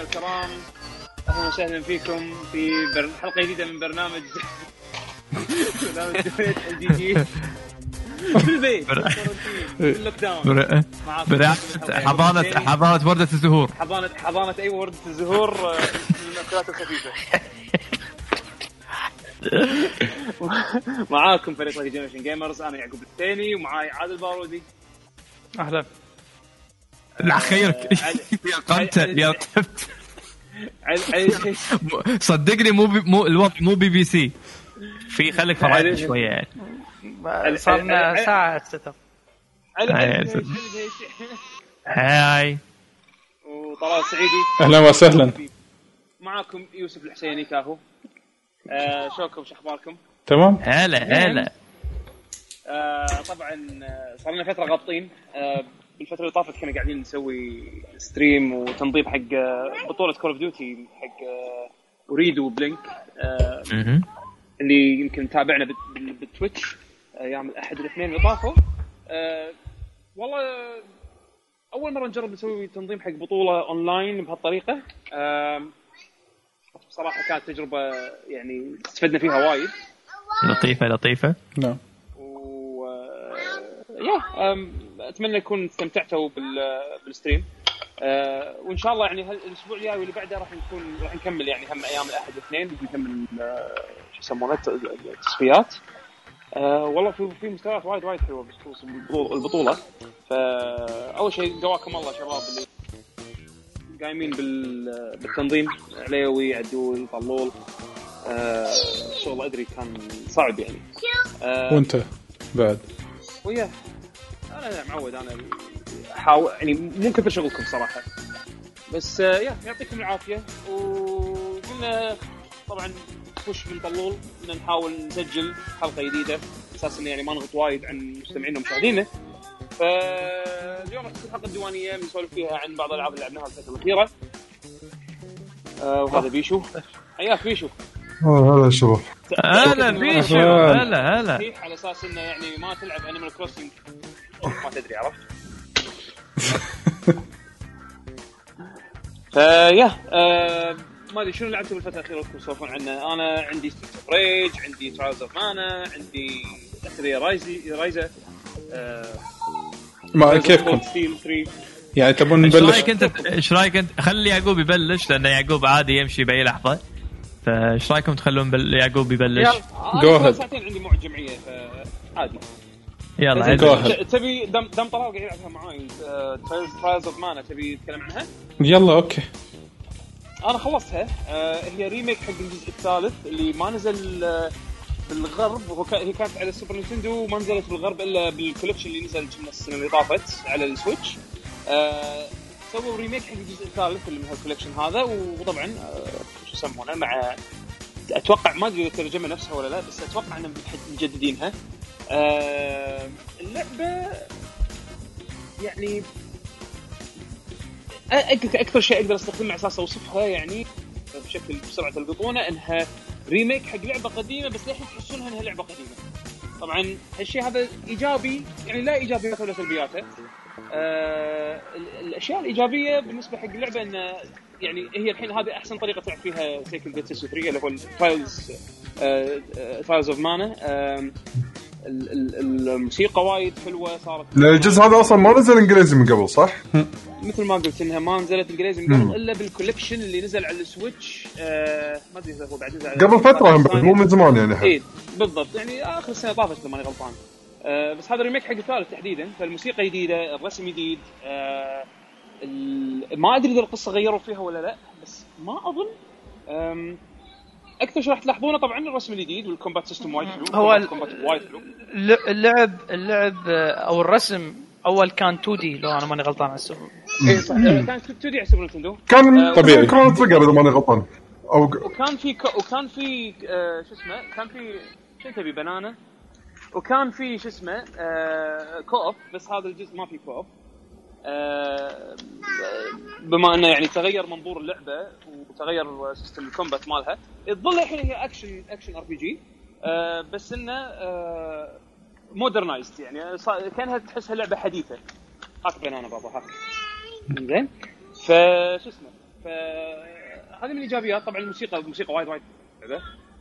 الكرام، اهلا وسهلا فيكم في حلقه جديده من برنامج الجي جي في البيت في اللوك داون حضانه وردة الزهور، حضانه اي وردة الزهور من المأكولات الخفيفه. معاكم فريق جنريشن جيمرز، انا يعقوب الثاني ومعاي عادل بارودي. اهلا. لا خيرك يا قنت يا طفت. صدقني مو الوضع مو بي بي سي، في خليك فرعي شويه يعني. صارنا ساعه ستة. هاي وطلال السعيدي. اهلا وسهلا. معاكم يوسف الحسيني كاهو. شوكم شخباركم؟ تمام. هلا طبعا صار لنا فتره غابطين. بالفتره اللي طافت كنا قاعدين نسوي ستريم وتنظيم حق بطوله كول اوف ديوتي حق اريد وبلينك، اللي يمكن تابعنا بالتويتش ايام الاحد والاثنين اللي طافوا. والله اول مره نجرب نسوي تنظيم حق بطوله اونلاين بهالطريقه. بصراحه كانت تجربه يعني استفدنا فيها وايد. لطيفه. نعم. اتمنى يكون استمتعتوا بالستريم. وان شاء الله يعني الاسبوع الجاي واللي بعده راح نكمل يعني هم ايام الاحد والاثنين نكمل شو يسمونه التصفيات. والله في مستويات وايد حلوه بخصوص البطوله. فاول شيء قواكم الله شباب اللي قايمين بالتنظيم، عليوي عدول طلول. الشغل ادري كان صعب يعني. وانت بعد وياه انا معود، انا احاول يعني مو كثر شغلكم صراحه، بس يعطيكم العافيه. وقلنا طبعا وش من طلول ان نحاول نسجل حلقه جديده اساسا يعني ما نغط وايد عن مستمعينا ومشاهدينا. فاليوم راح تكون حلقه ديوانيه بنسولف فيها عن بعض الالعاب اللي لعبناها الفتره الاخيره. وهذا بيشو. حياك بيشو. هلا شباب. هلا بيشو. هلا على اساس انه يعني ما تلعب انيمال كروسنج ما تدري، عرفت؟ ما ادري شنو لعبتوا بالفتره الاخيره ودكم تسولفون عنه. انا عندي ستريت اوف ريج، عندي ترايلز اوف مانا، عندي اثريا رايزا. ما كيفكم يعني تبون نبلش؟ ايش رايك انت خلي يعقوب يبلش لان يعقوب عادي يمشي باي لحظه. فايش رايكم تخلون يعقوب يبلش؟ يلا ساعتين عندي موعد جمعيه فعادي. يلا تبي دم طلال قاعد يلعبها معاي ترايلز اوف مانا، تبي تتكلم عنها؟ يلا اوكي. انا خلصتها. هي ريميك حق الجزء الثالث اللي ما نزل بالغرب. هي كانت على السوبر نينتندو وما نزلت بالغرب الا بالكولكشن اللي نزل السنه اللي طافت على السويتش. سووا ريميك حق الجزء الثالث اللي من هالكولكشن هذا. وطبعا شو يسمونه مع اتوقع ما ادري الترجمه نفسها ولا لا، بس اتوقع انهم مجددينها. اللعبه يعني اكثر شيء اقدر استخدمه على اساس اوصفها يعني بشكل بسرعه القطونه انها ريميك حق لعبه قديمه، بس للحين تحسونها انها لعبه قديمه. طبعا هالشيء هذا ايجابي يعني، لا ايجابياته ولا سلبياته. الاشياء الايجابيه بالنسبه حق اللعبه ان يعني هي الحين هذه احسن طريقه تلعب فيها تيكن ديتس 3 اللي هو ترايلز اوف مانا. الموسيقى وايد حلوه صارت. الجزء هذا اصلا ما نزل انجليزي من قبل صح؟ مثل ما قلت انها ما نزلت انجليزي من قبل الا بالكولكشن اللي نزل على السويتش. ما ادري اذا هو بعد نزل قبل فتره مو من زمان يعني. ايه بالضبط يعني اخر السنه طافت لما انا غلطان. بس هذا الريميك حق الثالث تحديدا، فالموسيقى جديده، الرسم جديد. ما ادري اذا القصه غيروا فيها ولا لا، بس ما اظن. اكثر شيء راح تلاحظونه طبعا الرسم الجديد والكومبات سيستم وايد حلو. هو وايد حلو. اللعب او الرسم اول كان 2D لو انا ماني غلطان على السوبر. اي صح كان 2D على السوبر نينتندو. كان طبيعي كان تريجر اذا ماني غلطان. وكان في شو اسمه، كان في شو تبي بنانا، وكان في شو اسمه كوب. بس هذا الجزء ما في كوب. بما انه يعني تغير منظور اللعبه وتغير سيستم الكومبات مالها، تظل الحين هي اكشن ار بي جي. بس انه مودرنايزد يعني كانها تحسها لعبه حديثه. هاك بنانا بابا هاك زين. فشو اسمه فهذه من الايجابيات. طبعا الموسيقى وايد حلوه.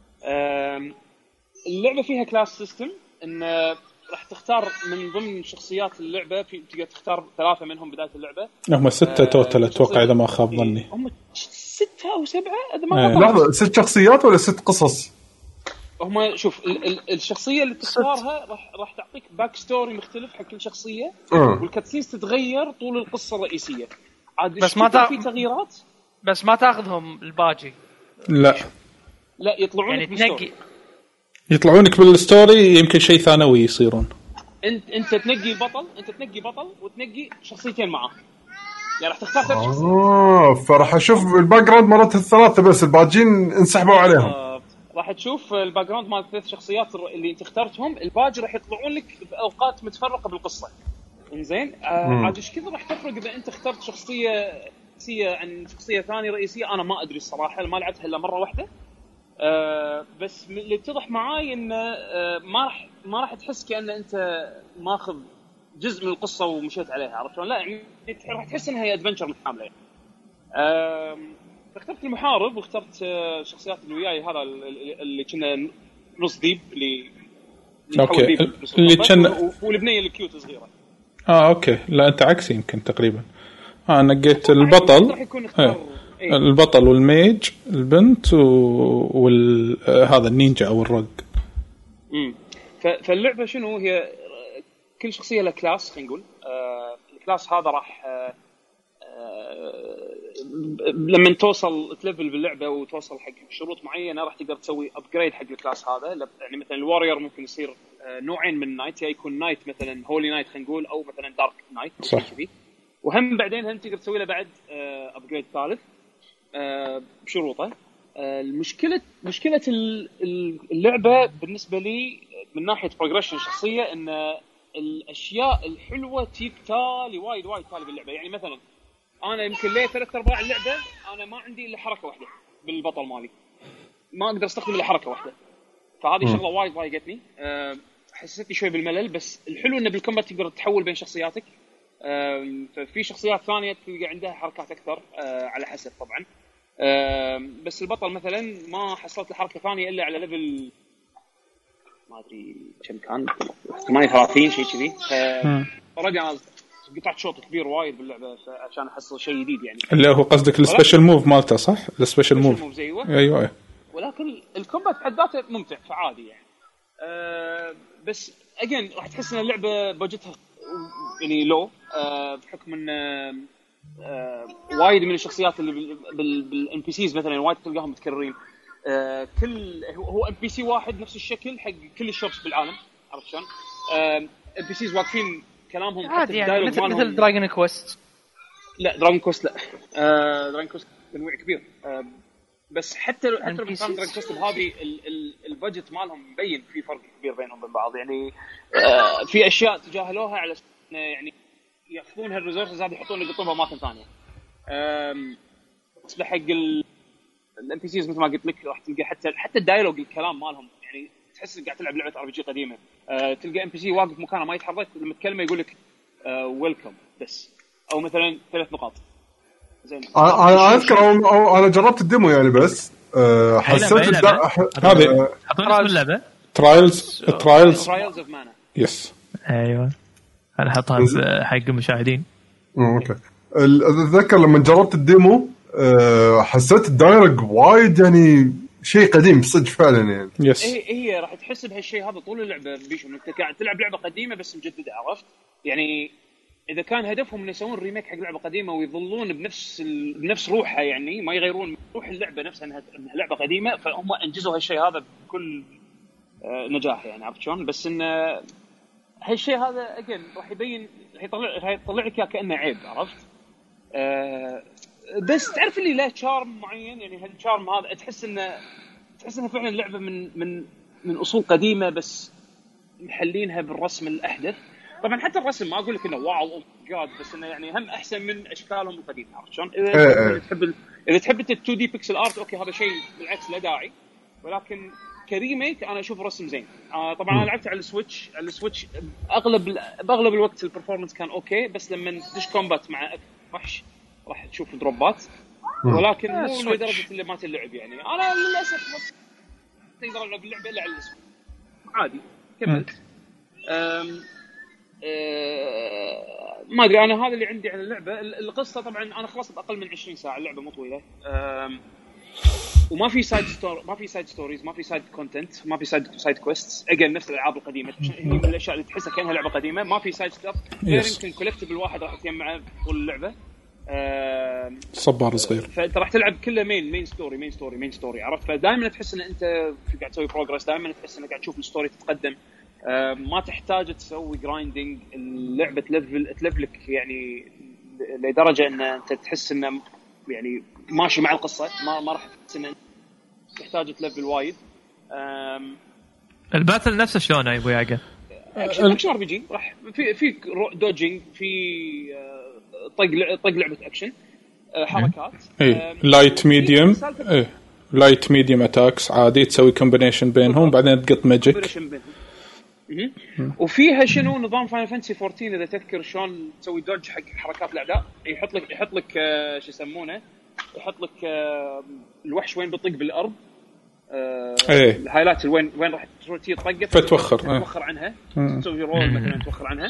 اللعبه فيها كلاس سيستم، ان راح تختار من ضمن شخصيات اللعبه تقدر تختار 3 منهم بدايه اللعبه. هم 6 توتال اتوقع اذا ما خاب ظني. هم 6 أو 7 اذا ما خاب. لحظه 6 شخصيات ولا 6 قصص؟ هم شوف الشخصيه اللي تختارها راح تعطيك باك ستوري مختلف حق كل شخصيه، والكاتسينز تتغير طول القصه الرئيسيه. عاد بس ما في تغييرات، بس ما تاخذهم الباجي. لا يطلعونك يعني بالستوري. يطلعونك بالستوري، يمكن شيء ثانوي يصيرون. انت تنقي بطل وتنقي شخصيتين معاه، يعني راح تختار 3 شخصيات. فراح اشوف الباك جراوند مرات الثلاثه بس الباجين انسحبوا عليهم. راح تشوف الباك جراوند مال 3 شخصيات اللي انت اخترتهم، الباجي راح يطلعون لك باوقات متفرقه بالقصه. انزين عاد ايش كذا راح تفرق اذا انت اخترت شخصيه عن شخصيه ثانيه رئيسيه. انا ما ادري الصراحه، ما لعبتها الا مره واحده. بس اللي اتضح معاي ان ما راح تحس كأن انت ماخذ جزء من القصه ومشيت عليها، عرفت لا يعني راح تحس انها هي ادفنتشر متكامله يعني. فاخترت المحارب واخترت الشخصيات اللي وياي، هذا اللي كنا نص ديب اللي اوكي اللي كان والبنيه الكيوت صغيره. اوكي لا انت عكسي يمكن تقريبا. نقيت البطل البطل والميج البنت هذا النينجا او الرق. فاللعبه شنو هي؟ كل شخصيه لها كلاس، خلينا نقول الكلاس هذا راح لما توصل تليفل باللعبه وتوصل حق شروط معينه راح تقدر تسوي ابجريد حق الكلاس هذا. يعني مثلا الواريور ممكن يصير نوعين من النايت، يا يكون نايت مثلا هولي نايت خلينا نقول، او مثلا دارك نايت كذي. وهم بعدين هم تقدر تسوي له بعد ابجريد ثالث بشروطه. مشكله اللعبه بالنسبه لي من ناحيه بروجريشن شخصيه، ان الاشياء الحلوه تجيك تالي وايد تالي باللعبه. يعني مثلا انا يمكن ليه 3/4 اللعبه انا ما عندي الا حركه واحده بالبطل مالي، ما اقدر استخدم الا حركه واحده. فهذه شغله وايد ضايقتني، حسيتني شوي بالملل. بس الحلو انه بالكومبات تقدر تحول بين شخصياتك. ففي شخصيات ثانيه تلقى عندها حركات اكثر على حسب طبعا. بس البطل مثلا ما حصلت الحركه ثانيه الا على ليفل ما ادري كم كان 38 شيء كذي. فرجع انا قطعت شوط كبير وايد باللعبه عشان احصل شيء جديد يعني. اللي هو قصدك السبيشال موف مالته صح؟ السبيشال موف ايوه. ولكن الكومبات بحد ذاته ممتع فعادي يعني. بس اجين راح تحس ان اللعبه بجتها يعني لو بحكم ان وايد من الشخصيات اللي بالان بي سيز مثلا وايد تلقاهم متكررين. كل هو ام بي سي واحد نفس الشكل حق كل الشوبس بالعالم، عرفت شلون؟ ام بي سيز واقفين كلامهم عادي يعني مثل دراجون كويست. لا دراجون كويست لا. دراجون كويست تنويع كبير. بس حتى مقام دراجون كويست بهذه البادجت مالهم مبين في فرق كبير بينهم وبين بعض يعني. في اشياء تجاهلوها على يعني ياخذون هالريسورسز هذه يحطون يقطونها اماكن ثانيه. بس حق الام بي سيز مثل ما قلت لك راح تلقى حتى الدايلوج الكلام مالهم يعني تحس انك قاعد تلعب لعبه ار بي جي قديمه. تلقى ام بي سي واقف مكانه ما يتحرك، لما تكلمه يقول لك ويلكم بس، او مثلا 3 نقاط. زين انا اذكر انا جربت الديمو يعني بس حسيت هذه حطوا اللعبه ترايلز اوف مانا. يس ايوه انا حطها حق المشاهدين. اوكي اتذكر لما جربت الديمو حسيت الدايلوج وايد يعني شيء قديم صدق فعلا يعني. يس هي راح تحس بهالشيء هذا طول اللعبه بيشو انك قاعد تلعب لعبه قديمه بس مجدده، عرفت يعني. اذا كان هدفهم انه يسوون ريميك حق لعبه قديمه ويظلون بنفس روحها يعني ما يغيرون روح اللعبه نفسها انها لعبه قديمه، فهم انجزوا هالشيء هذا بكل نجاح يعني، عرفت شلون؟ بس ان هالشيء هذا اجين راح يبين يطلع لك كأنه عيب، عرفت؟ بس تعرف اللي له شارم معين يعني. هالشارم هذا تحس انه فعلا لعبه من اصول قديمه بس محلينها بالرسم الاحدث. طبعا حتى الرسم ما اقول لك انه واو جاد، بس انه يعني هم احسن من اشكالهم القديمه، عرفت شلون؟ اذا تحب ال 2 دي بيكسل ارت اوكي هذا شيء بالعكس لا داعي، ولكن كريميك انا اشوف رسم زين. طبعا انا لعبت على السويتش باغلب الوقت البرفورمانس كان اوكي، بس لما تدش كومبات مع وحش راح تشوف دروبات. ولكن مو لدرجه اللي ما تلعب يعني. انا للاسف تقدر العب اللعبه الا على الاسم عادي كملت. ما ادري انا هذا اللي عندي عن اللعبه. القصه طبعا انا خلصت باقل من 20 ساعه، اللعبه مو طويله. وما في سايد ستوريز، ما في سايد كونتنت، ما في سايد كويستس. اجين نفس الالعاب القديمه، هي من الاشياء اللي تحسها كانها لعبه قديمه. ما في سايد ستاف غير يمكن كولكتبل واحد راح تجمعه طول اللعبه. صبار صغير. فانت راح تلعب كله مين ستوري عرفت. فدائما تحس ان انت قاعد تسوي بروجرس، دائما تحس انك قاعد تشوف الستوري تتقدم. ما تحتاج تسوي جرايندنج. اللعبه تلفلك يعني لدرجه ان انت تحس انه يعني ماشي مع القصه. ما راح تحس انه تحتاج تلفل وايد. الباتل نفسه شلون يا ابو يعقوب؟ اكشن ار بي جي. راح في دوجينج، في طق لعبه اكشن، حركات. لايت ميديوم. لايت ميديوم اتاكس عادي، تسوي كومبينيشن بينهم بعدين تقط ماجيك. وفيها شنو نظام فاينل فانتسي 14 اذا تذكر شلون تسوي دوج حق حركات الاعداء. يحط لك شو يسمونه، يحط لك الوحش وين بيطق بالارض. الهايلايت وين راح تطقه فتوخر عنها، تسوي رول مثلا توخر عنها.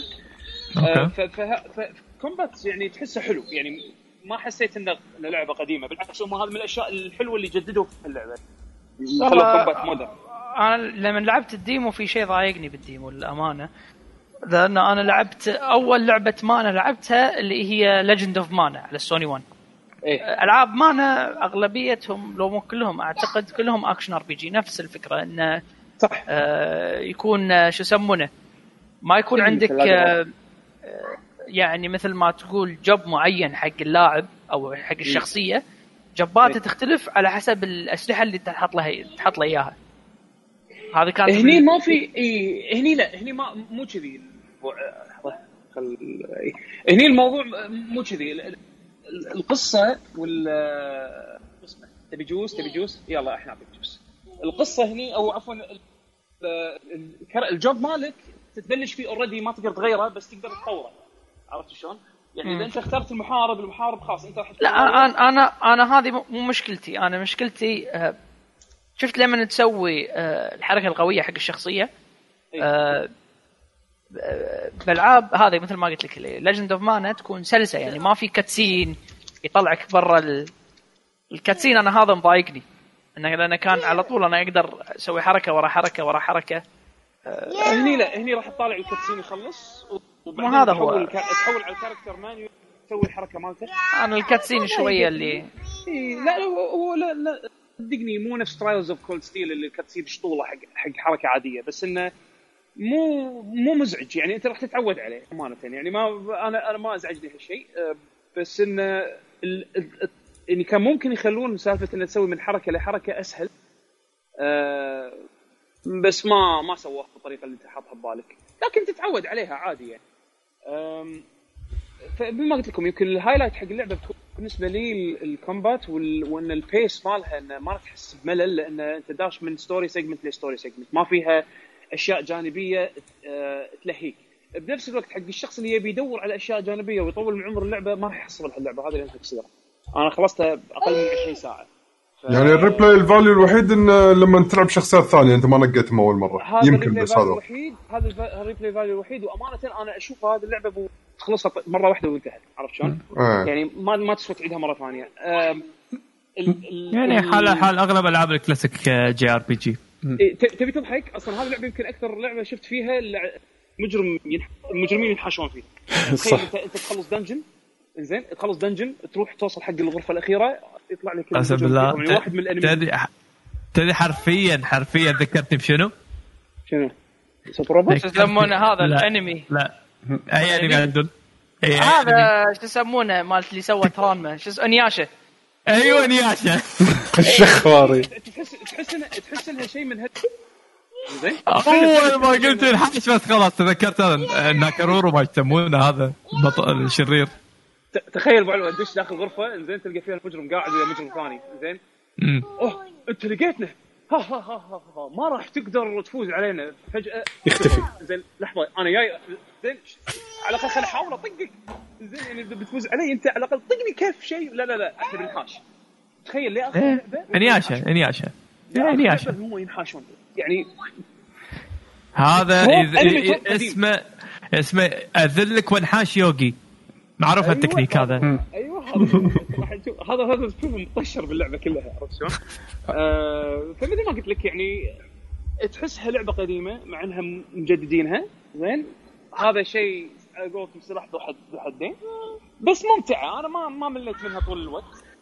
فكومبات يعني تحسه حلو يعني. ما حسيت انه لعبه قديمه، بالعكس هم هذا من الاشياء الحلوه اللي جددوا في اللعبه، خلوا كومبات مودرن. انا لما لعبت الديمو في شيء ضايقني بالديمو للامانه، لأن انا لعبت اول لعبه مانا لعبتها اللي هي ليجند اوف مانا على السوني 1. العاب مانا اغلبيتهم لو مو كلهم اعتقد كلهم اكشن ار بي جي. نفس الفكره انه صح. يكون شو يسمونه، ما يكون عندك يعني مثل ما تقول جوب معين حق اللاعب او حق الشخصيه. جباته تختلف على حسب الاسلحه اللي تحط له اياها. هذا كان هني ما في هني لا هني ما مو كذي. هني الموضوع مو كذي. القصه اسمه تبي جوس يلا احنا نعطيك جوس. القصه هني او عفوا الجوب مالك تتبلش فيه اوريدي، ما تقدر تغيره بس تقدر تطوره. عرفت شلون يعني؟ اذا انت اخترت المحارب خلاص انت راح. لا انا هذه مو مشكلتي. انا مشكلتي شفت لما تسوي الحركه القويه حق الشخصيه بالالعاب هذه مثل ما قلت لك ليجند اوف مانا تكون سلسه يعني ما في كاتسين يطلعك برا الكاتسين. انا هذا مضايقني لأنه كان على طول انا اقدر اسوي حركه ورا حركه ورا حركه. هني راح تطالع الكاتسين يخلص وبعدين هذا هو تحول على الكاركتر مانيو تسوي الحركه مالته. انا الكاتسين شويه اللي لا هو لا صدقني مو نفس ترايلز اوف كولد ستيل اللي الكاتسين شطوله حق حركه عاديه، بس انه مو مزعج يعني. انت راح تتعود عليه امانه يعني. ما انا ما ازعجني هالشيء، بس انه يعني كان ممكن يخلون سالفه انه تسوي من حركه لحركه اسهل، بس ما سووها بالطريقه اللي انت حاطها ببالك، لكن تتعود عليها عادي يعني. فبما قلت لكم يمكن الهايلايت حق اللعبه بتكون بالنسبه لي الكومبات وان البيس مالها انه ما راح تحس بملل، لان انت داش من ستوري سيجمنت لستوري سيجمنت، ما فيها اشياء جانبيه تلهيك. بنفس الوقت حق الشخص اللي يبي يدور على اشياء جانبيه ويطول من عمر اللعبه ما راح يحصل هاللعبه هذه اللي انت تصير. انا خلصتها باقل من 20 ساعه. يعني الريبلاي الفاليو الوحيد ان لما تلعب شخصيات ثانيه انت ما نقيتهم اول مره يمكن، بس هذا الوحيد. هذا الريبلاي فاليو الوحيد. وامانه انا اشوف هذه اللعبه تخلصها مره واحده وانتهت. عرفت شلون؟ يعني ما تسوى تعيدها مره ثانيه. يعني حال اغلب العاب الكلاسيك جي ار بي جي. تبي تضحك اصلا هذه اللعبه يمكن اكثر لعبه شفت فيها المجرمين ينحاشون فيه. تخيل انت تخلص دنجن، زين تخلص دنجن تروح توصل حق الغرفه الاخيره يطلع لك واحد من الانمي. تدري حرفيا ذكرتني بشنو سوبروبوت يسمونه هذا الانمي. لا اي انمي عندهم هذا شو يسمونه مالت اللي سوى ترانما انياشا. ايوه انياشا الشخواري. تحس انها شيء من زين. اول ما قلت الحش بس خلاص تذكرت هذا ناكارورو ما يسمونه هذا البطل الشرير. تخيل بعلوه تدش داخل غرفه زين تلقى فيها المجرم قاعد ويا مجرم ثاني زين. انت لقيتنا ها ما راح تقدر تفوز علينا فجاه يختفي. زين لحظه انا جاي زين على الاقل خل احاول اطقك زين يعني اذا بتفوز علي انت على الاقل طقني كيف شيء. لا احنا بنحاش تخيل لي اخر لعبه انياشا هم ينحاشون يعني هذا اسمه اذلك وانحاش يوغي معروف التكنيك هذا. ايوه هذا تشوفه مطشر باللعبه كلها عرفت شلون. فمثل ما قلت لك يعني تحسها لعبه قديمه مع انها مجددينها زين. هذا شيء اقول لكم سلاح ذو حدين بس ممتعه. انا ما مليت منها طول الوقت.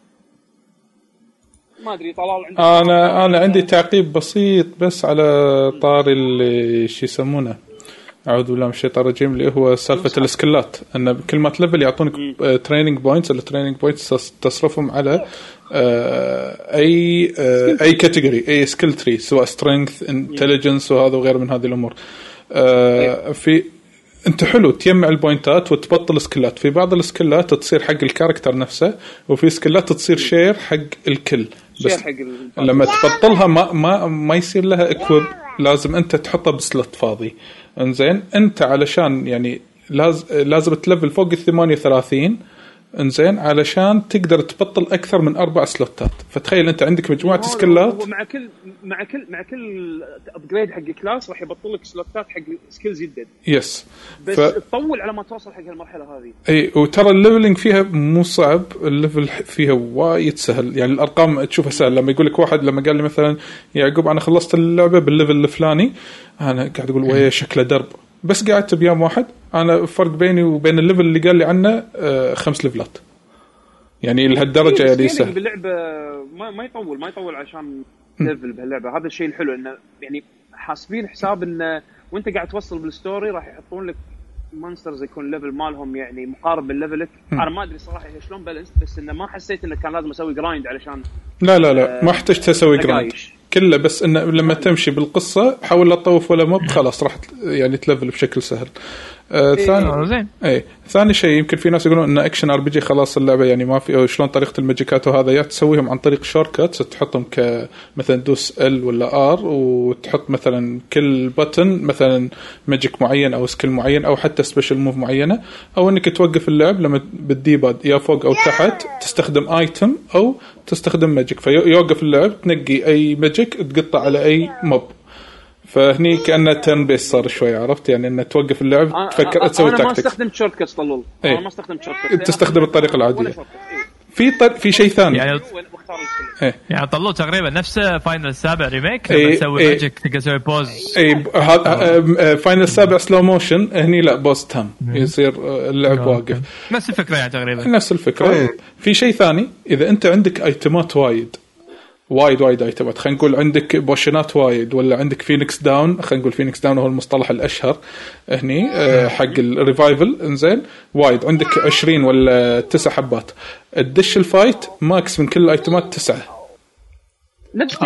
ما ادري طلال عندك. انا عندي تعقيب بسيط بس على طاري اللي شو يسمونه اعوذ بالله من الشيطان الرجيم اللي هو سالفه السكلات. ان كل ما تلفل يعطونك تريننج بوينتس. التريننج بوينتس تصرفهم على اي كاتيجوري اي سكيل تري سواء سترينث انتليجنس وهذا وغيره من هذه الامور. في انت حلو تجمع البوينتات وتبطل سكيلات. في بعض السكيلات تصير حق الكاركتر نفسه وفي سكيلات تصير شير حق الكل بس لما تبطلها ما يصير لها اكويب. لازم انت تحطها بسلوت فاضي. انزين انت علشان يعني لازم تلفل فوق 38 انزين علشان تقدر تبطل اكثر من 4 سلوتات. فتخيل انت عندك مجموعه سكيلات مع كل ابجريد حق كلاس راح يبطل لك سلوتات حق سكيلز جديد. يس بس تطول على ما توصل حق المرحله هذه. اي وترى الليفلينج فيها مو صعب. الليفل فيها وايد سهل. يعني الارقام تشوفها سهل. لما يقول لك واحد لما قال لي مثلا يعقوب انا خلصت اللعبه بالليفل الفلاني انا قاعد اقول ويا شكله درب. بس قعدت بيوم واحد أنا فرق بيني وبين الليفل اللي قال لي عنه 5 ليفلات. يعني لهالدرجة يعني سهل. باللعبة ما يطول عشان ليفل بهاللعبة. هذا الشيء الحلو إنه يعني حاسبين حساب إنه وأنت قاعد توصل بالستوري راح يحطون لك مونسترز يكون ليفل مالهم يعني مقارب بالليفلك. أنا ما أدري صراحة هي شلون بالانس بس إنه ما حسيت إنه كان لازم أسوي جرايند علشان لا ما احتجت أسوي جرايند كله. بس إنه لما تمشي بالقصة حاول لا تطوف ولا موب خلاص راح يعني تلفل بشكل سهل. ثاني شيء يمكن في ناس يقولون ان اكشن ار بي جي خلاص اللعبه يعني ما في شلون طريقه الماجيكات وهذا يا تسويهم عن طريق شورتكاتس تحطهم كمثلا دوس ال ولا ار وتحط مثلا كل بutton مثلا ماجيك معين او سكيل معين او حتى سبيشال موف معينه او انك توقف اللعب لما بالديباد يا فوق او تحت تستخدم ايتم او تستخدم ماجيك فيوقف اللعب تنقي اي ماجيك تقطع على اي موب. فهني كأنه تيرن بيس صار شوي عرفت يعني انه توقف اللعب تفكر تسوي تاكتيك. انا ما استخدمت شورت كاتس طلول. انا ما استخدمت شورت كاتس. تستخدم الطريقه العاديه. في شيء ثاني يعني طلعوا تقريبا نفس فاينل السابع ريميك لما تسوي ماجيك تسوي بوز. هذا فاينل السابع سلو موشن هني لا بوز تام يصير اللعب واقف. نفس الفكره يعني تقريبا نفس الفكره. في شيء ثاني اذا انت عندك ايتمات وايد ايتمات خلينا نقول عندك بوشنات وايد ولا عندك فينيكس داون. خلينا نقول فينيكس داون هو المصطلح الاشهر هني حق الريفايفل. انزين وايد عندك 20 ولا 9 حبات الدش الفايت ماكس من كل الايتمات 9. نفس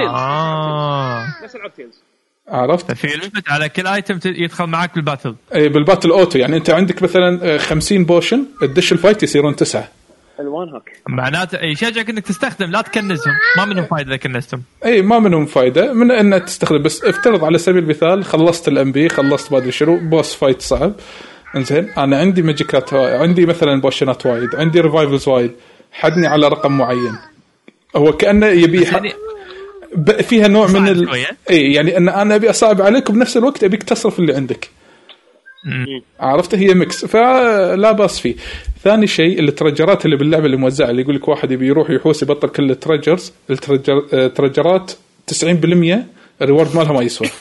العبتيلز عرفت في ليميت على كل ايتم يدخل معك بالباتل. اي بالباتل اوتو يعني انت عندك مثلا 50 بوشن الدش الفايت يصيرون 9 الوان هاك. معناته يشجعك انك تستخدم لا تكنزهم. ما منهم فايده اذا كنزتهم. اي ما منهم فايده من ان تستخدم. بس افترض على سبيل المثال خلصت الام بي خلصت بعد شنو بوس فايت صعب. انزين انا عندي ماجيكات عندي مثلا بوشنات وايد عندي ريفايفلز وايد حدني على رقم معين. هو كانه يبي فيها نوع من اي يعني ان انا ابي اصعب عليك وبنفس الوقت ابيك تصرف اللي عندك. عرفت هي ميكس فلا باس فيه. ثاني شيء الترجرات اللي باللعبه اللي موزعه اللي يقول لك واحد يبي يروح يحوس يبطل كل الترجرات 90% الريورد مالها ما يسوى.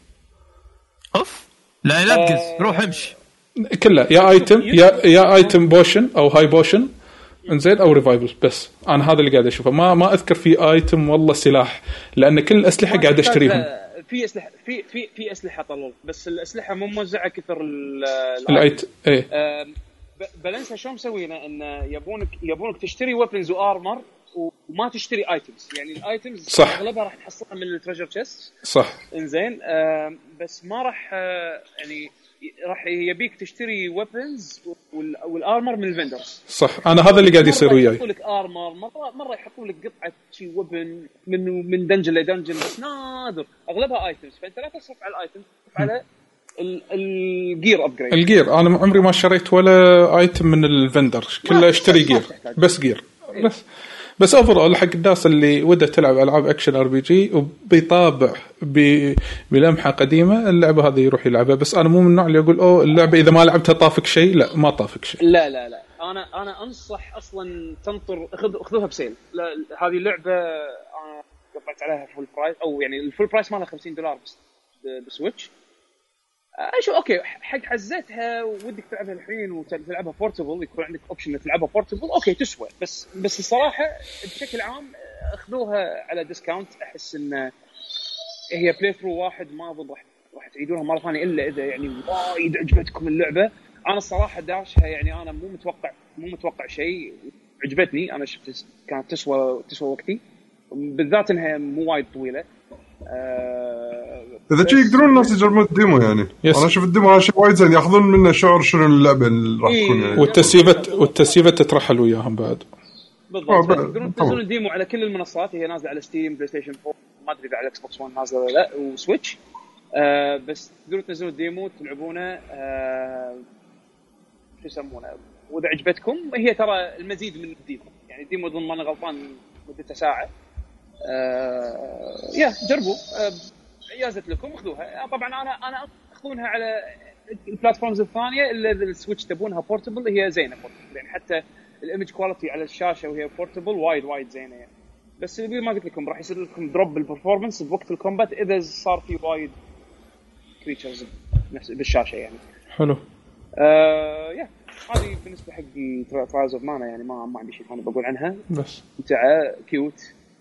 اوف لا تقز روح امشي كله يا ايتم يا ايتم بوشن او هاي بوشن انزين او ريفايفل. بس انا هذا اللي قاعد اشوفه ما اذكر في ايتم والله سلاح لان كل الاسلحه قاعد اشتريهم. في اسلحه في اسلحه طلول بس الاسلحه مو موزعه كثر الايت ايه بالانسها شلون مسوينا ان يبونك تشتري ويبنز وارمر وما تشتري ايتمز. يعني الايتمز اغلبها راح تحصلها من التريجر تشيست صح انزين بس ما راح يعني راح يبيك تشتري ويبنز والارمر من الفندرز. صح انا هذا اللي قاعد يصير وياي. يحطوا لك ارمر مره يحطوا لك قطعه شي ويبن من دنجن لدنجن بس نادر اغلبها ايتمز. فانت لا تصرف على الايتم على الجير ابجريد. الجير انا عمري ما شريت ولا ايتم من الفندر كله اشتري جير بس جير بس بس اوفرول حق الناس اللي ودها تلعب العاب اكشن ار بي جي وبيطابع بلمحه قديمه، اللعبه هذه يروح يلعبها. بس انا مو من النوع اللي اقول اللعبه اذا ما لعبتها طافك شيء، لا ما طافك شيء. لا انا انصح اصلا تنطر خذوها بسيل. هذه اللعبه انا قطعت عليها فول برايس، او يعني الفول برايس مالها $50 بس بسويتش. شو اوكي حق حزتها ودك تلعبها الحين وتلعبها بورتبل، يكون عندك اوبشن تلعبها بورتبل، اوكي تسوى. بس الصراحه بشكل عام اخذوها على ديسكاونت. احس ان هي بلاي ثرو واحد ما اظن راح تعيدونها مره ثانيه الا اذا يعني وايد عجبتكم اللعبه. انا الصراحه داشها يعني انا مو متوقع شيء، عجبتني. انا شفت كانت تسوى وقتي، بالذات انها مو وايد طويله. اذا شيء يقدرون الناس يجربون الديمو يعني. انا اشوف الديمو هذا شيء وايد زين، ياخذون منه شعور شنو اللعبه اللي راح تكون يعني. والتسييفه تترحل وياهم بعد. بالضبط. تقدرون تنزلون الديمو على كل المنصات، هي نازله على ستيم، بلاي ستيشن 4، ما ادري اذا على اكس بوكس 1 نازله ولا لا، وسويتش. بس تقدرون تنزلون الديمو تلعبونه. شو يسمونه، واذا عجبتكم هي ترى المزيد من الديمو، يعني الديمو اظن ما انا غلطان مدته ساعه. جربوا. اجازت لكم اخذوها. طبعا انا اخذونها على البلاتفورمز الثانيه اللي السويتش تبونها بورتبل، هي زينه بورتبل يعني، حتى الايمج كواليتي على الشاشه وهي بورتبل وايد زينه يعني. بس ما قلت لكم راح يصير لكم دروب بالبرفورمانس بوقت الكومبات اذا صار في وايد كريتشرز نفس بالشاشه يعني. حلو. هذه بالنسبه حقي ترايلز اوف مانا، يعني ما عندي شيء ثاني بقول عنها. بس متعه كيوت.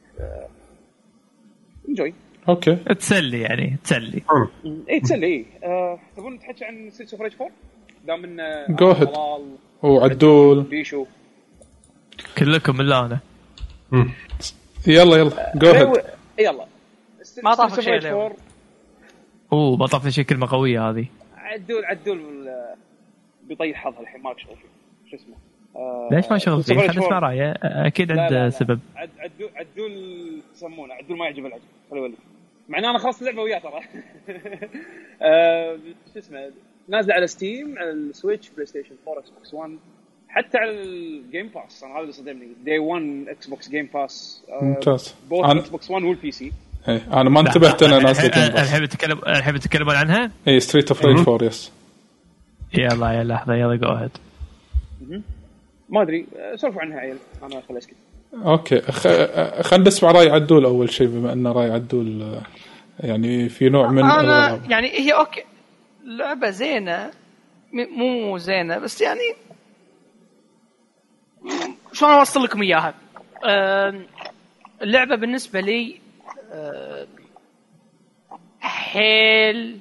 انجوي. اوكي تسلي يعني تسلي. تسلي. تبون نتحكي عن ستريتس اوف ريج 4 دام ان طلال وعدول بيشو كلكم الا انا. يلا جو يلا. ما طاف شيء. ما طاف شيء. كلمه قويه هذه. عدول بيطيح حظها الحين ماك شغل فيه. شو اسمه ليش ما شغل فيه؟ خلينا نسمع رايه. اكيد عنده سبب. عدول يسمونه عدول ما يعجب العجب. خلي ولي معناه انا خلصت اللعبه وياه ترى. شو اسمه نازله على ستيم، على السويتش، بلاي ستيشن 4، اكس بوكس 1، حتى على الجيم باس. انا هذا اللي صدمني داي 1 اكس بوكس جيم باس. ممتاز. اكس بوكس 1 والبي سي. انا ما انتبهت انا نازله. الحين تتكلمون عنها. ستريت اوف ريج 4 يس. يلا لحظه يلا جو اهيد. ما ادري سولفوا عنها عيل، انا خلاص كده. اوكي خلينا نسمع راي عدول اول شيء، بما ان راي عدول يعني في نوع من انا يعني هي اوكي لعبه زينه مو زينه، بس يعني شلون اوصل لكم اياها. اللعبه بالنسبه لي حيل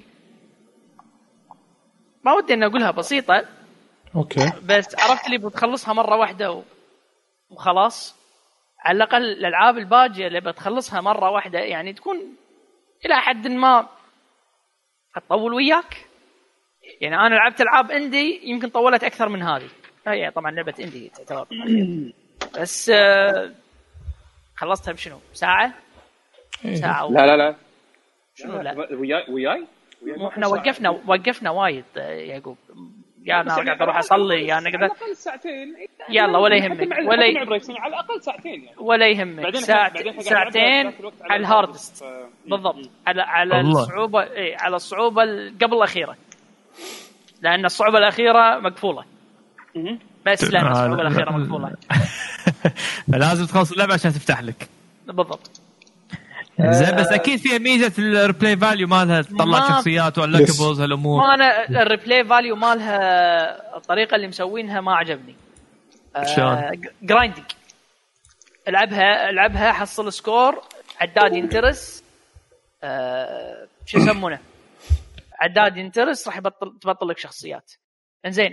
ما ودي ان اقولها بسيطه. اوكي بس عرفت اللي بتخلصها مره واحده وخلاص. على الاقل الالعاب الباجيه اللي بتخلصها مره واحده يعني تكون الى حد ما تطول وياك. يعني انا لعبت العاب اندي يمكن طولت اكثر من هذه. هي طبعا لعبه اندي تعتبر، بس خلصتها بشنو ساعه لا شنو لا وياي احنا وقفنا وايد يعقوب. يا انا قاعد اروح اصلي يا انا قاعد اقل ساعتين. يلا ولا يهمك ولا على الاقل ساعتين يعني. ولا يهمك ساعتين على الهاردست بالضبط. على الصعوبه على الصعوبه قبل الاخيره، لان الصعوبه الاخيره مقفوله. بس لا الصعوبه الاخيره مقفوله. لازم تخلص اللعبه عشان تفتح لك بالضبط. زين بس اكيد فيها ميزه الريبلاي فاليو مالها، تطلع شخصيات واللاكبلز هالامور. ما انا الريبلاي فاليو مالها الطريقه اللي مسوينها ما عجبني. جرايندنج العبها حصل سكور عداد ينترس. شو يسمونه عداد ينترس راح تبطل لك شخصيات. انزين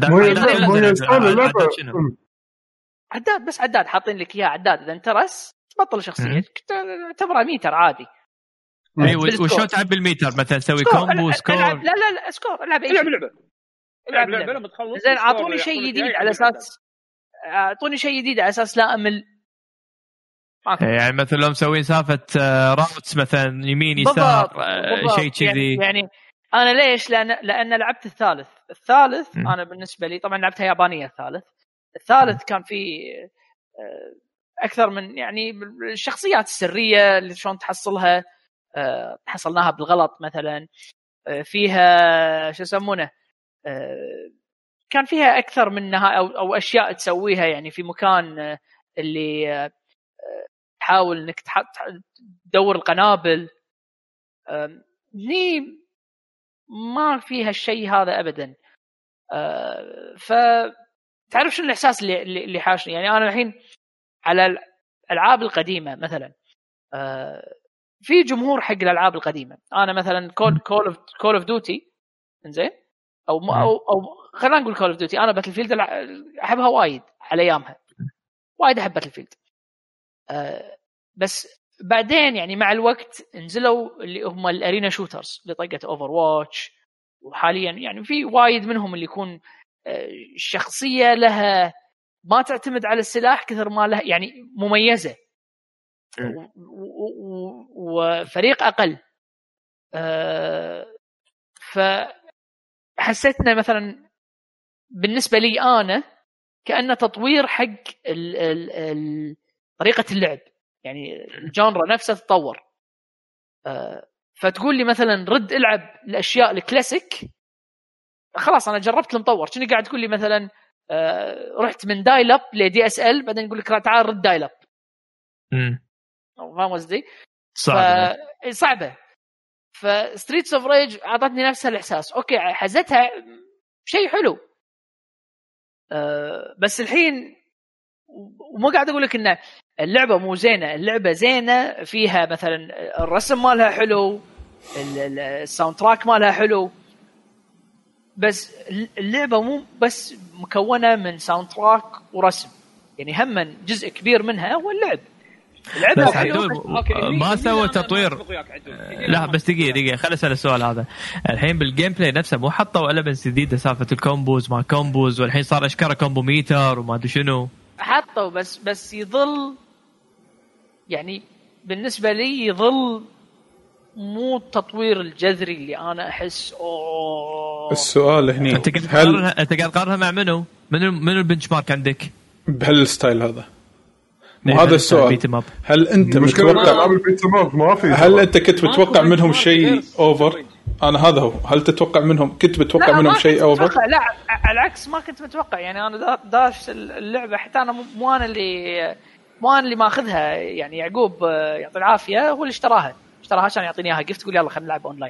عداد بس عداد حاطين لك اياه عداد اذا انترس تبطل شخصية اعتبرها ميتر عادي. اي وشو تعب بالميتر مثلا تسوي كومبو سكور؟ لا سكور العب لعبه لما تخلص. زين اعطوني شيء جديد على اساس لا امل. يعني مثلا لو مسوين سالفه راوتس مثلا يمين يسار شيء كذي يعني انا ليش لان لعبت الثالث انا بالنسبه لي طبعا لعبتها يابانيه. الثالث كان في اكثر من يعني الشخصيات السريه اللي شلون تحصلها، حصلناها بالغلط مثلا. فيها شو يسمونه، كان فيها اكثر منها او اشياء تسويها يعني في مكان اللي تحاول انك تدور القنابل. هني ما فيها الشيء هذا ابدا. فتعرف شو الاحساس اللي حاشني؟ يعني انا الحين على الالعاب القديمه مثلا، في جمهور حق الالعاب القديمه. انا مثلا كول اوف ديوتي انزين، او خلينا نقول كول اوف ديوتي. انا باتل فيلد احبها وايد على ايامها، وايد احب باتل فيلد. بس بعدين يعني مع الوقت نزلوا اللي هم الارينا شوترز اللي طقت اوفر واتش، وحاليا يعني في وايد منهم اللي يكون الشخصيه لها ما تعتمد على السلاح كثر ما لها يعني مميزه وفريق اقل. فحسيتنا مثلا بالنسبه لي انا كأنه تطوير حق طريقه اللعب، يعني الجانرا نفسها تتطور. فتقول لي مثلا رد العب الاشياء الكلاسيك، خلاص انا جربت المطور. كني قاعد تقول لي مثلا رحت من دايل اب لدي اس ال، بعدين يقول لك تعال رد دايل اب. فاهم قصدي؟ صعبه. فستريتس اوف ريج اعطتني نفس الاحساس. اوكي حزتها شيء حلو، بس الحين وما قاعد اقول لك ان اللعبه مو زينه. اللعبه زينه، فيها مثلا الرسم مالها حلو، الساوند تراك مالها حلو، بس اللعبه مو بس مكونه من ساوند تراك ورسم، يعني هم جزء كبير منها هو اللعب. ما سوى تطوير. لا بس دقيقه خليني اسال السؤال هذا. الحين بالجيم بلاي نفسه مو حطوا elements جديده، سالفه الكومبوز ما كومبوز، والحين صار اشكره كومبو ميتر وما ادري شنو حطوا، بس يظل يعني بالنسبه لي يظل مو التطوير الجذري اللي انا احس. السؤال هنا انت قاعد تقارنها مع منو البنش مارك عندك بهالستايل هذا؟ مو هذا السؤال. هل انت متوقع هل انت كنت متوقع منهم شيء اوفر؟ انا هذا هو. هل تتوقع منهم كنت بتوقع منهم شيء اوفر؟ لا على العكس ما كنت متوقع. يعني انا داش اللعبه، حتى انا مو انا اللي ماخذها. يعني يعقوب يعطي العافيه هو اللي اشتراها عشان يعطيني اياها جفت، يقول يلا خلينا نلعب اونلاين.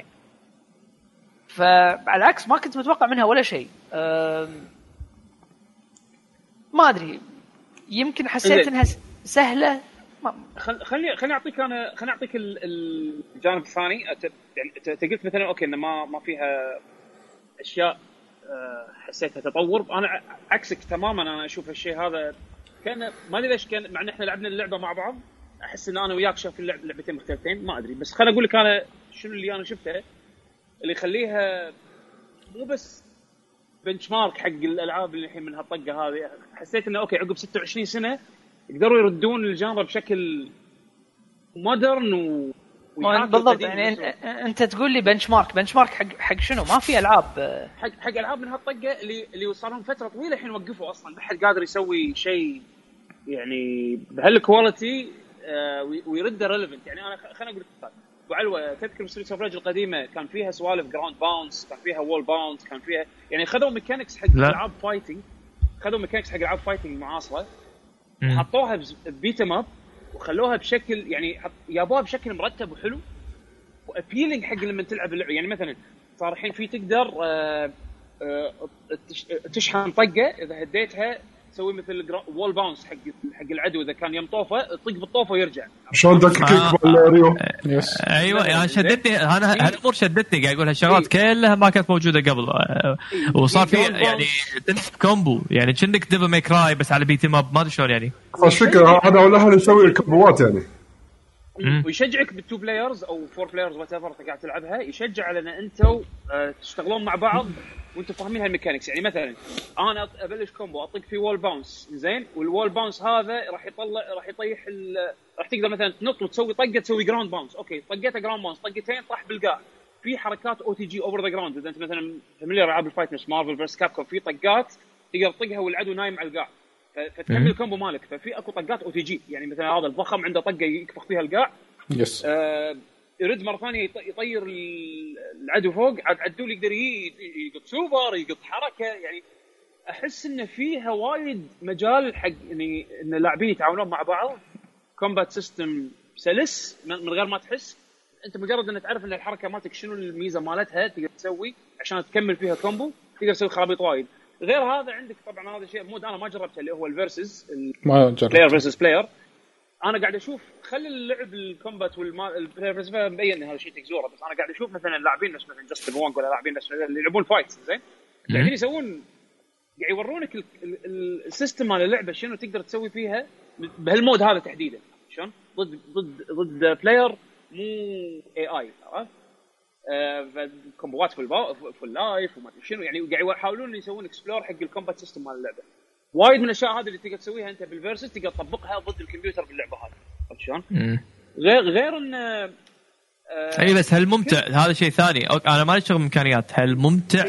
فعلى العكس ما كنت متوقع منها ولا شيء. ما ادري، يمكن حسيت انها سهله. خليني اعطيك الجانب الثاني. يعني انت قلت مثلا اوكي ان ما فيها اشياء حسيتها تطور. انا عكسك تماما. انا اشوف الشيء هذا كان ما ادري ليش، كان مع ان احنا لعبنا اللعبه مع بعض احس ان انا وياك شايف لعبتين مختلفتين. ما ادري، بس خليني اقول لك انا شنو اللي انا شفته اللي يخليها مو بس بنش مارك حق الالعاب اللي الحين من هالطقه هذه. حسيت انه اوكي عقب 26 سنه يقدروا يردون الجانرا بشكل مودرن بالضبط. يعني انت تقول لي بنش مارك حق شنو؟ ما في العاب حق العاب من هالطقه اللي صار لهم فتره طويله الحين وقفوا اصلا. ما حد قادر يسوي شيء يعني بهالكواليتي ويرد ريليفنت. يعني انا خليني اقول لك وعلوه، تذكر ستريت اوف ريج القديمه كان فيها سوالف جراوند باونس، كان فيها وول باونس، كان فيها يعني خذوا ميكانكس حق العاب فايتنج، المعاصره حطوها ببيت ماب وخلوها بشكل يعني يابوها بشكل مرتب وحلو وابيلينج حق لما تلعب اللعبه. يعني مثلا صار الحين في تقدر تشحن طقه اذا هديتها تسوي مثل وول باونس حق العدو، اذا كان يمطوفه طق بالطوفه ويرجع. شلون دقيق ريو؟ ايوه يعني شدتني انا هالامور شدتني. قاعد اقول هالشغلات كلها ما كانت موجوده قبل، وصار في يعني كومبو يعني كأنك ديفل ماي كراي بس على بيتي ماب. ما ادري شلون يعني. ايش فكره هذا ولا يسوي الكومبوات يعني. ويشجعك بالتو بلايرز او فور بلايرز وات ايفر انت قاعد تلعبها، يشجع على ان انتوا تشتغلون مع بعض وانتم فاهمين هالميكانكس. يعني مثلا انا ابلش كومبو اطق في وول باونس زين، والوول باونس هذا راح يطيح راح تقدر مثلا تنط وتسوي طقه تسوي جراوند باونس. اوكي طقيتها جراوند باونس، طقتين طاح بالقاع. في حركات او تي جي اوفر ذا جراوند، اذا انت مثلا فاميليار العاب الفايتنس مارفل فيرس كابكوم، في طقات تقدر تطقها والعدو نايم على القاع. فتكمل الكومبو مالك. ففي اكو طقات او تي جي، يعني مثلا هذا الضخم عنده طقه يكفخ فيها القاع، يس يرد مره ثانيه يطير العدو فوق، عدول يقدر يقط سوبر، يقط حركه. يعني احس انه فيها وايد مجال حق يعني ان اللاعبين يتعاونون مع بعض. كومبات سيستم سلس من غير ما تحس، انت مجرد ان تعرف ان الحركه مالتك شنو الميزه مالتها تقدر تسوي عشان تكمل فيها كومبو، تقدر تسوي خرابيط وايد. غير هذا عندك طبعا هذا شيء مود انا ما جربته اللي هو الفيرسز، بلاير فيرسز بلاير. انا قاعد اشوف خلي اللعب الكومبات والبلاير فيرسز مبين هذا الشيء تكزوره، بس انا قاعد اشوف مثلا اللاعبين نفس مثلا جاست بوانك ولا لاعبين نفس اللي يلعبون فايت زين قاعدين يسوون، قاعد يورونك السيستم مال اللعبه شنو تقدر تسوي فيها بهالمود هذا تحديدا، شلون ضد بلاير مو اي عرفت. كومبوات في اللايف وما ادري شنو، يعني قاعد يحاولون يسوون اكسبلور حق الكومبات سيستم مال اللعبه. وايد من الاشياء هذه اللي تقدر تسويها انت بالفيرسز تقدر تطبقها ضد الكمبيوتر باللعبه هذه، عرفت شلون؟ غير ان اي بس هل ممتع؟ هذا شيء ثاني. انا ما اشتغل امكانيات، هل ممتع؟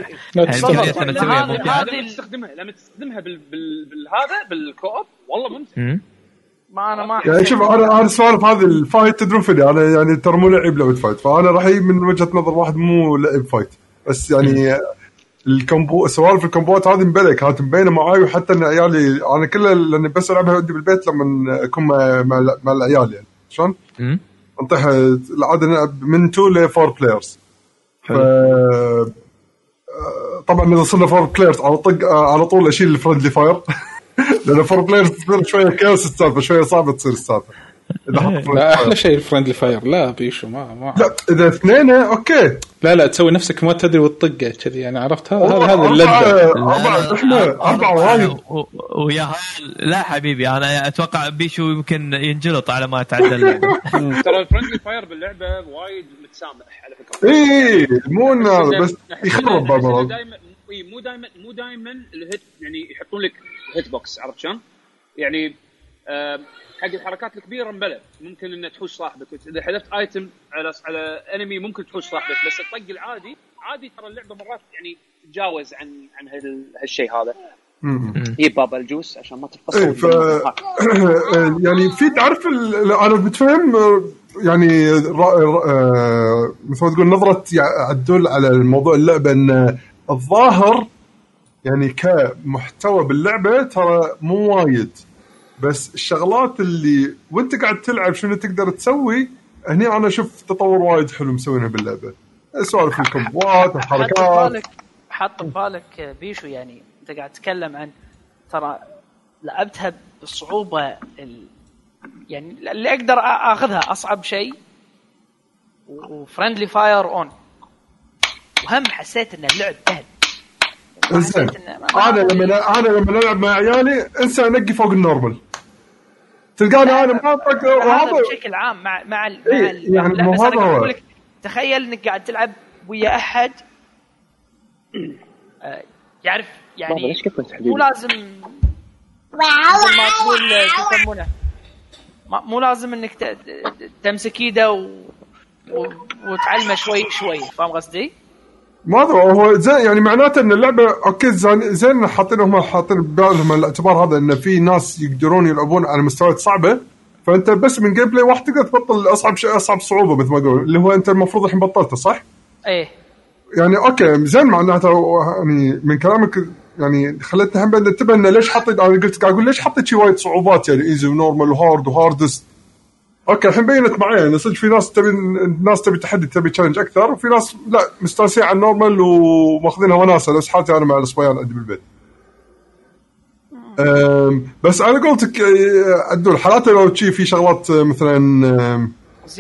هذه لما تستخدمها بالهذا بالكوب والله ممتع. ما انا ما يعني شوف انا سوالف هذه الفايت تدرون فيني انا يعني ترى مو لعيب لعبه فايت، فانا راح من وجهه نظر واحد مو لعيب فايت، بس يعني الكومبو سوالف الكومبوات هذه مبلغ كانت مبينه معاي، وحتى ان عيالي انا كله لاني بس العبها عندي بالبيت لما اكون مع العيال يعني شلون انطيح العاده نلعب من 2 ل 4 بلايرز. طبعا اذا صرنا 4 بلايرز على طول اشيل الفرندلي فاير لأن 4 بلايرز تصير شويه كاوس السالفه، شويه صعبه تصير السالفه. لا احلى شيء الفرندلي فاير. لا بيشو ما لا اذا اثنين اوكي لا تسوي نفسك ما تدري وتطقه كذي يعني، عرفت هذا اللذة. احنا 4 وايد ويا لا حبيبي انا اتوقع بيشو يمكن ينجلط على ما يتعدى اللعبه. ترى الفرندلي فاير باللعبه وايد متسامح على فكره. مو بس يخرب بالمرض. مو دائما الهيت يعني يحطون لك هيت بوكس، عرفت شلون؟ يعني حق الحركات الكبيره مبلى ممكن ان تحوش صاحبك، اذا حذفت ايتم على انمي ممكن تحوش صاحبك، بس الطق العادي ترى اللعبه مرات يعني تتجاوز عن هالشيء هذا. يجيب بابا الجوس عشان ما تفصل. يعني في تعرف انا بتفهم يعني مثل ما تقول نظره عدول على الموضوع اللعبه، ان الظاهر يعني كمحتوى باللعبه ترى مو وايد، بس الشغلات اللي وانت قاعد تلعب شنو تقدر تسوي هني انا اشوف تطور وايد حلو مسوينها باللعبه. سوالف الكومبوات والحركات. حط ببالك بيشو يعني انت قاعد تتكلم عن ترى لعبتها بالصعوبه يعني اللي اقدر اخذها اصعب شيء وفريندلي فاير اون، وهم حسيت ان اللعب سهل. انا لما العب مع عيالي انسى انقي فوق النورمال تلقاني انا ما اطق. وهذا بشكل عام مع يعني بس انا اقول لك تخيل انك قاعد تلعب ويا احد يعرف يعني مو لازم ما تقول تسمونه مو لازم انك تمسك ايده وتعلمه شوي فاهم قصدي؟ ما هو زين يعني معناته ان اللعبه اوكي زين حاطين ببالهم الاعتبار هذا ان في ناس يقدرون يلعبون على مستويات صعبه، فانت بس من جيم بلاي واحد تقدر تبطل اصعب صعوبه مثل ما اقول اللي هو انت المفروض الحين بطلته صح؟ ايه يعني اوكي زين معناته يعني من كلامك يعني خلتني هم انتبه انه ليش حطيت انا قلت قاعد اقول ليش حطيت شي وايد صعوبات يعني ايزي ونورمال وهارد وهاردست. اوكي الحين بينت معي يعني صدق في ناس تبي تحدي تبي تشالنج اكثر، وفي ناس لا مستانسين على النورمال وماخذينها وناسه بس حالتي انا مع الصبيان عندي بالبيت. بس انا قلتك عدوا الحالات لو تشي في شغلات مثلا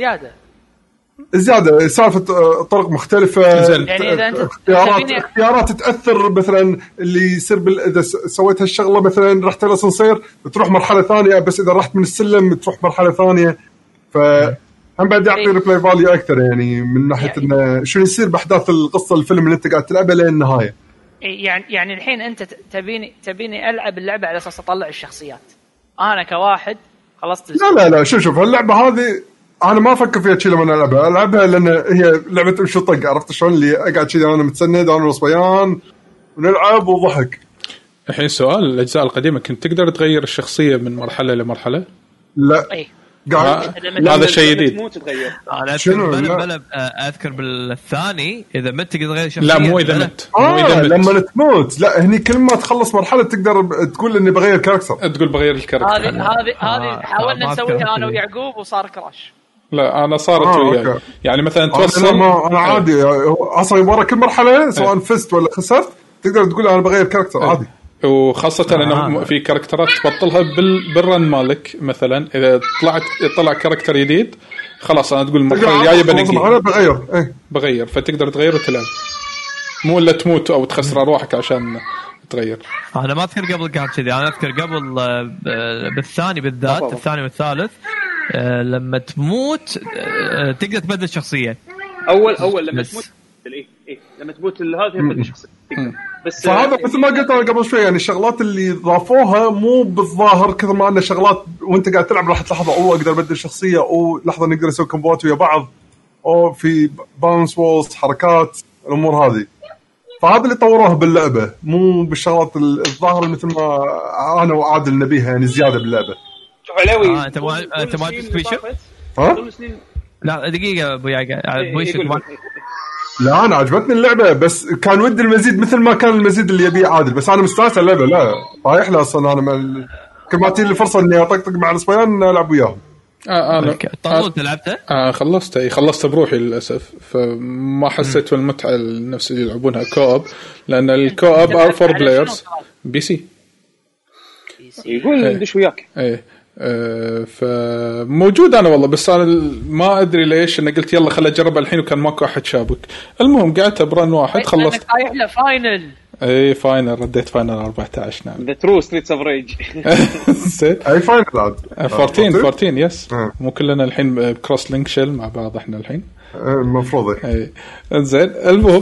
زياده سالفه طرق مختلفه يعني اذا انت اختيارات تاثر مثلا اللي يصير اذا سويت هالشغله مثلا رحت الاسانسير بتروح مرحله ثانيه، بس اذا رحت من السلم بتروح مرحله ثانيه. فهم بعد يعطي ريبلاي فاليو اكثر يعني من ناحيه انه شو يصير باحداث القصه الفيلم اللي انت قاعد تلعبه لين النهايه. يعني الحين انت تبيني العب اللعبه على اساس اطلع الشخصيات. انا كواحد خلصت لا شوف اللعبه هذه انا ما افكر فيها شيء لما العبها لان هي لعبه امشي طق، عرفت شلون اللي اقعد شيء انا متسند انا والصبيان ونلعب وضحك. الحين سؤال، الاجزاء القديمه كنت تقدر تغير الشخصيه من مرحله لمرحله؟ لا اي هذا شيء جديد. انا اذكر بالثاني اذا مت تقدر تغير شخصيه. لا مو اذا مت. لما تموت لا، هني كل ما تخلص مرحله تقدر تقول اني بغير كاركتر. تقول بغير الكاركتر. هذه حاولنا نسويها انا ويعقوب وصار كراش. لا انا صارت وياي يعني مثلا توصل انا عادي اصلا ورا كل مرحله سواء فزت ولا خسرت تقدر تقول انا بغير كاركتر عادي. وخاصة انه في كاركترات تبطلها بالرن مالك، مثلا اذا طلع كاركتر جديد خلاص انا تقول المرحلة الجاية بنقي بغير فتقدر تغير وتلعب، مو الا تموت او تخسر روحك عشان تغير. انا ما اذكر قبل كان كذي، انا اذكر قبل بالثاني بالذات الثاني والثالث لما تموت تقدر تبدل شخصية. اول لما تموت لما تموت هذا تبدل شخصية بس. فهذا مثل ما قلت انا قبل شوي، يعني الشغلات اللي ضافوها مو بالظاهر كثر ما انه شغلات وانت قاعد تلعب راح تلاحظ اقدر ابدل شخصيه، او لحظه نقدر نسوي كومبوات ويا بعض، او في باونس وولز حركات الامور هذه. فهذا اللي طوروه باللعبه، مو بالشغلات الظاهر مثل ما انا وعادل نبيها يعني زياده باللعبه. شوف علاوي انت ما تسكريشر لا دقيقه ابو يعقوب لا انا عجبتني اللعبه بس كان ودي المزيد مثل ما كان المزيد اللي يبيه عادل، بس انا مستانس اللعبه لا رايح لها اصلا. انا كل ما تجي لي فرصه اني اطقطق مع الصبيان العب وياهم. انا طولت لعبته خلصت بروحي للاسف، فما حسيت بالمتعه النفس اللي يلعبونها كوب، لان الكوب ار فور بلايرز بي سي يقول ندش وياك. فموجود انا والله، بس انا ما ادري ليش انا قلت يلا خليني اجربها الحين وكان ماكو احد شابك. المهم قعدت برن واحد خلصت. رايح له فاينل. اي فاينل رديت فاينل 14 نعم. ذا ترو ستريتس اوف ريج. اي فاينل 14 يس. مو كلنا الحين كروس لينك شيل مع بعض احنا الحين المفروض. اي انزين المهم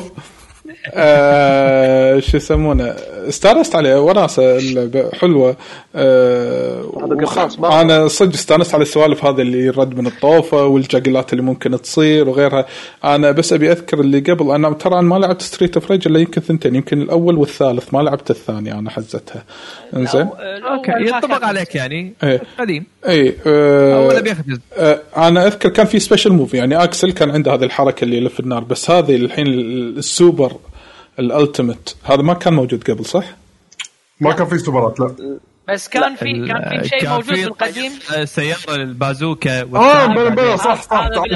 شو يسمونه استانست عليه وناسة اللعبة حلوة. أنا صدق استانست على السوالف هذا اللي يرد من الطوفة والجاقلات اللي ممكن تصير وغيرها. أنا بس أبي أذكر اللي قبل، أنا ترى ما لعبت ستريت اوف ريج إلا يمكن ثنتين، يمكن الأول والثالث، ما لعبت الثاني أنا حزتها. إنزين أوكي يطبق عليك يعني قديم. اي أول بياخذ أنا أذكر كان في سبيشل موفي يعني أكسل كان عنده هذه الحركة اللي يلف النار، بس هذه الحين السوبر الالتيميت هذا ما كان موجود قبل صح؟ ما كان في سوبرات لا، بس كان في شيء موجود بالقديم، سيارة البازوكا بلا صح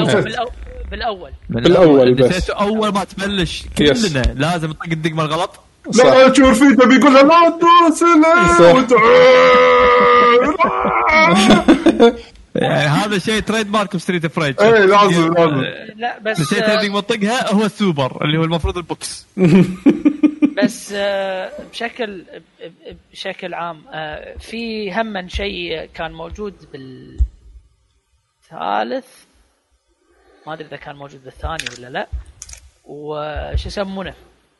بالاول بس اول ما تبلش كلنا لازم نطق الدقمه الغلط. لا تشوف فيه بيقول لا تدوس يعني هذا شيء تريد مارك ستريت فريج. اي لازم لا بس الشيء اللي مطقها هو السوبر اللي هو المفروض البوكس. بس بشكل عام في هم شيء كان موجود بالثالث، ما ادري اذا كان موجود بالثاني ولا لا، وش يسمونه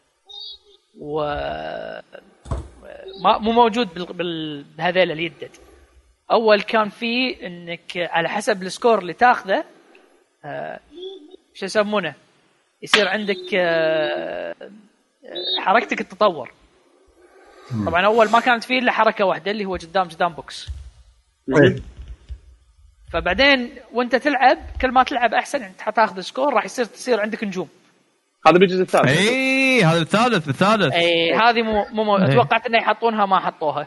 مو موجود بهذيل اللي يدد. اول كان في انك على حسب السكور اللي تاخذه شو يسمونه يصير عندك حركتك تتطور. طبعا اول ما كانت فيه الا حركه واحده اللي هو قدام بوكس. فبعدين وانت تلعب كل ما تلعب احسن انت حتاخذ سكور راح تصير عندك نجوم. هذا بالجزء الثالث. اي هذا الثالث. اي هذه مو توقعت انه يحطونها ما حطوها.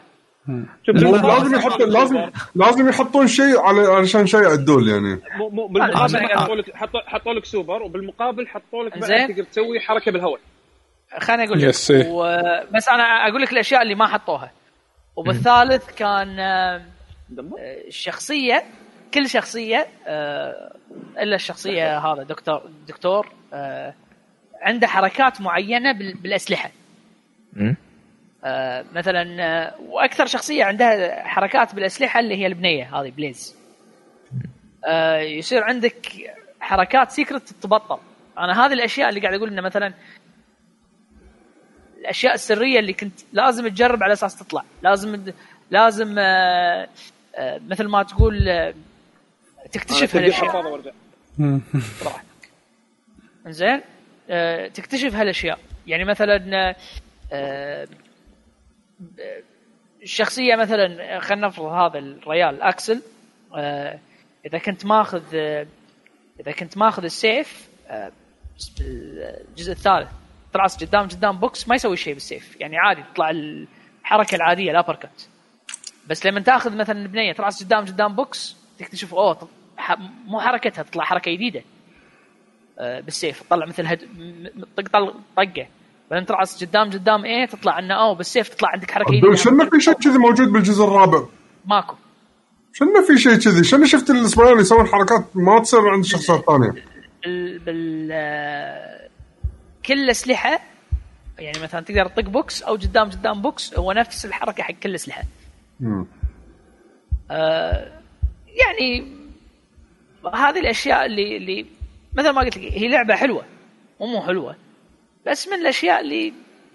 لازم يحطون شيء علشان شيء عدول يعني. بالمقابل حطوا لك سوبر، وبالمقابل حطوا لك بقى تقدر تسوي حركه بالهواء. خليني اقول لك بس انا اقول لك الاشياء اللي ما حطوها. وبالثالث كان الشخصيه كل شخصيه الا الشخصيه هذا دكتور عنده حركات معينه بالاسلحه. مثلا واكثر شخصيه عندها حركات بالاسلحه اللي هي البنيه هذه بليز. يصير عندك حركات سيكرت تتبطل. انا هذه الاشياء اللي قاعد اقول انه مثلا الاشياء السريه اللي كنت لازم تجرب على اساس تطلع، لازم مثل ما تقول تكتشف هالاشياء. زين تكتشف هالاشياء يعني مثلا الشخصيه مثلا خلينا نفرض هذا الريال اكسل، اذا كنت ماخذ السيف بالجزء الثالث تراس قدام بوكس، ما يسوي شيء بالسيف يعني عادي تطلع الحركه العاديه الابركت. بس لما تاخذ مثلا البنيه تراس قدام بوكس تكتشف مو حركتها، تطلع حركه جديده بالسيف، تطلع مثل طقه. بعدين تراس قدام ايه تطلع انه بالسيف تطلع عندك حركه جديده. شنو في شيء كذي موجود بالجزء الرابع؟ ماكو. شنو في شيء كذي؟ شنو شفت الاسبوعين يسوون حركات ما تصير عند الشخصيات الثانيه؟ كل الأسلحة يعني مثلا تقدر تطق بوكس أو قدام بوكس، هو نفس الحركة حق كل الأسلحة. يعني هذه الأشياء اللي مثل ما قلت لك هي لعبة حلوة ومو حلوة، بس من الأشياء اللي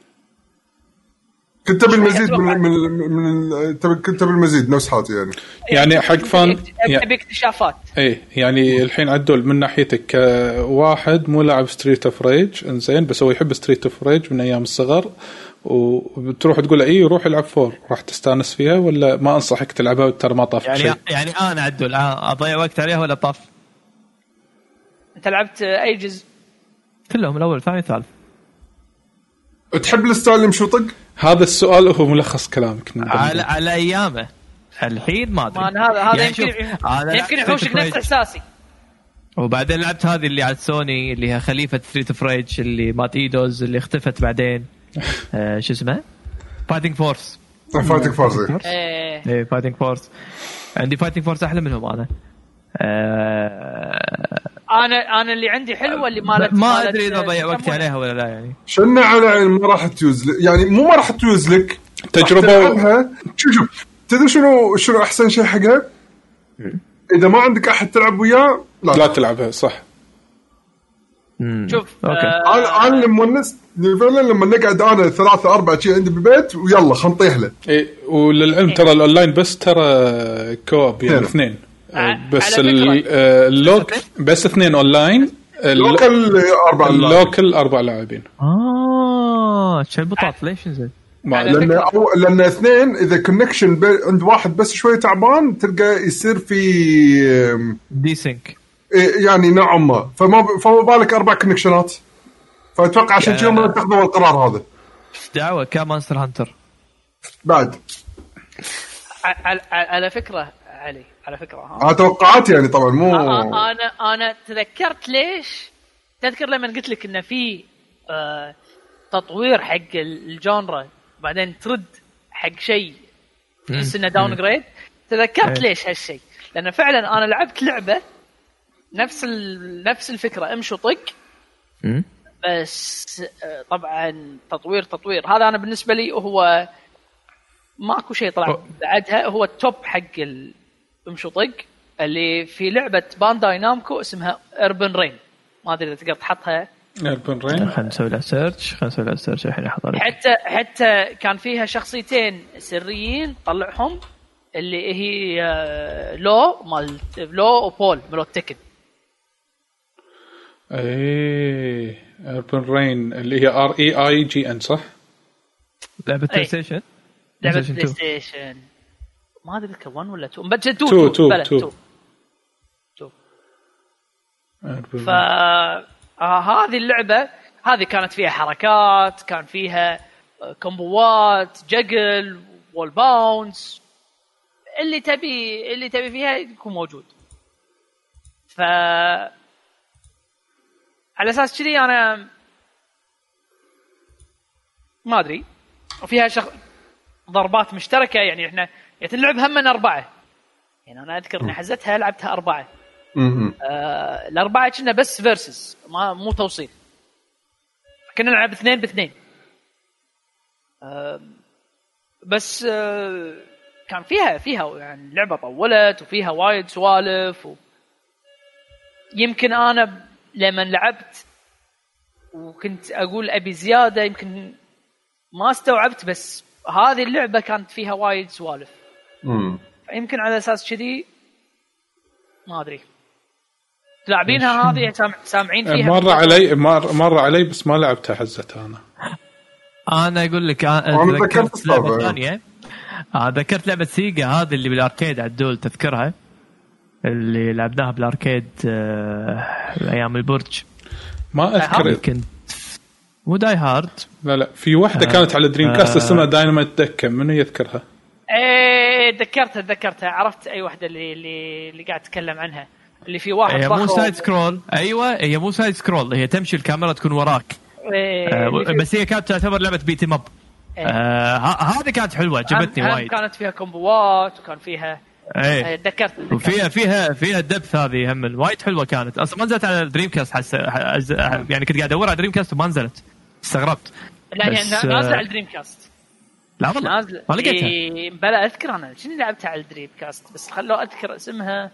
كنت بالمزيد كنت بالمزيد نفس حالتي يعني حق فان باكتشافات. ايه يعني الحين عدول من ناحيتك كواحد مو لاعب ستريت اوف ريج انزين، بس هو يحب ستريت اوف ريج من ايام الصغر، وبتروح تقول ايه روح العب 4 راح تستانس فيها، ولا ما انصحك تلعبها ترى ما طاف شيء؟ يعني انا عدول اضيع وقت عليها ولا طاف؟ انت لعبت اي جزء؟ كلهم، الاول الثاني الثالث. تحب الستايل اللي مشوطق؟ هذا السؤال هو ملخص كلامك على ايامه. الحين ما ادري هذا يعني يمكن يحوشك نفس احساسي. وبعدين لعبت هذه اللي على سوني اللي هي خليفه ستريت اوف ريج اللي مات ايدوز اللي اختفت بعدين شو اسمه فايتنج فورس. ايه فايتنج فورس. عندي فايتنج فورس احلى منهم انا. انا اللي عندي حلوه اللي ما ادري اذا ضيع وقتي عليها ولا لا. يعني شنو على ما راح تيوز يعني مو ما راح تيوز لك تجربه. شوف تدري شنو احسن شيء حقها؟ اذا ما عندك احد تلعب وياه لا تلعبها صح. شوف انا مونس فعلا لما نقعد انا 3-4 شيء عندي بالبيت ويلا خنطيح له. اي وللعلم ترى الاونلاين بس ترى كوب يعني 2 بس اللوك بس 2 اونلاين. اللوكل 4 لاعبين. شو البطاط ليش نزل؟ لأن 2 إذا كونكشن عند واحد بس شوية تعبان تلقى يصير في دي سينك يعني نوعا ما، فما بالك 4 كونكشنات، فأتوقع عشان كذا ما تاخذوا القرار هذا. دعوة كمانستر هانتر بعد على فكرة علي على فكرة توقعاتي يعني طبعا مو أنا تذكرت ليش تذكر لما قلت لك إن في تطوير حق الجانرا بعدين ترد حق شيء تحس انه داون جريد. تذكرت ليش هالشيء، لان فعلا انا لعبت لعبه نفس الفكره امشي طق، بس طبعا تطوير هذا انا بالنسبه لي هو ماكو شيء طلع بعدها، هو التوب حق امشي طق اللي في لعبه بانداي نامكو اسمها اربن رين. ما ادري اذا تقدر تحطها اربن رين. خلينا نسوي لها سيرش الحين احضر. حتى كان فيها شخصيتين سريين طلعهم اللي هي لو وبول مالو تكن. ايه اربن رين اللي هي REIGN صح؟ لعبه بلاي ستيشن. لعبه بلاي ستيشن ما ادري كان 1 ولا 2 بس 2 هذه اللعبة هذه كانت فيها حركات، كان فيها كومبوات جقل وول باونس، اللي تبي فيها يكون موجود. على أساس كذي أنا ما أدري. وفيها ضربات مشتركة يعني إحنا اللعب هم من 4 يعني أنا أذكر إني حزتها لعبتها 4. الأربعة كنا بس فيرسز مو توصيل، كنا نلعب 2-2 بس كان فيها يعني لعبة طولت وفيها وايد سوالف يمكن أنا لما لعبت وكنت أقول أبي زيادة يمكن ما استوعبت، بس هذه اللعبة كانت فيها وايد سوالف فيمكن على أساس كذي ما أدري لاعبينها هذه سامعين فيها. مر علي بس ما لعبتها حزتها انا اقول لك ذكرت لعبه ثانيه. ذكرت لعبه سيجا هذه اللي بالاركيد على الدول، تذكرها اللي لعبناها بالاركيد ايام البرج؟ ما اذكر. كنت مو داي هارد، لا في واحده كانت على دريم كاست اسمها دايناميت دكه، من يذكرها؟ ايه ذكرتها عرفت اي واحده اللي قاعد اتكلم عنها، اللي في واحد مو سايد سكرول. ايوه هي مو سايد سكرول، هي تمشي الكاميرا تكون وراك. بس هي كانت تعتبر لعبه بيتي ماب. هذه كانت حلوه، عجبتني وايد. كانت فيها كومبوات وكان فيها ذكرت فيها الدبث هذه هم وايد حلوه كانت. اصلا ما نزلت على دريم كاست يعني كنت قاعد ادور على دريم كاست وما نزلت، استغربت. لا هي نازله على الدريم كاست. لا والله نازله ما لقيتها. بلا اذكر انا شنو لعبتها على الدريم كاست، بس خلوا اذكر اسمها.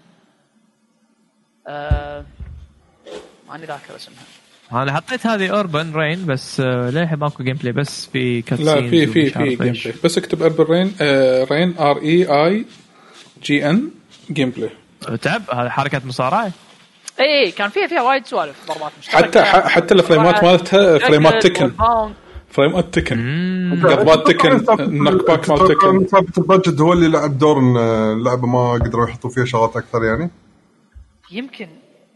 ماني ذاكر اسمها. انا حطيت هذه اوربن رين بس للحين ماكو جيم بلاي، بس في كاتسين. لا في جيم بلاي، بس اكتب اوربن رين REIGN جيم بلاي. تعب هذه حركه مصارعه. اي كان فيها وايد سوالف ضربات مشتركه، حتى الفريمات مالتها فريمات تكن ضربات تكن نك باك مال تكن. ثابت البادجت هو اللي لعب دور ان اللعبه ما قدروا يحطوا فيها شغلات اكثر يعني. يمكن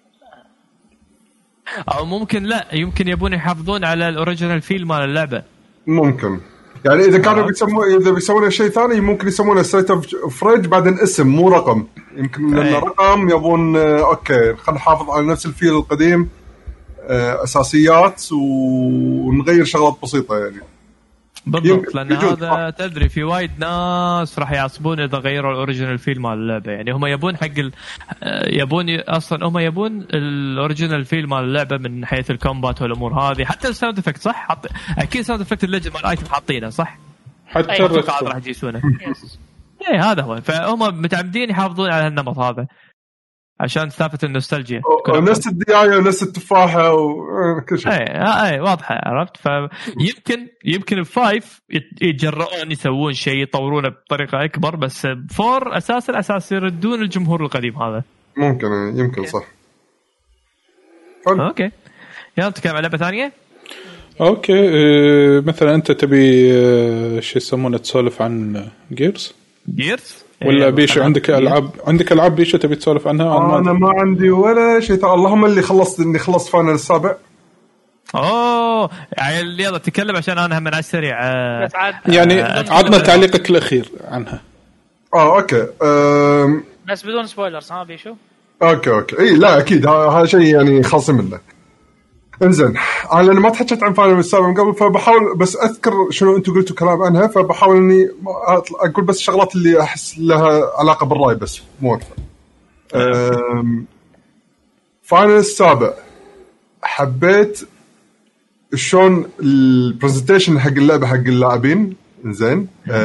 او ممكن لا، يمكن يبون يحافظون على الاوريجينال فيل مال اللعبه. ممكن يعني اذا كانوا بيسوون شيء ثاني ممكن يسمونه ستريت اوف ريج بعدين اسم مو رقم. يمكن لأن رقم يبون اوكي خلينا نحافظ على نفس الفيل القديم، اساسيات ونغير شغلات بسيطه يعني. بالضبط، لان هذا تدري في وايد ناس راح يعصبون اذا غيروا الاوريجينال فيل مال اللعبه. يعني هم يبون يبون اصلا هم يبون الاوريجينال فيل مال اللعبه من حيث الكومبات والامور هذه. حتى الساوند افكت صح، اكيد ساوند افكت الليجند مال الايتم حاطينه صح، حتى الرقم راح يجيسونه. اي هذا هو، فهم متعمدين يحافظون على النمط هذا عشان سالفه النوستالجيا، نفس الدعايه ونفس التفاحه وكل شيء. اي واضحه، عرفت. فيمكن الفايف يتجرؤون يسوون شيء يطورونه بطريقه اكبر، بس فور اساس يردون الجمهور القديم هذا. يمكن صح. اوكي يلا نتكلم عن لعبه ثانيه. اوكي مثلا انت تبي شو يسمونه تسولف عن جيرز ولا بيشو؟ عندك العاب بيشو تبي تسولف عنها؟ انا ما عندي ولا شيء، اللهم اللي خلصت فاينل السابع. يعني يلا تكلم عشان انا هم على السريع يعني عطنا تعليقك الاخير عنها. اوكي بس بدون سبويلرز بيشو. اوكي اي لا اكيد هذا شيء يعني خاص منه. انزين انا ما تحكيت عن فاينل السابع من قبل، فبحاول بس اذكر شنو انتم قلتوا كلام عنها، فبحاول اني اقول بس الشغلات اللي احس لها علاقه بالراي بس مو اكثر. فاينل السابع حبيت شلون البرزنتيشن حق اللعبه حق اللاعبين. انزين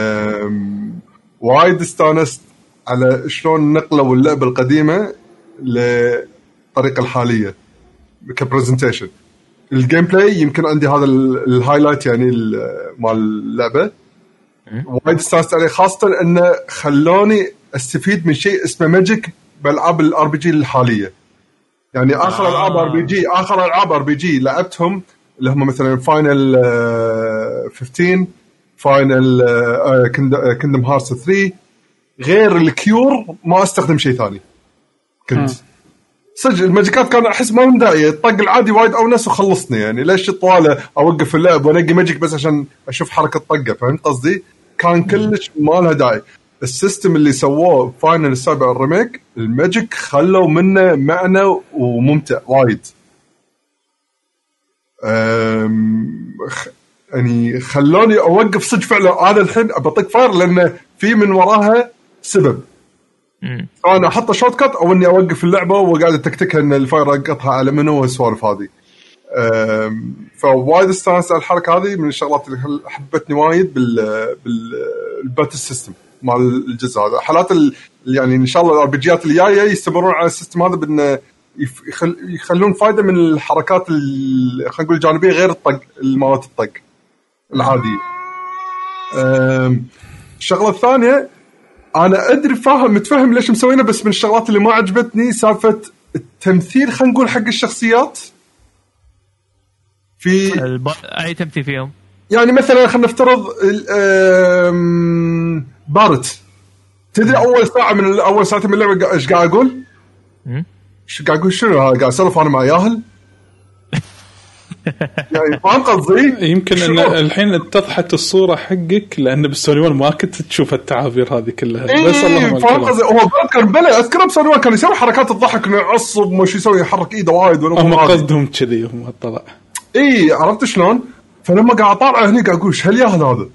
وايد استانست على شلون نقلوا اللعبه القديمه للطريقه الحاليه كبرزنتيشن. الجيم بلاي يمكن عندي هذا الهايلايت يعني مال اللعبه وايد استانست عليه، خاصه انه خلوني استفيد من شيء اسمه ماجيك بالالعاب الار بي جي الحاليه. يعني اخر العاب ار بي جي لعبتهم اللي هم مثلا فاينل 15 فاينل كيندم هارتس 3 غير الكيور ما استخدم شيء ثاني. كنت سجل الماجيكات كان احس ما من داعي، الطق العادي وايد اونس وخلصني. يعني ليش طواله اوقف اللعب وانقي ماجيك بس عشان اشوف حركه طقه؟ فهمت قصدي؟ كان كلش ما لها داعي. السيستم اللي سووه فاينل السابع الريميك الماجيك خلوا منه معنى وممتع وايد. يعني خلوني اوقف صدق فعلا. انا الحين بطق فاير لانه في من وراها سبب. انا احط شورت كات او اني اوقف اللعبه وقاعد اتكتكها ان الفاير اقطها على منو والسوالف هذه. فوايد استانست على الحركه هذه، من الشغلات اللي حبتني وايد بالباتل سيستم مع الجزء هذا. حالات يعني ان شاء الله الار بي جيات اللي جايه يستمرون على السيستم هذا بان يخلون فايده من الحركات خلينا نقول الجانبيه غير الطق المالات الطق العاديه. الشغله الثانيه انا ادري متفهم ليش مسوينه، بس من الشغلات اللي ما عجبتني سالفه التمثيل خلينا نقول حق الشخصيات. في اي تمثيل فيهم يعني مثلا خلينا نفترض بارت، تدري اول ساعه من اول ساعتين من اللعبه ايش قاعد اقول؟ شو قاعد اقول؟ شنو هذا؟ قاعد اسولف انا مع ياهل يعني فاهم قصدي؟ يمكن ان الحين اتضحت الصوره حقك لان بالسوني 1 ما كنت تشوف التعابير هذه كلها. بس اللهم فاهم قصدي. هو كان بلا اذكر بسوني 1 كان يسوي حركات الضحك انه يعصب مش يسوي يحرك ايده وايد هم قصدهم كذي هم طلع عرفت شلون؟ فلما قاعد اطالع هني قاعد اقول هل ياهل هذا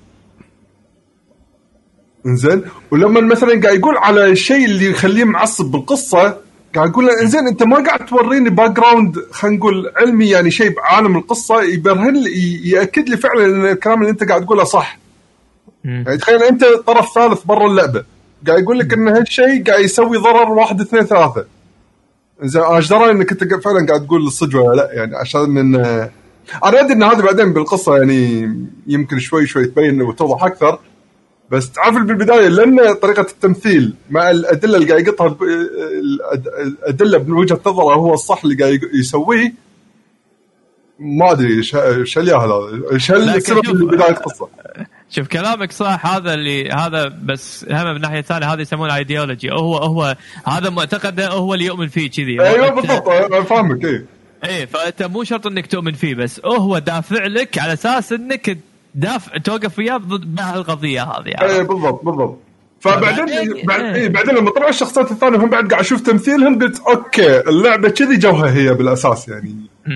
انزين. ولما مثلا قاعد يقول على الشيء اللي يخليه معصب بالقصه قاعد اقول له انزين انت ما قاعد توريني باك جراوند خلينا نقول علمي يعني شيء بعالم القصه يبرهن لي ياكد لي فعلا ان الكلام اللي انت قاعد تقوله صح. يعني تخيل انت طرف ثالث برا اللعبه قاعد يقول لك ان هالشيء قاعد يسوي ضرر 1 2 3 انزين ايش درى انك انت فعلا قاعد تقول الصدق ولا لا؟ يعني عشان ان انا ادري ان هذا بعدين بالقصه يعني يمكن شوي تبين وتوضح اكثر، بس تعرف بالبدايه لان طريقه التمثيل مع الادله اللي قاعد يقطها الادله من وجهه نظره هو الصح اللي قاعد يسويه. ما ادري ايش الياهل هذا، ايش السبب اللي بدايه القصه. شوف كلامك صح، هذا بس هم من ناحيه ثانيه هذا يسمونه ايديولوجي. هو هذا معتقده هو اللي يؤمن فيه كذي. ايوه بالضبط فاهمك. ايه فانت مو شرط انك تؤمن فيه، بس هو دافع لك على اساس انك توقف وياه ضد القضيه هذه يعني. ايه بالضبط. بعدين لما طلعوا الشخصيات الثانيه هم بعد قاعد اشوف تمثيلهم قلت اوكي اللعبه كذي جوها هي بالاساس يعني.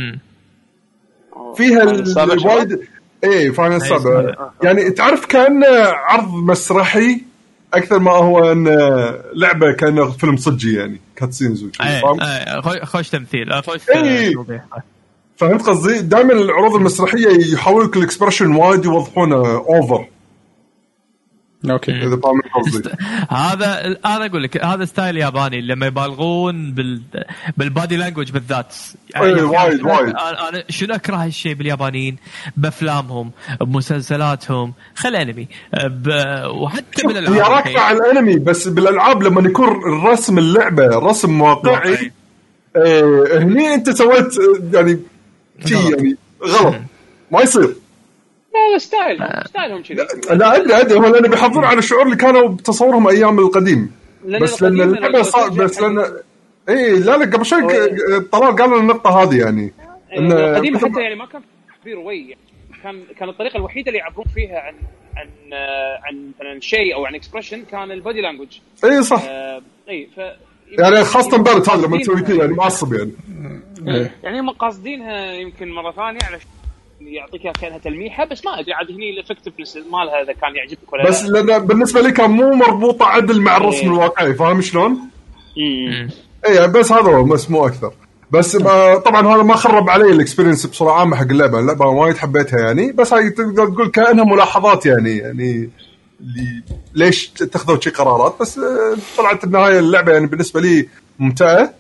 فيها الوايد فاينل السابع يعني تعرف كان عرض مسرحي اكثر ما هو ان لعبه كان فيلم صجي يعني كاتسينز خوش تمثيل خوش فهمت قصدي. دائما العروض المسرحيه يحاولوا لك الاكسبرشن وايد يوضحونه اوفر. اوكي هذا انا اقول لك هذا ستايل ياباني لما يبالغون بالبادي لانجوج بالذات يعني وايد انا شنو اكره هالشيء باليابانيين بافلامهم بمسلسلاتهم خل انمي وحتى بالالعاب يراك على الانمي. بس بالالعاب لما يكون الرسم اللعبه رسم واقعي هني انت سويت يعني يعني غلط ما يصير. لا ستايلهم كذي. لا ادري هو لأنه بيحافظون على الشعور اللي كانوا بتصورهم ايام القديم. بس لان اللعبه صار بس لان لا قبل شوي طلال قال لنا النقطه هذه يعني ان القديم حتى يعني ما كان كبير وي كان الطريقه الوحيده اللي يعبرون فيها عن مثلا شيء او عن اكسبريشن كان البودي لانجوج. صح. يعني خاصه بارت هذا لما تسوي كذا يعني معصب يعني هم قاصدينها يمكن مره ثانيه على يعطيك كانها تلميحه. بس ما ادري عاد هني الافكتفنس مالها اذا كان يعجبك ولا بس لا. بالنسبه لي كان مو مربوطه عدل مع الرسم الواقعي فاهم شلون؟ بس هذا هو مو اكثر. بس طبعا هذا ما خرب علي الاكسبيرينس بصراحه عامه حق اللعبه وايد حبيتها يعني. بس هاي تقدر تقول كانها ملاحظات يعني ليش اتخذوا شي قرارات. بس طلعت النهايه اللعبه يعني بالنسبه لي ممتعه.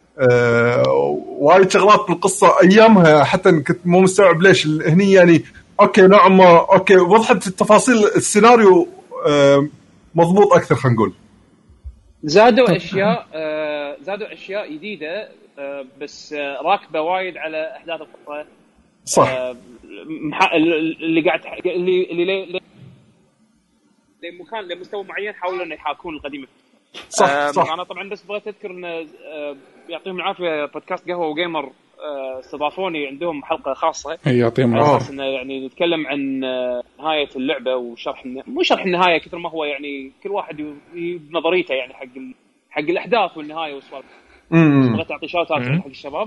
وايد شغلات بالقصة أيامها حتى كنت مو مستوعب ليش هني يعني أوكي نوعا ما أوكي وضحت التفاصيل السيناريو مضبوط أكثر خلينا نقول. زادوا أشياء جديدة بس راكبة وايد على أحداث القصة. صح. اللي قاعد اللي لمكان لمستوى معين حاولوا إنه يحاكون القديمة. صح. أنا طبعا بس بغيت أذكر إن يعطيهم العافية بودكاست قهوة وجيمر استضافوني عندهم حلقة خاصة. يعطيهم العافية. يعني نتكلم عن نهاية اللعبة وشرح مو شرح النهاية كثر ما هو يعني كل واحد بنظريته يعني حق الأحداث والنهاية والسوالف. بغيت أعطي شوت اوت حق الشباب.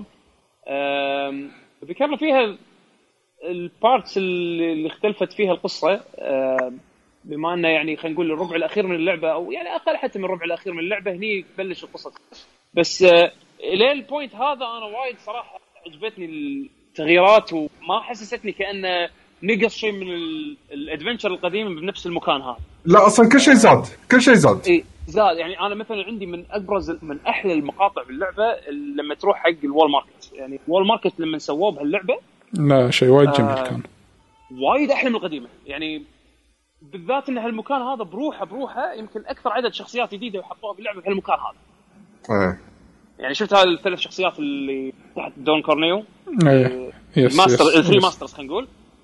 ذكرنا فيها البارتس اللي اختلفت فيها القصة. بما أنه يعني خلينا نقول الربع الأخير من اللعبة أو يعني أقل حتى من الربع الأخير من اللعبة هني تبلش القصة. بس إلى البوينت هذا أنا وايد صراحة عجبتني التغييرات وما حسستني كأنه نقص شيء من الادفنتشر القديم بنفس المكان هذا. لا أصلاً كل شيء زاد. زاد يعني أنا مثلاً عندي من أحلى المقاطع باللعبة لما تروح حق الوول ماركت. يعني الوول ماركت لما سووه بهاللعبة لا شيء وايد جميل كان وايد أحلى من القديمة يعني بالذات ان هالمكان هذا بروحه يمكن اكثر عدد شخصيات جديده وحطوها باللعبه في هالمكان هذا. يعني شفت هالثلاث شخصيات اللي تحت دون كورنيو ماستر الثري ماسترز خلينا نقول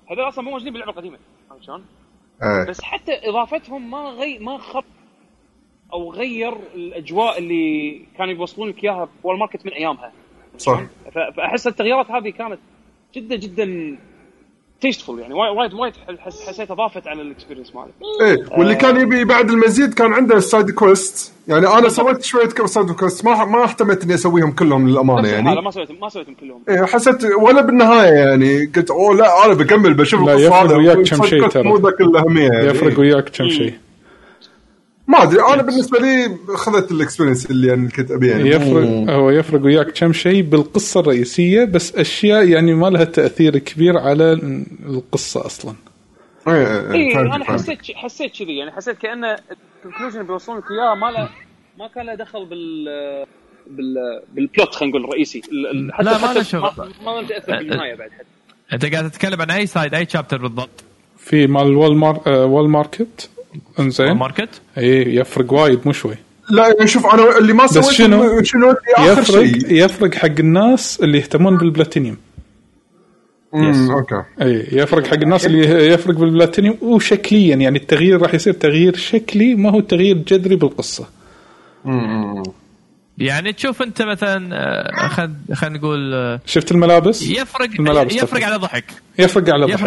هذول اصلا مو موجودين باللعبه القديمه شلون. بس حتى اضافتهم ما خط او غير الاجواء اللي كانوا يوصلون لك اياها بول ماركت من ايامها صح. فاحس التغييرات هذه كانت جدا جدا تيستفول يعني وايد حسيت اضافت على الاكسبيرينس مالك. ايه واللي كان يبي بعد المزيد كان عنده السايد كويست يعني انا سويت شويه سايد كويست ما اهتميت اني اسويهم كلهم للامانه يعني ما سويتهم كلهم. ايه حسيت ولا بالنهايه يعني قلت لا انا بكمل بشوف القصه هذا وياك كم شيء ترى مو ذاك الاهميه يعني. يفرق وياك كم شيء ما ادري انا بالنسبه لي اخذت الاكسبيرينس اللي يعني كنت ابي يعني يفرق وياك كم شيء بالقصه الرئيسيه بس اشياء يعني ما لها تاثير كبير على القصه اصلا. ايه انا حسيت كذي يعني حسيت كانه الكونكلوجن بيوصلون لك اياه ما كان له دخل بالبلوت خلينا نقول الرئيسي حتى لا ما له شغل ما تاثر بالنهايه بعد حتى. انت قاعد تتكلم عن اي سايد اي شابتر بالضبط في مال وول ماركت انزين ماركت اي يفرق وايد مو شوي. لا يعني شوف انا اللي ما سويت شنو يفرق حق الناس اللي يهتمون بالبلاتينيوم. اوكي اي يفرق حق الناس اللي يفرق بالبلاتينيوم وشكليا يعني التغيير راح يصير تغيير شكلي ما هو تغيير جذري بالقصه. يعني تشوف انت مثلا خلينا نقول شفت الملابس يفرق على ضحك يفرق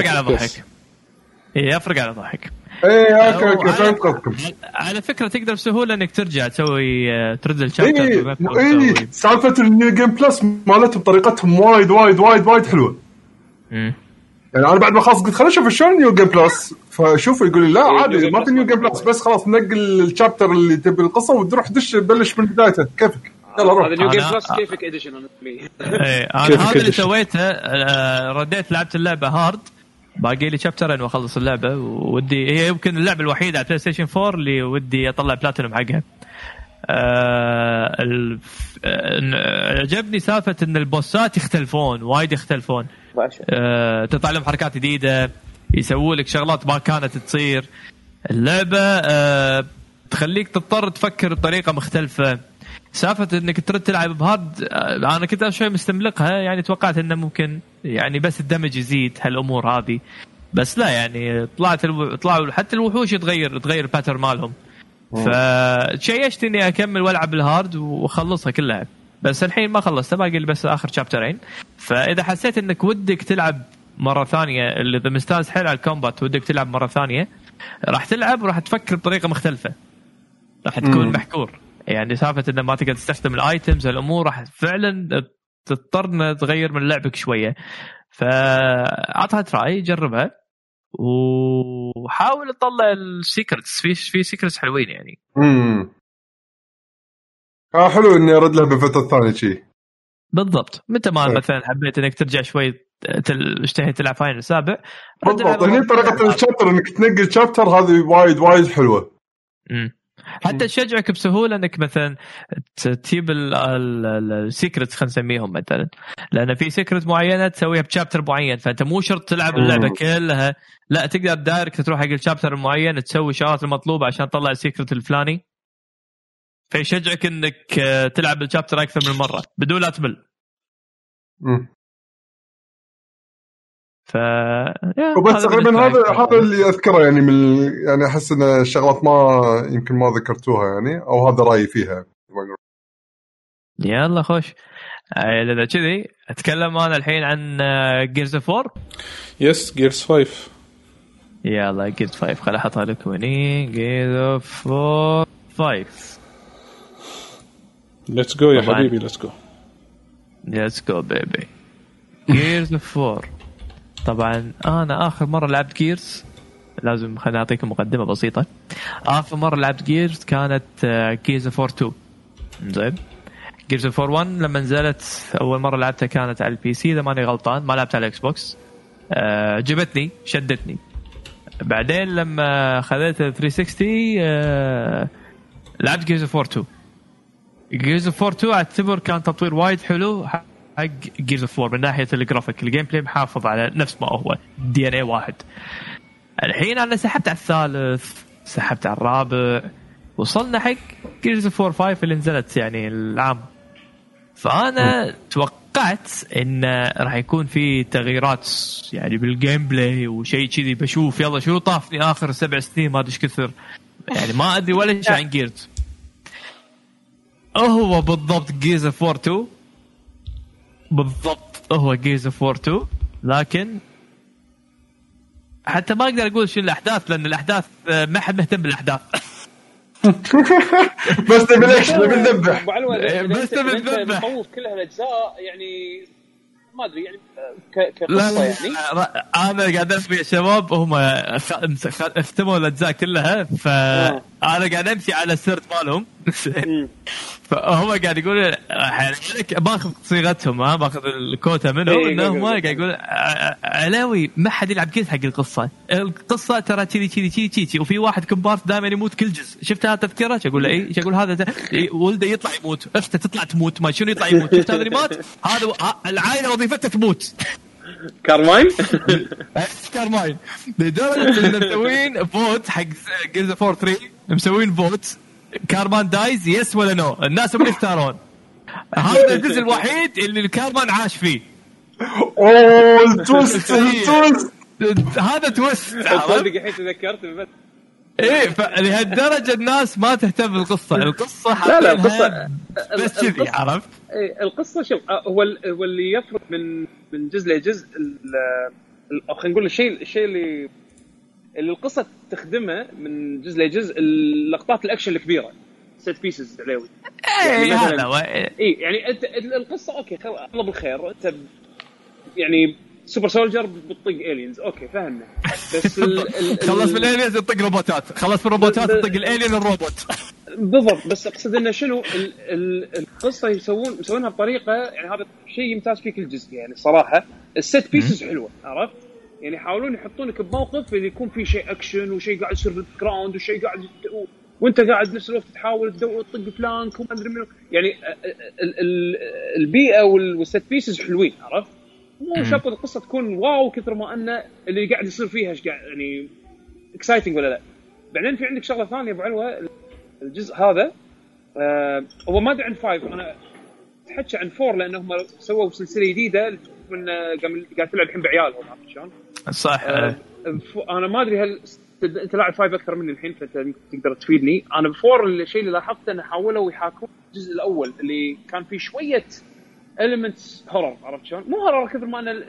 على ضحك ايه اوكي فهمت قصدكم. على فكره تقدر بسهوله انك ترجع تسوي ترد الشابتر. ايه سالفه النيو جيم بلس مالتهم طريقتهم وايد حلوه. يعني انا بعد ما خلاص قلت خليني اشوف شلون نيو جيم بلس فشوف يقول لي لا عادي ما في نيو جيم بلس بس خلاص نقل الشابتر اللي تبي القصه وتروح بلش من بدايته كيفك يلا روح. هذا نيو جيم بلس كيفك اديشن انا هذا اللي سويته رديت لعبت اللعبه هارد باقي لي شابترين واخلص اللعبه ودي هي يمكن اللعبه الوحيده على بلاي ستيشن 4 اللي ودي اطلع بلاتينوم حقها. عجبني سالفه ان البوسات يختلفون وايد يختلفون. تطلع لهم حركات جديده يسووا لك شغلات ما كانت تصير. اللعبه تخليك تضطر تفكر بطريقه مختلفه. سالفه انك ترد تلعب بهارد انا كنت شوي مستملقها يعني توقعت انه ممكن يعني بس الدمج يزيد هالامور هذه بس لا يعني طلعوا حتى الوحوش تغير الباترن مالهم. فشيشت اني اكمل والعب الهارد واخلصها كلها بس الحين ما خلصتها باقي لي بس اخر شابترين. فاذا حسيت انك ودك تلعب مره ثانيه اللي اذا مستانس حيل على الكومبات ودك تلعب مره ثانيه راح تلعب وراح تفكر بطريقه مختلفه راح تكون محكور يعني سالفه انه ما تقدر تستخدم الايتمز الامور راح فعلا تضطر تغير من لعبك شويه. فاعطها تراي جربها وحاول تطلع السيكرتس في سيكرتس حلوين يعني. حلو اني ارد له بفتره ثانيه شيء بالضبط. متى ما مثلا حبيت انك ترجع شوي اشتهيت تلعب فاينل السابع بالضبط هني طريقه الشابتر انك تنقل شابتر هذه وايد حلوه. حتى تشجعك بسهوله انك مثلا تجيب السيكرت خلينا نسميهم مثلا لان في سيكرت معينه تسويها بشابتر معين فانت مو شرط تلعب اللعبه كلها لا تقدر دايركت تروح حق الشابتر المعين تسوي الشغلات المطلوبه عشان تطلع السيكرت الفلاني فيشجعك انك تلعب الشابتر اكثر من مره بدون لا تمل. وبس تقريبا هذا اللي اذكره يعني من يعني احس ان الشغلات ما يمكن ما ذكرتوها يعني او هذا رايي فيها. يلا خوش اذا كذي اتكلم انا الحين عن جيرز 4. يس جيرز 5 يلا جيرز 5 خليني احطها لكم هنا جيرز 4 5 ليتس جو يا حبيبي ليتس جو بيبي. جيرز 4 طبعا انا اخر مره لعبت جيرز لازم خليني اعطيكم مقدمه بسيطه. اخر مره لعبت جيرز كانت جيرز 4 2 زين. جيرز 4 1 لما نزلت اول مره لعبتها كانت على البي سي اذا ماني غلطان ما لعبتها على الاكس بوكس. جبتني شدتني. بعدين لما خذيت 360 لعبت جيرز 4 2. جيرز 4 2 اعتبر كان تطوير وايد حلو حق جيرز 4 من ناحيه الجرافيك الجيم بلاي محافظ على نفس ما هو دي ان اي واحد. الحين انا سحبت على الثالث سحبت على الرابع وصلنا حق جيرز 4 5 اللي نزلت يعني العام فانا توقعت ان راح يكون في تغييرات يعني بالجيم بلاي وشيء كذي. بشوف يلا شو طافني اخر 7 سنين ما ادري ايش كثر، يعني ما ادري ولا شيء عن جيرز. هو بالضبط جيرز اوف وور 2 بالضبط، هو جيرز اوف وور 2 لكن حتى ما اقدر اقول شو الاحداث لان الاحداث ما حد مهتم بالاحداث. بس بالاكشن بنذبح بس بنذبح مخوف كل هالاجزاء يعني ما ادري يعني كقصه يعني. انا قاعد اسمع الشباب هم اختموا الاجزاء كلها فانا قاعد امشي على السرد مالهم. فهم قاعد يقول باخذ صيغتهم باخذ الكوتا منهم انهم قاعد يقول علاوي ما حد يلعب كيس حق القصه ترى كذي وفي واحد كومبارت دائما يموت كل جزء. شفت هذا تذكره؟ اقول له اي اقول هذا ولده يطلع يموت اخته تطلع تموت ما شنو يطلع يموت. شفت هذا اللي مات هذا العائله وظيفتها تموت. كارماين لدرجه ان مسوين فوت حق جيرز 4 3 مسوين فوت كارمان دايز يس ولا نو. الناس هم يختارون. هذا الجزء الوحيد اللي الكارمان عاش فيه. توست هذا توست صدق الحين تذكرت بس ايه. فلهالدرجه الناس ما تهتم بالقصه. القصه لا القصه بس كذي عرفت. ايه القصه شوف هو اللي يفرق من جزء لجزء خلينا نقول الشيء اللي القصه تخدمه من جزء لجزء اللقطات الاكشن الكبيره سيت بيسز عليوي يعني هذا ايه يعني انت القصه اوكي الله بالخير انت يعني سوبر سولجر بتطق الينز اوكي فهمنا بس خلص من الالينز يطق روبوتات خلص من الروبوتات يطق الالين الروبوت بالضبط. بس اقصد انه شنو القصه يسوونها بطريقه يعني هذا شيء يمتاز في كل جزء يعني صراحه. السيت بيسز حلوه عرفت يعني يحاولون يحطونك بموقف اللي يكون فيه شيء اكشن وشيء قاعد يصير بالباك جراوند وشيء قاعد وانت قاعد نفس الوقت تحاول تطق فلانك وما ادري منو يعني البيئه والسيت بيسز حلوين عرفت. مو شرط القصه تكون واو كثر ما انه اللي قاعد يصير فيها يعني اكسايتنج ولا لا. بعدين في عندك شغله ثانيه ابو علوه الجزء هذا هو ما ادري عن 5 انا تحكي عن 4 لانهم سووا سلسله جديده من قاعد تلعب الحين بعيالهم عرفت شلون صح. انا ما ادري هل انت لاعب 5 اكثر مني الحين فانت تقدر تفيدني. انا ب4 الشيء اللي لاحظته انه حاولوا يحاكون الجزء الاول اللي كان فيه شويه elements هورر عرفت شلون. مو هورر كثر ما ان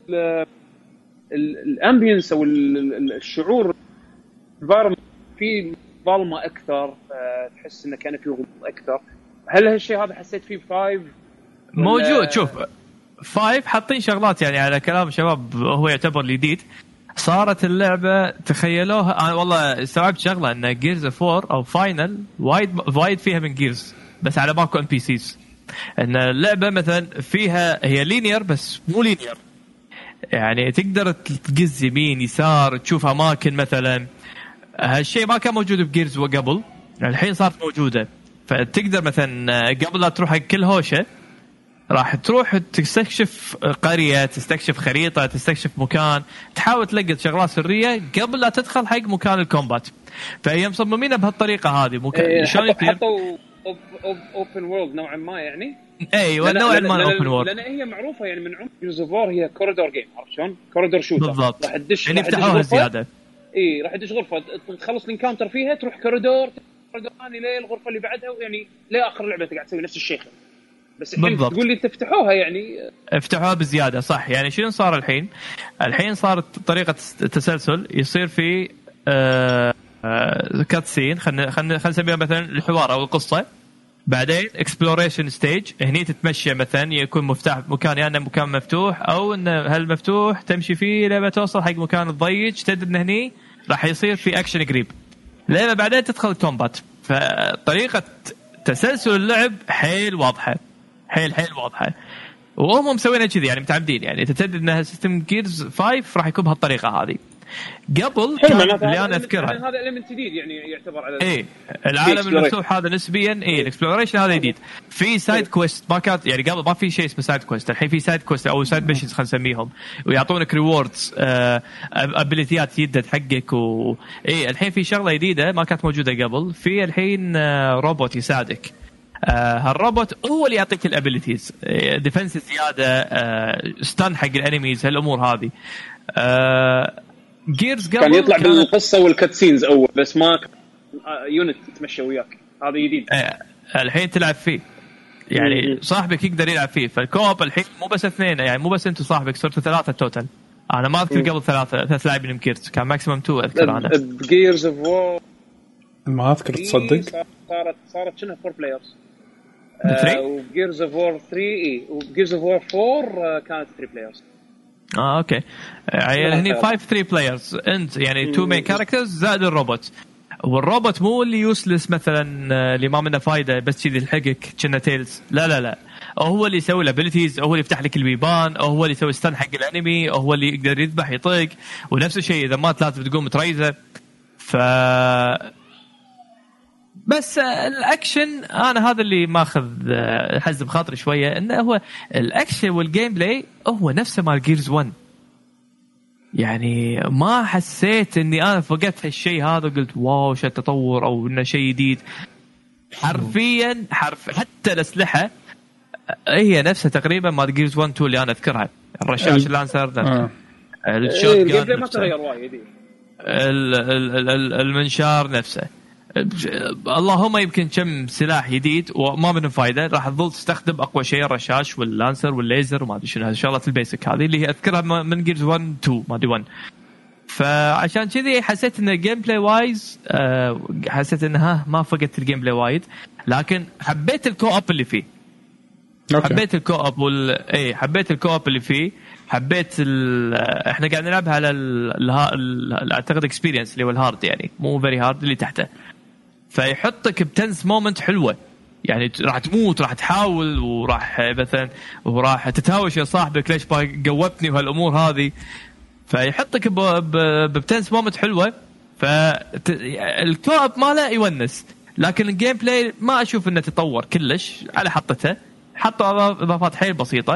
الامبيانس او الشعور الفايرمنت فيه ظلمه اكثر تحس انه كان فيه غموض اكثر. هل هالشيء هذا حسيت فيه 5 موجود؟ شوف 5 حاطين شغلات يعني على كلام شباب هو يعتبر جديد. صارت اللعبه تخيلوها انا والله استوعبت شغله ان جيرز 4 او فاينل وايد فيها من جيرز بس على ماكو ام بي سيز. ان اللعبه مثلا فيها هي لينير بس مو لينير يعني تقدر تقز يمين يسار تشوف اماكن مثلا. هالشيء ما كان موجود بجيرز وقبل الحين صارت موجوده. فتقدر مثلا قبل لا تروح حق كل هوشه راح تروح تستكشف قريه تستكشف خريطه تستكشف مكان تحاول تلقى شغلات سريه قبل لا تدخل حق مكان الكومبات. فهي مصممينها بهالطريقه هذه شلون حطوا اوبن وورلد نوعا ما يعني. ايوه نوعا ما اوبن وورلد لان هي معروفه يعني من عمر جوزفور هي كوريدور جيم عرفت شلون كوريدور شوتر بالضبط. راح تدش يعني يفتحوها زياده راح تدش غرفه تخلص الانكاونتر فيها تروح كوريدور ثاني للغرفه اللي بعدها يعني لاخر لعبه قاعد تسوي نفس الشيء. بس الحين تقول لي تفتحوها يعني افتحوها بزياده صح. يعني شنو صار الحين صارت طريقه التسلسل يصير في كاتسين خلينا نسميها مثلا الحوار او القصه. بعدين اكسبلوريشن ستيج هني تتمشى مثلا يكون مفتاح مكان يعني مكان مفتوح او ان هالمفتوح تمشي فيه لما توصل حق مكان الضيق تدري ان هني راح يصير في اكشن قريب لما بعدين تدخل كومبات. فطريقه تسلسل اللعب حيل واضحه حيل واضحه وهم مسوينها كذي يعني متعمدين يعني تدري ان سيستم جيرز 5 راح يكون بهالطريقه هذه. قبل اللي انا اذكرها هذا إليمنت جديد يعني يعتبر على العالم المفتوح هذا نسبيا الاكسبلوريشن هذا جديد. في سايد كويست ما كانت يعني قبل ما في شيء اسمه سايد كويست. الحين في سايد كويست او سايد ميشنز خلينا نسميهم ويعطونك ريوردز ابيليتيات جديده حقك الحين في شغله جديده ما كانت موجوده قبل. في الحين روبوت يساعدك هالروبوت هو اللي يعطيك الابيليتيز، ديفنس زياده، ستان حق الانيميز، هالامور هذه. جيرز كان يطلع بالقصه والكاتسينز اول، بس ما يونت تمشي وياك، هذا جديد. الحين تلعب فيه يعني صاحبك يقدر يلعب فيه. فالكوب الحين مو بس 2 يعني، مو بس انت وصاحبك، صرتوا 3 توتال. انا ما اذكر قبل 3 لاعبين بجيرز، كان ماكسيمم 2 اذكر انا. بجيرز اوف وور ما اذكر تصدق صارت شنو 4 بلايرز. 3 وجيرز اوف وور 3 وجيرز اوف وور 4 كانت 3 بلايرز. اوكي يعني هني 5 3 بلايرز، انت يعني 2 مين كاركترز زائد الروبوت. والروبوت مو اللي يوسلس مثلا اللي ما منه فايده بس كذي الحقك كنا تيلز، لا هو اللي يسوي الابيليتيز، هو اللي يفتح لك البيبان، هو اللي يسوي ستان حق الانمي، هو اللي يقدر يذبح يطق. ونفس الشيء اذا مات لازم تقوم تريزه. ف بس الاكشن انا هذا اللي ماخذ حز بخاطري شويه، انه هو الاكشن والجيم بلاي هو نفسه مال جيرز 1. يعني ما حسيت اني انا فقدت هالشيء هذا وقلت واو شيء تطور او انه شيء جديد. حرفيا حتى الاسلحه هي نفسها تقريبا مال جيرز 1 2 اللي انا اذكرها، الرشاش اللانسر نفسه، الشوت جان ما تغير وايد، المنشار نفسه. اللهم يمكن كم سلاح جديد وما منه فايده، راح تظل تستخدم اقوى شيء الرشاش واللانسر والليزر وما ادري شنو هالشغلات البيسك هذه اللي هي اذكرها من جيرز 1 2 ما ادري 1. فعشان كذي حسيت ان الجيم بلاي وايز حسيت انها ما فقدت الجيم بلاي وايد، لكن حبيت الكوب اللي فيه. حبيت الكوب حبيت الكوب اللي فيه. حبيت احنا قاعد نلعب على اعتقد اكسبيرينس اللي هو الهارد، يعني مو فيري هارد اللي تحته. فيحطك بتنس مومنت حلوه، يعني راح تموت، راح تحاول، وراح مثلا وراح تتهاوش يا صاحبك ليش قوتني وهالامور هذه. فيحطك بتنس مومنت حلوه. فالكوب ماله يونس، لكن الجيم بلاي ما اشوف انه تطور كلش على حطوا اضافات حيل بسيطه.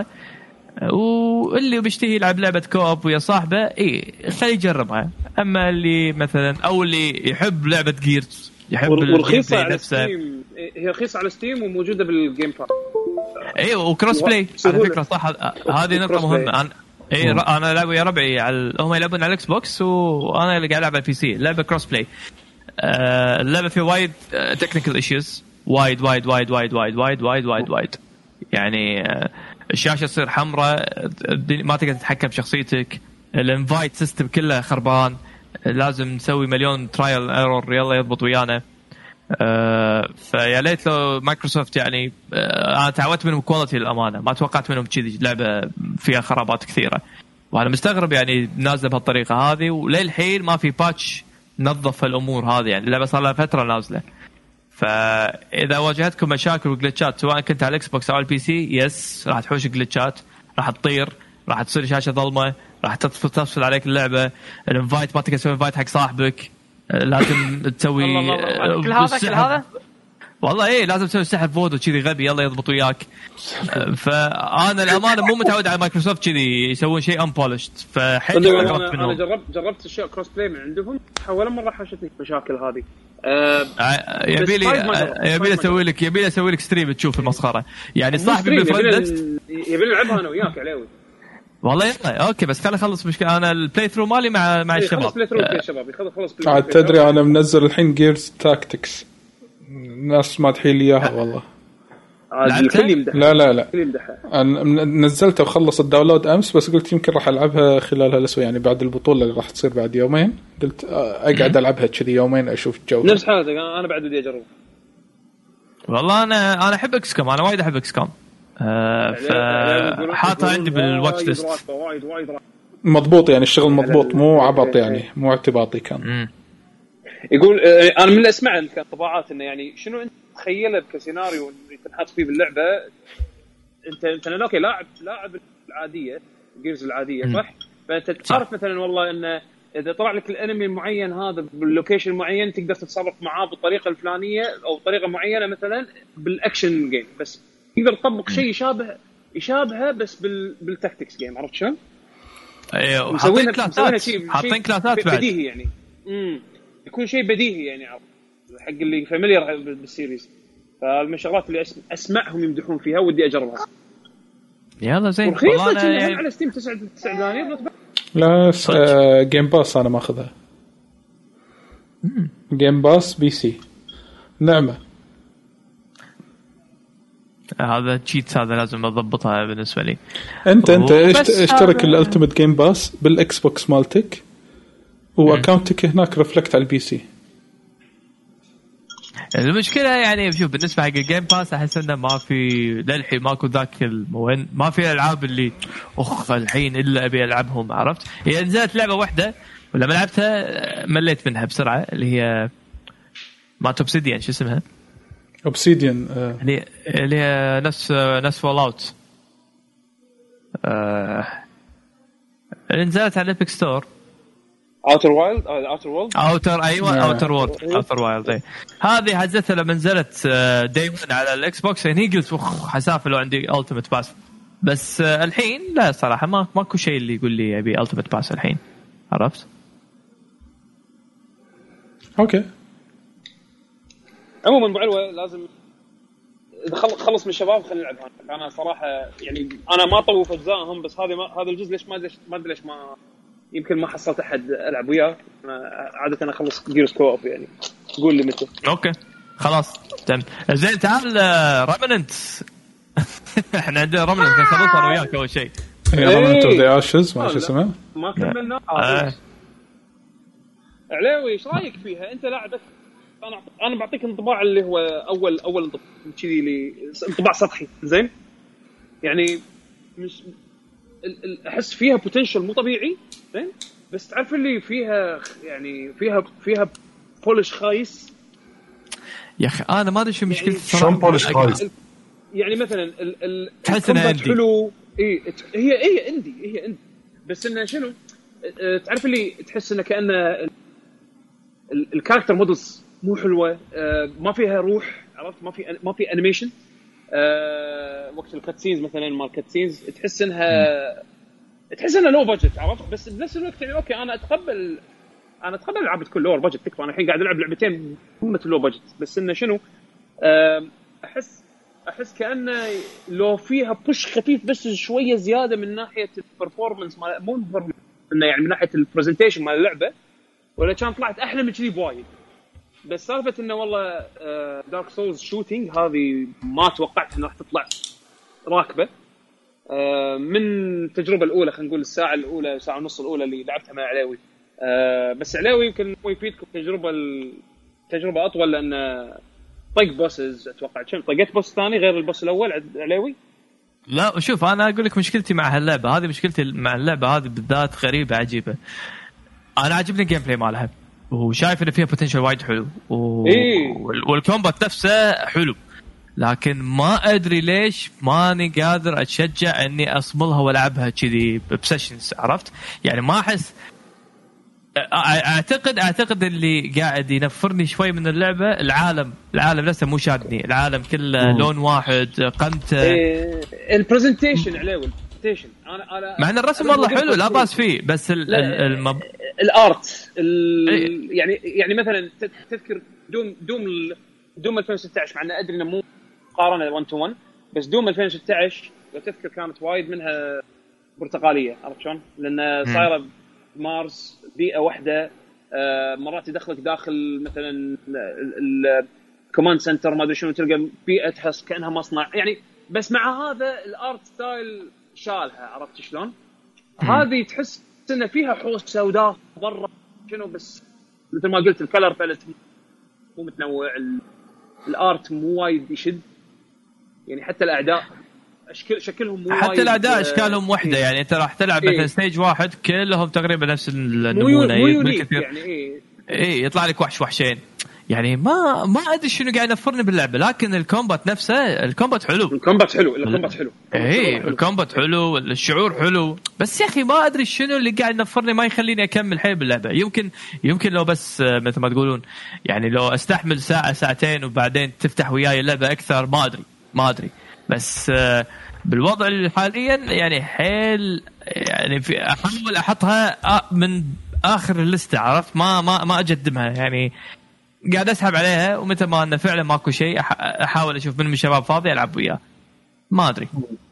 واللي بيشتهي يلعب لعبه كوب ويا صاحبه خليه يجربها. اما اللي مثلا او اللي يحب لعبه جيرز، يحب ورخيصه على ستيم، هي رخيصه على ستيم وموجوده بالجيم باس. وكروس بلاي على فكره، صح هذه نقطه مهمه. انا العب ويا ربعي هم يلعبون على الاكس بوكس وانا اللي قاعد العب على البي سي. لعبه كروس بلاي. اللعبه فيها وايد تكنيكال ايشوز، وايد وايد وايد وايد وايد وايد وايد وايد وايد يعني الشاشه تصير حمراء، ما تقدر تتحكم بشخصيتك، الانفايت سيستم كله خربان، لازم نسوي مليون ترايل ايرور يلا يضبط ويانا. فيا ليت لو مايكروسوفت يعني انا تعودت منهم كواليتي للامانه، ما توقعت منهم كذي لعبه فيها خرابات كثيره. وانا مستغرب يعني نازله بهالطريقه هذه وللحين ما في باتش نظف الامور هذه. يعني اللعبه صار لها فتره نازله. فاذا واجهتكم مشاكل وجلتشات سواء كنت على الاكس بوكس او على البي سي، يس راح تحوش جلتشات، راح تطير، راح تصير شاشه ظلمه، راح تفصل عليك اللعبه، الانفايت ما تقدر تسوي انفايت حق صاحبك، لازم تسوي كل هذا والله لازم تسوي سحب فودو كذي غبي يلا يضبط وياك. فانا الامانه مو متعود على مايكروسوفت كذي يسوون شيء انبولشد. فحلو انا جربت اشياء كروس بلاي من عندهم، ولا مره حاشتني المشاكل هذه. يبي اسوي لك ستريم تشوف المسخره. يعني صاحبي بالفرند يبي نلعبها انا وياك عليوي والله. اوكي بس خليني اخلص مشكله انا البلاي ثرو مالي مع الشباب. خلص بلاي ثرو يا شباب، خلص تدري انا منزل الحين جيرز تاكتكس، الناس ما تحيل اياها والله. لا انا نزلتها وخلص الداونلود امس، بس قلت يمكن راح العبها خلال هالاسبوع، يعني بعد البطوله اللي راح تصير بعد يومين، قلت اقعد العبها كذي يومين اشوف الجو. نفس حالتك انا بعد بدي اجرب والله. انا احب اكس كوم، انا وايد احب اكس كوم. فحاطها عندي بالواتش ليست. مضبوط يعني الشغل مضبوط، مو عبط يعني، مو اعتباطي كان. يقول انا من اللي اسمع الطباعات انه يعني شنو انت تخيله كسيناريو تنحط فيه باللعبه. انت اوكي لاعب العاديه جيرز العاديه صح؟ فانت تعرف مثلا والله انه اذا طلع لك الانمي المعين هذا باللوكيشن معين تقدر تتصرف معاه بالطريقه الفلانيه او طريقه معينه مثلا بالاكشن جيم، بس تقدر تطبق شيء يشابهه بس بالتاكتكس جيم. عرفت شلون؟ ايوه حاطين كلاسات بديهي يعني يكون شيء بديهي يعني حق اللي فاميليار بالسيريز. فمن الشغلات اللي اسمعهم يمدحون فيها ودي اجربها. يلا زين والله يعني على ستيم 9 دنانير. لا جيم باس انا ماخذها جيم باس بي سي نعمه. هذا تشيت هذا لازم اضبطها بالنسبه لي. انت اشترك الالتيميت جيم باس بالاكس بوكس مالتك واكاونتك هناك ريفلكت على البي سي. المشكله يعني شوف بالنسبه حق الجيم باس احس انه ما في للحين ماكو ذاك ما في العاب اللي الحين الا ابي العبهم عرفت. هي نزلت لعبه واحده ولما لعبتها مليت منها بسرعه اللي هي ما اوبسيديان شو اسمها اوبسيديان اللي هي نفس فول اوت نزلت على الابيك ستور. اوتر وايلد اوتر وايلد هذه حزتها لما نزلت داي 1 على الاكس بوكس يعني قلت حسافه لو عندي التيمت باس بس الحين لا صراحه ماكو شيء اللي يقول لي ابي التيمت باس الحين عرفت. اوكي عموما ابو علوه لازم اذا خلص من الشباب خلينا نلعب. انا صراحه يعني انا ما طوف اجزائهم بس هذا الجزء ليش ما ادري ليش ما يمكن ما حصلت احد العب وياه. انا عاده انا اخلص جيرز كوب يعني قول لي متى. اوكي خلاص تم زين تعال رامننت احنا عندنا رامننت خلصنا انا وياك اول شيء رامننت اوف ذا اشز ما شو اسمه ما كملنا. علاوي ايش رايك فيها انت لاعبك؟ انا بعطيك انطباع اللي هو اول انطباع كذي لي انطباع سطحي زين يعني مش احس فيها بوتنشل مو طبيعي زين بس تعرف اللي فيها يعني فيها بولش خايس يا اخي. انا ما ادري شو مشكلتي شلون بولش خايس يعني مثلا تحس انها حلو هي اندي بس انها شنو تعرف اللي تحس انه كأن الكاركتر مودلز مو حلوه ما فيها روح عرفت ما في انيميشن وقت الكاتسينز مثلا مال الكاتسينز تحس انها لو بادجت عرفت بس بنفس الوقت يعني اوكي انا اتقبل العاب تكون لو بادجت تكفى. انا الحين قاعد العب لعبتين مثل لو بادجت بس انه شنو احس كانه لو فيها بوش خفيف بس شويه زياده من ناحيه البرفورمانس مو انه يعني من ناحيه البرزنتيشن مال اللعبه ولا كان طلعت احلى من كذي بوايد. بس سالفه انه والله دارك سولز شوتينج هذه ما توقعت انها راح تطلع راكبه من التجربه الاولى. خلينا نقول الساعه ونص الاولى اللي لعبتها مع علاوي. بس علاوي يمكن يفيدكم تجربه اطول لان طق بوسز اتوقع كم طقت بوس ثاني غير البوس الاول علاوي. لا شوف انا اقول لك مشكلتي مع هاللعبه هذه مشكلتي مع اللعبه هذه بالذات غريبه عجيبه. انا عجبني الجيم بلاي مالها وشايف ان فيها بوتنشل وايد حلو والكومبات نفسه حلو لكن ما ادري ليش ماني قادر اتشجع اني اصملها والعبها كذي بسيشنز عرفت يعني ما احس. اعتقد اللي قاعد ينفرني شوي من اللعبه العالم نفسه مو شادني. العالم كله لون واحد قمته البرزنتيشن علاوي البرزنتيشن انا مع ان الرسم والله حلو لا باس فيه بس الارت يعني مثلا تذكر دوم 2016 مع ان ادري انه مو مقارنه 1 تو 1 بس دوم 2016 لو تذكر كانت وايد منها برتقاليه عرفت شلون لان صايره مارس بيئه واحده مرات يدخلك داخل مثلا الكوماند سنتر ما ادري شنو تلقى بيئه تحس كانها مصنع يعني بس مع هذا الارت ستايل شالها عرفت شلون. هذه تحس ان فيها حوس سوداء برا شنو بس مثل ما قلت الكلر باليت مو متنوع الارت مو وايد يشد يعني حتى الاعداء شكلهم مو حتى الاعداء اشكالهم وحده يعني انت راح تلعب مثلا ستيج واحد كلهم تقريبا نفس النمونه يعني يطلع لك وحشين يعني ما ادري شنو قاعد ينفرني باللعبه لكن الكومبات نفسه الكومبات حلو الكومبات حلو الشعور حلو بس يا اخي ما ادري شنو اللي قاعد ينفرني ما يخليني اكمل حيل باللعبه. يمكن لو بس مثل ما تقولون يعني لو استحمل ساعه ساعتين وبعدين تفتح وياي اللعبه اكثر ما ادري بس بالوضع حاليا يعني حيل يعني في احاول احطها من اخر الليسته عرفت ما اقدمها يعني قاعد اسحب عليها، ومتى ما انه فعلا ماكو شيء احاول اشوف من الشباب فاضي العب وياه. ما ادري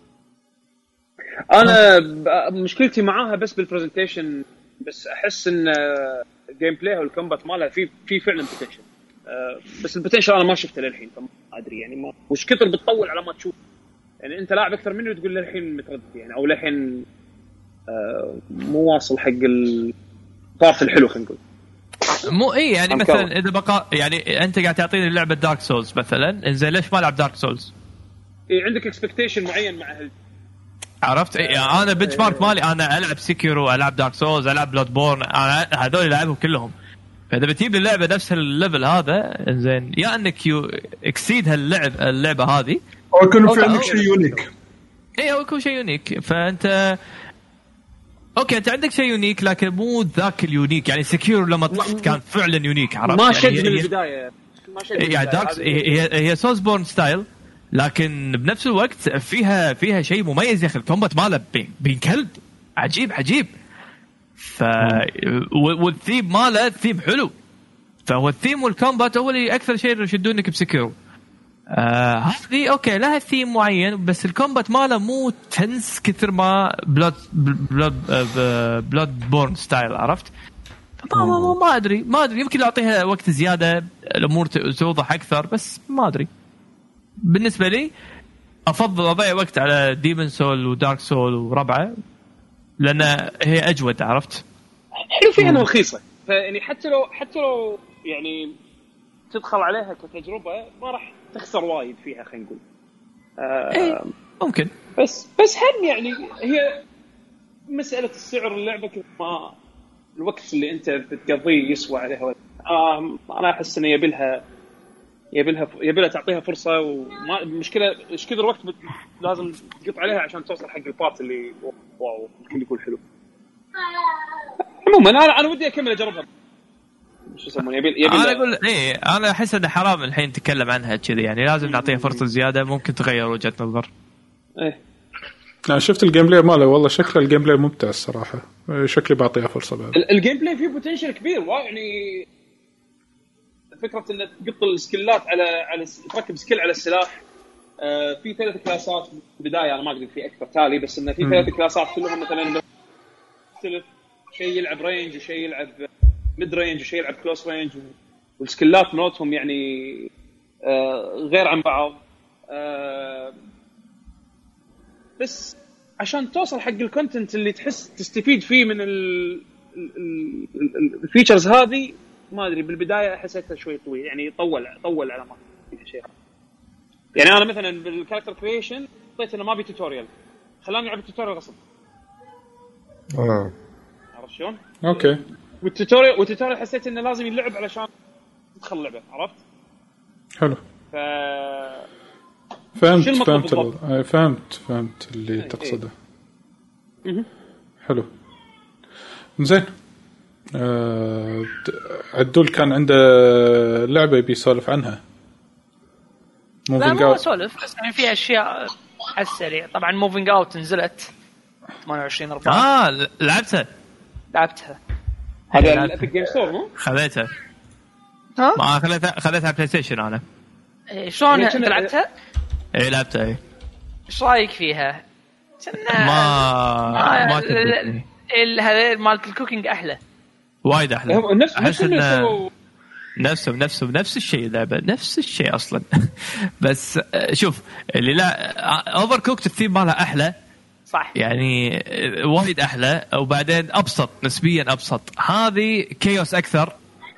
انا مشكلتي معاها بس بالبرزنتيشن، بس احس ان الجيم بلاي والكومبات مالها في فعلا بوتنشل، بس البوتنشل انا ما شفته للحين، فما ادري يعني ما وش كثر بتطول على ما تشوف. يعني انت لاعب اكثر مني وتقول للحين متردد يعني، او للحين مو واصل حق البارت الحلو خلينا نقول. مو يعني مثلا اذا بقى يعني انت قاعد تعطيني لعبه دارك سولز مثلا، انزين ليش ما العب دارك سولز؟ عندك اكسبكتيشن معين مع عرفت؟ انا بنش مارك مالي انا العب سيكيرو، العب دارك سولز، العب بلاد بورن، انا هذول العبهم كلهم. فاذا بتجيب اللعبه نفس الليفل هذا انزين، يا انك اكسيد اللعبه هذه، او يكون في عندك شيء يونيك. او يكون شيء يونيك. فانت اوكي انت عندك شيء يونيك لكن مو ذاك اليونيك. يعني سكيور لما كان فعلا يونيك، عرفت؟ ما شد من البدايه، ما شد يعني داركس هي سولزبورن ستايل، لكن بنفس الوقت فيها شيء مميز يا اخي. الكومبات ماله بين كلب عجيب. والثيم ماله ثيم حلو، فهو الثيم والكومبات هو اللي اكثر شيء يشدونك بسكيرو. هذه اوكي لها ثيم معين، بس الكومبات ماله مو تنس كثر ما بلاد بورن ستايل، عرفت؟ ما ادري يمكن اعطيها وقت زياده الامور توضح اكثر، بس ما ادري. بالنسبه لي افضل اضيع وقت على ديمون سول ودارك سول وربعه، لان هي اجود، عرفت؟ حلو فيها انها رخيصه، فيعني حتى لو يعني تدخل عليها كتجربه ما راح تخسر وايد فيها خلينا نقول. ممكن بس هم يعني هي مساله السعر اللعبه ما الوقت اللي انت بتقضيه يسوى عليها. انا احس ان يبيلها تعطيها فرصه، وما المشكله ايش كثر وقت لازم تقط عليها عشان توصل حق البارت اللي واو ممكن يكون حلو. عموما انا ودي اكمل اجربها. شو يسمونه انا اقول انا احس انه حرام الحين نتكلم عنها كذا، يعني لازم نعطيها فرصه زياده، ممكن تغير وجهه نظر. انا شفت الجيم بلاي ماله، والله شكله الجيم بلاي ممتع الصراحه، شكلي بعطيها فرصه بعد. الجيم بلاي فيه بوتنشل كبير يعني، فكره ان تقط السكيلات على تركب سكيل على السلاح. في 3 كلاسات بدايه، انا ما ادري في اكثر تالي، بس انه في 3 كلاسات كلهم مثلا شيء يلعب رينج وشيء يلعب ميد رينج وشيء يلعب كلوس رينج، والسكيلات مالتهم يعني غير عن بعض. بس عشان توصل حق الكونتنت اللي تحس تستفيد فيه من الفيتشرز هذه، ما ادري بالبدايه حسيتها شوي طويل، يعني طول على ما في شيء. يعني انا مثلا بالكاركتر كرييشن حطيت انه ما بي توتوريال، خلاني العب التوتوريال غصب. عرفت شلون؟ اوكي. والتوتوريال حسيت انه لازم يلعب علشان تدخل اللعبه، عرفت؟ حلو. فهمت اللي تقصده. حلو. زين. عدول كان عنده لعبه يبي يسولف عنها. لا مو سولف، بس يعني في اشياء على السريع. طبعا موفينج اوت نزلت 28/4. لعبتها هذا الابيك جيم ستور مو؟ خذيتها. ما خذيتها بلاي ستيشن انا. شلون انت لعبتها؟ لعبتها. ايش رايك فيها؟ ما هذا مالت الكوكينج احلى، وايد احلى. نفس الشيء، لعبه نفس الشيء اصلا. بس شوف اللي لا اوفر كوكت الثيم مالها احلى، صح؟ يعني وايد احلى، وبعدين ابسط نسبيا ابسط. هذه كيوس اكثر.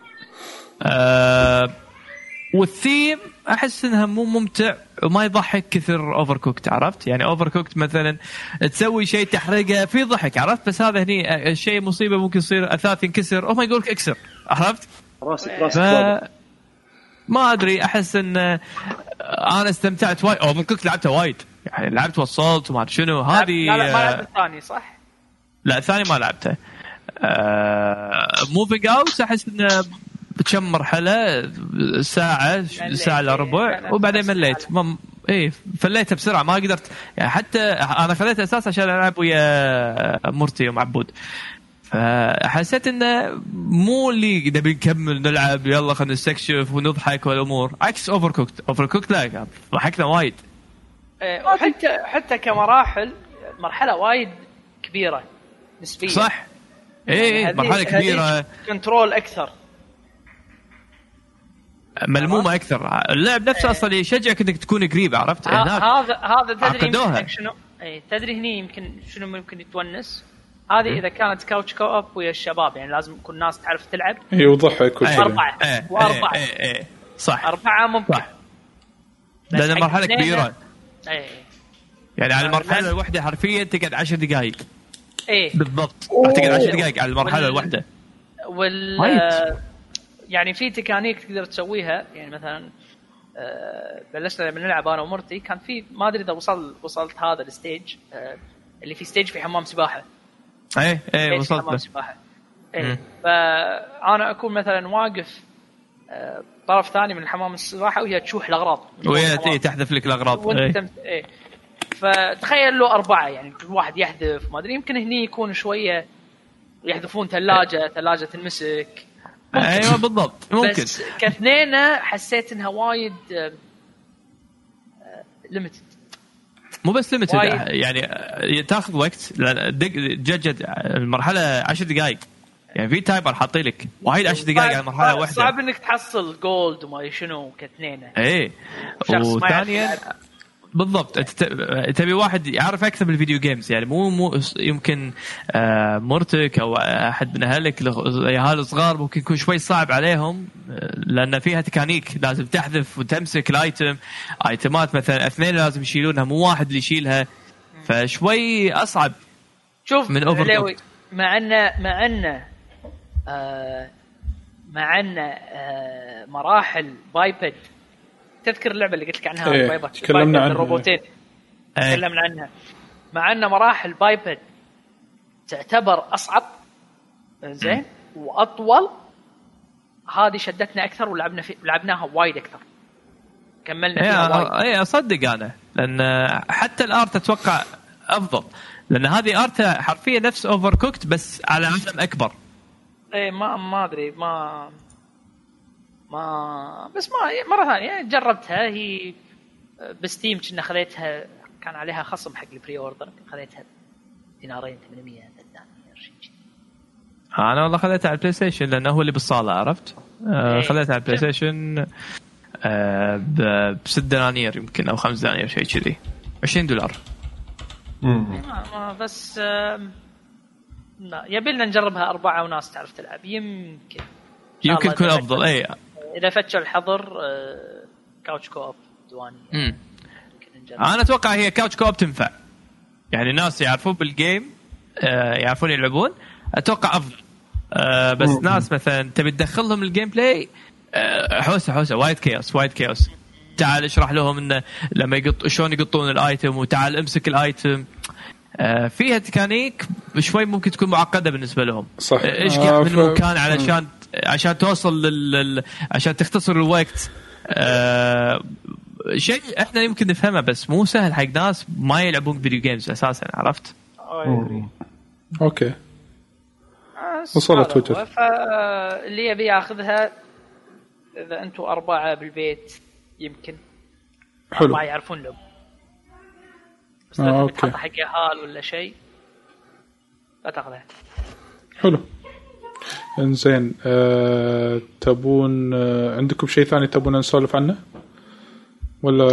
والثيم احس انها مو ممتع وما يضحك كثر اوفر كوكت، عرفت؟ يعني اوفر كوكت مثلا تسوي شيء تحرقه في ضحك، عرفت؟ بس هذا هني الشيء مصيبه، ممكن يصير اثاث ينكسر، ما يقولك اكسر، عرفت؟ راسك ما ادري. احس ان انا استمتعت وايد. اوفر كوكت لعبتها وايد، يعني لعبت وصلت وما ادري شنو. هذه لا ما لعبت الثاني، صح؟ لا الثاني ما لعبته. موفينج اوت احس انه بتشم مرحله ساعه الا ربع وبعدين مليت. فليتها بسرعه، ما قدرت يعني. حتى انا خليتها اساس عشان العب ويا مرتي ومعبود، فحسيت انه مو اللي نبي نكمل نلعب يلا خلينا نستكشف ونضحك والامور عكس اوفر كوكت لا ضحكنا وايد. حتى كمراحل مرحله وايد كبيره نسبيا صح. ايه مرحله كبيره كنترول اكثر ملمومه اكثر. اللعب نفسه اصلا يشجعك انك تكون قريب عرفت. هذا تدري شنو تدري هني يمكن شنو ممكن يتونس هذه اذا كانت كاوتش كوب ويا الشباب يعني لازم يكون الناس تعرف تلعب وضحك أربعة صح 4 ممكن صح. لأن مرحلة كبيرة يعني على المرحلة الواحدة حرفيا تقعد 10 دقائق بالضبط تقعد 10 دقائق على المرحلة الواحدة يعني في تكانيك تقدر تسويها يعني مثلا بلشنا لما نلعب انا ومرتي كان في ما ادري اذا وصلت هذا الستيج اللي في ستيج في حمام سباحه وصلت حمام سباحه فانا اكون مثلا واقف طرف ثاني من الحمام السباحه وهي تشوح الاغراض وهي تحذف لك الاغراض فتخيل له 4 يعني كل واحد يحذف ما ادري يمكن هني يكون شويه يحذفون ثلاجه تنمسك ايوه بالضبط ممكن بس كاثنين حسيت انها وايد ليميتد مو بس ليميتد يعني تاخذ وقت جد المرحله 10 دقائق يعني في تايمر حاطي لك وايد 10 دقائق على مرحله واحده صعب انك تحصل جولد وما شنو كاثنين وثانيا بالضبط تبي واحد يعرف اكثر بالفيديو جيمز يعني مو يمكن مرتك او احد من اهلك الاهالي الصغار ممكن يكون شوي صعب عليهم لان فيها تكانيك لازم تحذف وتمسك ايتمات مثلا 2 لازم يشيلونها مو واحد اللي يشيلها فشوي اصعب. شوف من اوفر مع ان مراحل بايبد تذكر اللعبه اللي قلت لك عنها بايبد تكلمنا عن الروبوتين تكلمنا عنها مع ان مراحل بايبد تعتبر اصعب زين واطول هذه شدتنا اكثر ولعبناها وايد اكثر كملنا فيها وايد. اصدق انا لان حتى الارت اتوقع افضل لان هذه ارت حرفيا نفس اوفر كوكت بس على عالم اكبر. ما ادري ما بس ما مره ثانيه جربتها هي بستيم كنا خذيتها كان عليها خصم حق البري اوردر خذيتها دينارين 800 شيء. انا والله خذيتها على البلاي ستيشن لانه هو اللي بالصاله عرفت. خذيتها على البلاي ستيشن ب$6 يمكن او $5 شيء كذي $20. بس لا يبي لنا نجربها 4 وناس تعرف تلعب يمكن تكون افضل. اذا فتشوا الحظر كاوتش كوب دواني انا اتوقع هي كاوتش كوب تنفع يعني ناس يعرفون بالجيم يعرفون يلعبون اتوقع افضل. بس ناس مثلا تبي تدخلهم الجيم بلاي حوسه وايد كيوس تعال اشرح لهم انه لما شلون يقطون الايتم وتعال امسك الايتم فيها تكانيك شوي ممكن تكون معقده بالنسبه لهم. صح. ايش من مكان عشان توصل عشان تختصر الوقت شيء احنا يمكن نفهمه بس مو سهل حق ناس ما يلعبون فيديو جيمز اساسا عرفت. اوكي وصلت وجهه اللي يبي ياخذها اذا انتم 4 بالبيت يمكن حلو ما يعرفون له بس لو تحط حق اهال ولا شيء لا تاخذها. حلو انزين تبون عندكم شيء ثاني تبون نسولف عنه ولا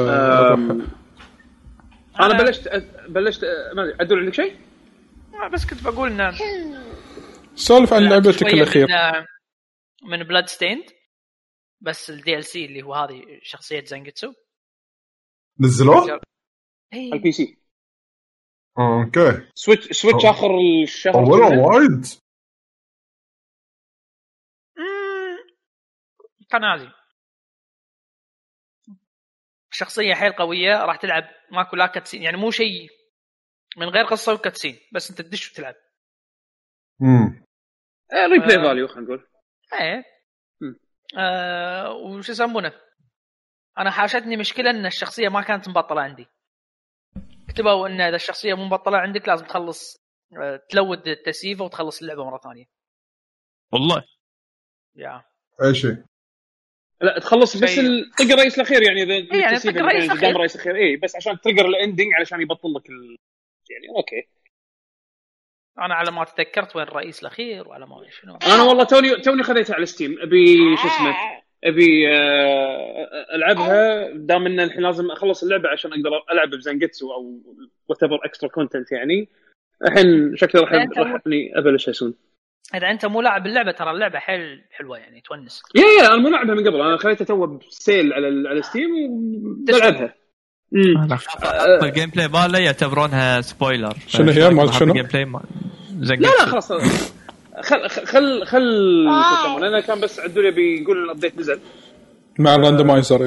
انا بلشت ما ادري عندك شيء بس كنت بقول ان سولف عن لعبتك الاخيره من بلاد ستيند بس الدي ال سي اللي هو هذه شخصيه زانجيتسو نزلوه البي سي. اوكي سويتش اخر الشهر والله وايد كان عادي شخصيه حيل قويه راح تلعب ماكو لا كاتسين يعني مو شيء من غير قصه وكاتسين بس انت تدش وتلعب ريبلاي فاليو خلينا نقول وش يسمونه انا حاشتني مشكله ان الشخصيه ما كانت مبطله عندي كتبوا ان اذا الشخصيه مو مبطله عندك لازم تخلص تلود التسييفه وتخلص اللعبه مره ثانيه. والله يا اي شيء لا تخلص بس طق الرئيس الاخير يعني اذا يعني طق الرئيس الاخير قدام الرئيس الاخير اي بس عشان تريجر الاندنج علشان يبطل لك يعني اوكي. انا على ما تذكرت وين الرئيس الاخير وعلى ما شنو. انا والله توني خذيتها على ستيم ابي شو اسمه ابي العبها دام ان الحين لازم اخلص اللعبه عشان اقدر العب بزنجتسو او واتيفر اكسترا كونتنت يعني الحين شكله راح ابلش اسون. اذا انت مو لاعب اللعبه ترى اللعبه حلوه يعني تونس. يا انا مو لاعبها من قبل انا خليتها تو بسيل على ستيم وبلعبها. الجيم بلاي ماله يعتبرونها سبويلر. شنو هي مال شنو الجيم بلاي لا خلاص خل انا كان بس عدولي بيقول الابديت نزل مع الراندمايزر.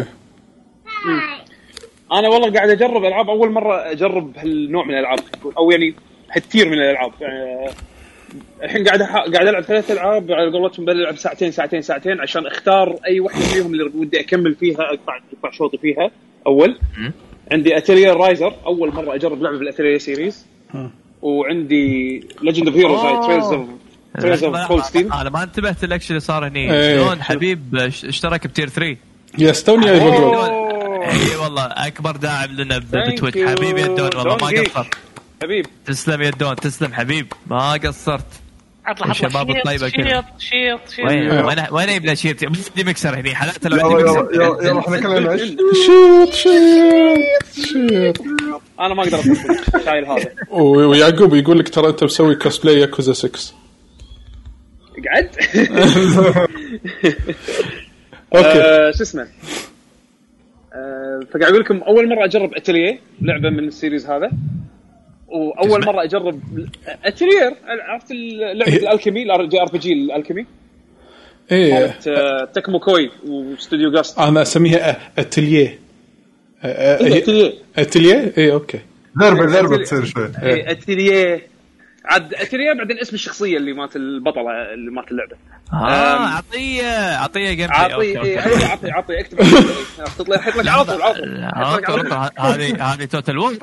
انا والله قاعد اجرب العاب اول مره اجرب هالنوع من الالعاب او يعني هالكثير من الالعاب الحين قاعد العب 3 العاب على قولتهم بلعب ساعتين عشان اختار اي واحده فيهم اللي ودي اكمل فيها اقطع شوطي فيها. اول عندي اتيليه رايزر اول مره اجرب لعبه بالاتيليه سيريز وعندي ليجند اوف هيروز تريز اوف كولستين. انا ما انتبهت الاكشن اللي صار هني شلون حبيب اشترك بتير 3 يستوني اي والله اكبر داعم لنا بتويتش حبيبي يدون والله ما قصر حبيب تسلم يدون تسلم حبيب ما قصرت. اطلع الشباب الطيبه كذا شيط وين يبلا شيط بدي مكسر هني حالات لو عندي مكسر يلا احنا كلنا شيط انا ما اقدر اطلع شايل هذا. ويعقوب يقول لك ترى انت مسوي كوسبلاي ياكوزا 6 قعد اوكي شو اسمه فقاعد اقول لكم اول مره اجرب اتيليه لعبه من السيريز هذا واول مره اجرب اتيلير عرفت لعبه الالكيمي الجي ار بي جي الالكيمي ايه تكمو كوي واستوديو غاست انا اسميها اتيليه اتيليه اي اوكي ضربه تصير شوي اتيليه عاد اتيليه بعدين اسم الشخصيه اللي مات البطله اللي مات اللعبه عطيه جيم بلاي عطيه اكتب تطلع حط لك على طول هذه توتال وور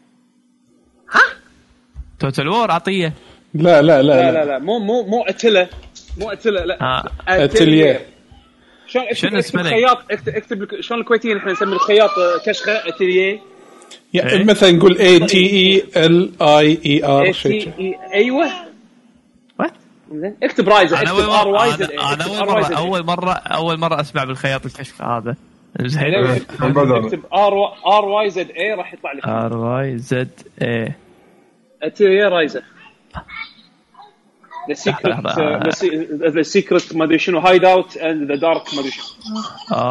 توتال وور عطيه لا مو اتيلا لا اتيليه شنو اسمه الخياط اكتب شلون الكويتيين احنا نسمي الخياط كشخه اتيليه يعني مثلا نقول ATELIER شيء ايوه اكتب رايزر انا اول مره اسمع بالخياط الكشخ هذا زين اكتب RYZA راح يطلع لك RYZA اتيليه رايزر the secret ما ادري شنو هايد اوت and the dark ما ادري شنو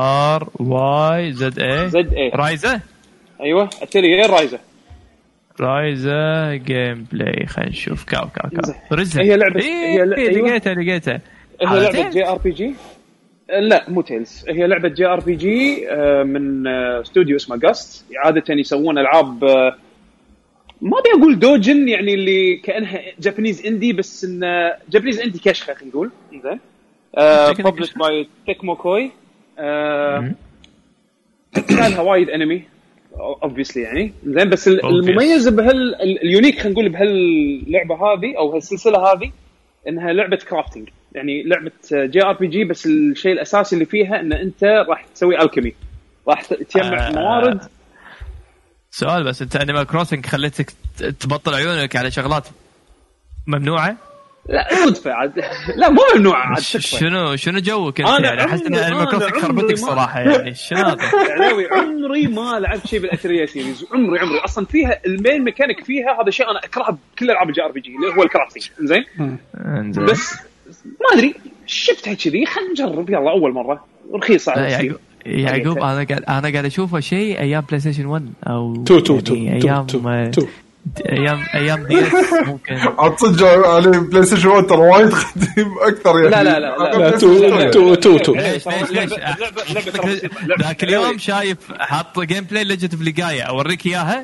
RYZA رايزة ايوه اتيليه رايزة جيم بلاي خلينا نشوف كاو رزة هي لعبه لقيتها هي لعبه جي ار بي جي لا مو تيلز هي لعبه جي ار بي جي من استوديو اسمه غاست عاده يسوون العاب ما ابي اقول دوجن يعني اللي كانها جابانيز اندي بس ان جابانيز اندي كشخه خلينا نقول زين ببلش باي تكمو كوي كان وايد انمي obviously يعني زين بس المميز اليونيك خلينا نقول بهاللعبه هذه او هالسلسله هذه انها لعبه كرافتنج يعني لعبه جي ار بي جي بس الشيء الاساسي اللي فيها ان انت راح تسوي الكيمي راح تجمع موارد. سؤال بس انت انيمال كروسنج خليتك تبطل عيونك على شغلات ممنوعه؟ لا صدفه عاد لا مو ممنوعه عاد شنو جوك انت يعني احس ان انيمال كروسنج خربتك صراحه يعني شنو هذا علاوي عمري ما لعبت شيء بالاتريا سيريز عمري اصلا فيها المين ميكانيك فيها هذا شيء انا اكرهه بكل العاب الجي ار بي جي اللي هو الكرافتنج زين بس ما ادري شفتها كذي خلينا نجرب يلا اول مره رخيصه على يعقوب انا قاعد اشوفه شيء ايام بلاي ستيشن 1 او 2 ايام دي اس ممكن اتصج عليه بلاي ستيشن 1 ترى وايد قديم اكثر يعني لا 2 ذاك اليوم شايف حاط جيم بلاي ليجند اوف ليجايا اوريك اياها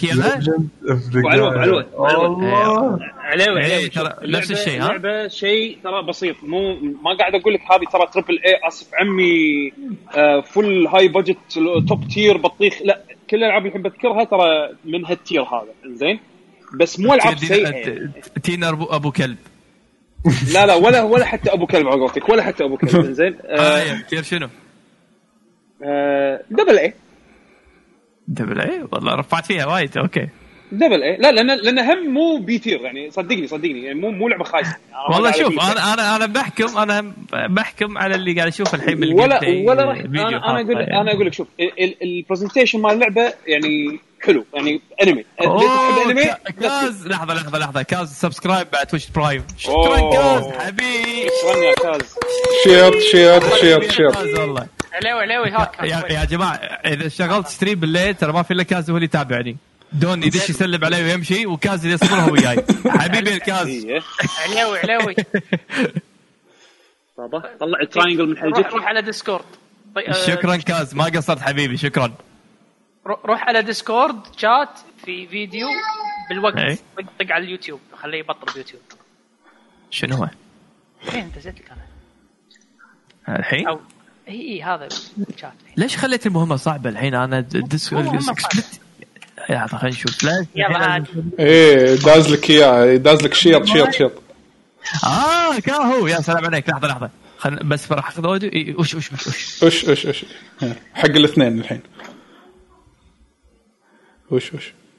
علوي نفس الشيء ها لعبه شيء ترى بسيط مو ما قاعد اقول لك هذه ترى تريبل اي اسف عمي فل هاي بادجت توب تير بطيخ لا كل الالعاب اللي احب اذكرها ترى من هالتير هذا زين بس مو العاب سيئه. تينر ابو كلب. لا ولا حتى ابو كلب على قولتك، ولا حتى ابو كلب. زين تير شنو؟ دبل اي والله رفعت فيها وايد. اوكي دبل اي. لا لان هم مو بيتير يعني، صدقني يعني مو لعبه خايسه والله. شوف انا بحكم على اللي قاعد اشوفه الحين من ولا راح انا اقول لك شوف البرزنتيشن مال اللعبه يعني حلو يعني انمي. تحب انمي كاز. لحظه كاز سبسكرايب بعد تويتش برايم. شكرا كاز حبيبي، شكرا يا كاز. شير والله علوي هاك يا جماعه. اذا شغلت ستريم بالليل ترى ما في الا كاز هو اللي يتابعني. دون يدش يسلم علي ويمشي، وكاز اللي يصبرها وياي. حبيبي الكاز. علوي بابا طلع التراينجل من حلقك. روح على ديسكورد. شكرا كاز، ما قصرت حبيبي، شكرا. روح على ديسكورد شات في فيديو بالوقت. طق على اليوتيوب، خليه يبطل اليوتيوب. شنو هو؟ فين انت زدت انا الحين؟ او اي هذا شات. ليش خليت المهمه صعبه الحين؟ انا ديسكورد يا خلينا نشوف. لا دازلك اياه، دازلك شيط. كاهو يا سلام عليك. لحظه بس راح اخذ اوديو. وش حق الاثنين الحين. وش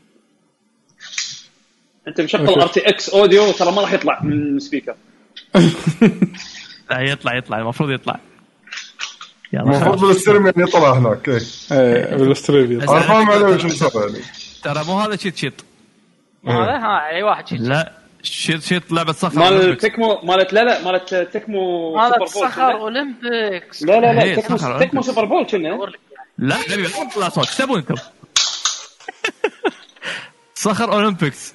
انت مشغل RTX اوديو ترى ما راح يطلع من السبيكر. لا يطلع المفروض يطلع. المفروض بالستريم يعني يطلع هناك. بالستريم ارقام عليه وش مسوي يعني. ترى مو هذا شيت هذا اي واحد شيت. لا شيت لعبه صخر مال تكمو مالت تكمو هذا صخر اولمبيكس. لا تكمو سوبر بول كنا. لا حبيبي لا صوت تبون انتم. صخر اولمبيكس.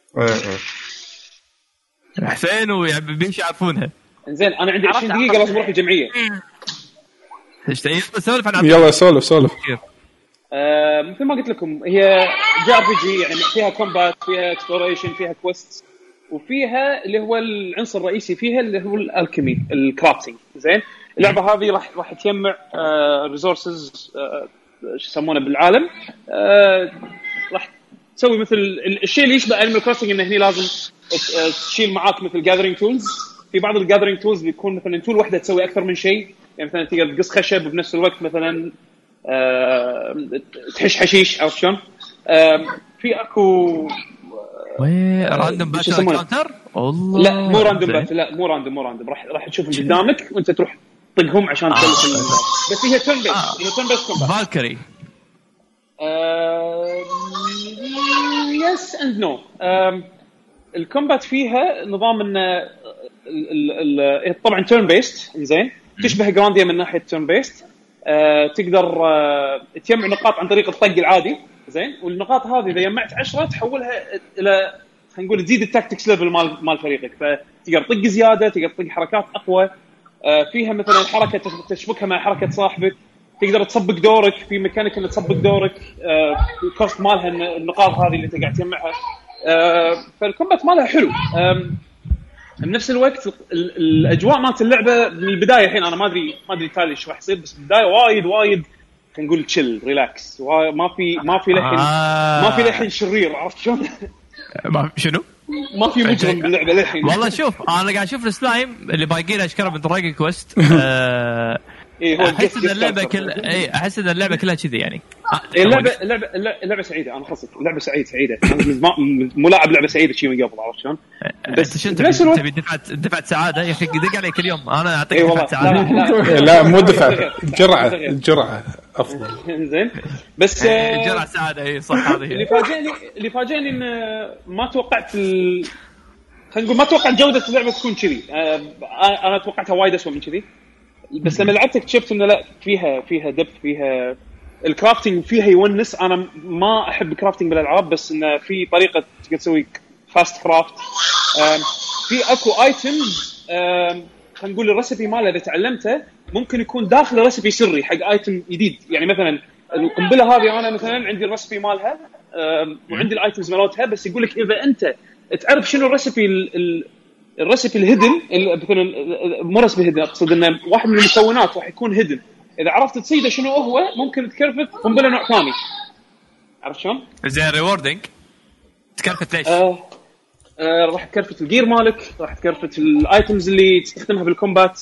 حسين وبيمشي يعرفونها. زين انا عندي 20 دقيقه لازم اروح الجمعيه. ايش سولف عن يلا سولف. مثل ما قلت لكم هي JRPG يعني فيها كومبات، فيها اكسبلوريشن، فيها كويست، وفيها اللي هو العنصر الرئيسي فيها اللي هو الالكيمي، الكرافتنج. زين اللعبه هذه راح تجمع ريسورسز شو يسمونه بالعالم. راح تسوي مثل الشيء اللي يشبه انيمال كروسنج، انه هنا لازم تشيل معاك مثل جاذرينج تولز. في بعض الجاذرينج تولز بيكون مثلا تول واحده تسوي اكثر من شيء، يعني مثلا تقدر تقص خشب وبنفس الوقت مثلا تحش حشيش او شلون. في اكو راندوم باتل كاونتر. والله لا مو راندوم باتل، لا مو راندوم. راح تشوفهم قدامك وانت تروح طقهم عشان تخلص. بس هي تيرن بيس كومبات. فالكري يس اند نو. الكومبات فيها نظام ان طبعا تيرن بيست. زين تشبه جرانديا من ناحيه تيرن بيست. تقدر تجمع نقاط عن طريق الطق العادي. زين والنقاط هذه اذا جمعت 10 تحولها الى خلينا نقول تزيد التاكتكس ليفل مال فريقك، فتقدر طق زياده، تقدر تطق حركات اقوى. فيها مثلا حركه تشبكها مع حركه صاحبك، تقدر تسبق دورك في مكانك ان تسبق دورك. الكوست مالها النقاط هذه اللي انت قاعد تجمعها. فالكومبات مالها حلو. بنفس الوقت الاجواء مالت اللعبه من البدايه الحين انا ما ادري تالي ايش راح يصير، بس البدايه وايد نقول تشيل ريلاكس. ما في لحين شرير، عرفت شلون؟ شنو؟ ما في مجرم باللعبه للحين. والله شوف انا قاعد اشوف السلايم اللي باقيين اشكره من دراجون كويست. احس ان اللعبه كلها كذي يعني. اللعبه سعيده. انا خصك اللعبه سعيده. انا مو لاعب لعبه سعيده شيء من قبل، عرفت شلون؟ بس تبي دفعه سعاده يا اخي. دق علي كل يوم انا اعطيك دفعه سعاده. لا مو دفعه، جرعه افضل. زين بس جرعه سعاده. اي صح. هذه اللي فاجئني ان ما توقعت خلينا نقول ما توقعت جوده اللعبه تكون كذي. انا توقعتها وايد اسوء من كذي، بس لما لعبت اكتشفت انه لا فيها دب، فيها الكرافتنج فيها يونس. انا ما احب الكرافتنج بالالعاب، بس انه في طريقه تقدر تسوي فاست كرافت. في اكو ايتمز خلينا نقول الريسبي ماله اذا تعلمته ممكن يكون داخل ريسبي سري حق ايتم جديد. يعني مثلا القنبله هذه انا مثلا عندي الريسبي مالها وعندي الايتمز مالتها، بس يقول لك اذا انت تعرف شنو الريسبي الهيدن، مثلا مو ريسبي هيدن، اقصد انه واحد من المكونات راح يكون هيدن. اذا عرفت تصيده شنو هو ممكن تكرفت قنبله نوع ثاني، عرفت شلون؟ زين ريوردينج تكرفت ليش؟ راح تكرفت الجير مالك، راح تكرفت الايتمز اللي تستخدمها بالكومبات.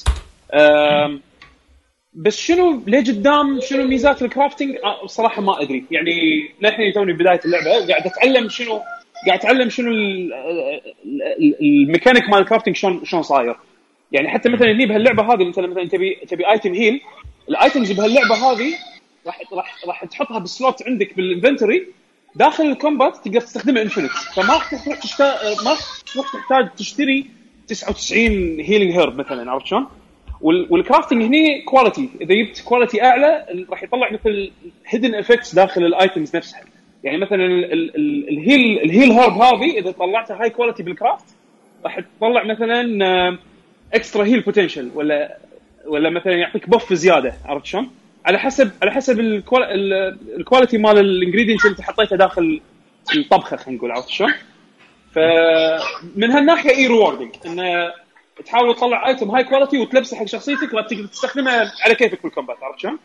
بس شنو لقدام شنو ميزات الكرافتنج بصراحه ما ادري يعني. للحين توني بدايه اللعبه قاعد اتعلم شنو الميكانيك مال الكرافتنج شلون صاير يعني. حتى مثلا هني بهاللعبه هذه مثلا تبي ايتم هيل، الايتمز بهاللعبه هذه راح تحطها بالسلوت عندك بالانفنتوري داخل الكومبات، تقدر تستخدمها انفينيت، فما راح تحتاج تشتري 99 هيلينج هيرب مثلا، عرفت شلون؟ والكرافتنج هني كواليتي، اذا جبت كواليتي اعلى راح يطلع مثل هيدن افكتس داخل الايتمز نفسها يعني. مثلا الهيل هيرب هذه اذا طلعتها هاي كواليتي بالكرافت راح تطلع مثلا اكسترا هيل بوتنشل ولا مثلا يعطيك بوف زياده، عرفت شلون؟ على حسب الكواليتي مال الانجريدينتس اللي انت حطيتها داخل الطبخه، خلينا نقول، عرفت شلون؟ فمن هالناحيه اي ريوردنج انه تحاول تطلع ايتم هاي كواليتي وتلبسه حق شخصيتك وتقدر تستخدمها على كيفك بالكومبات، عرفت شلون؟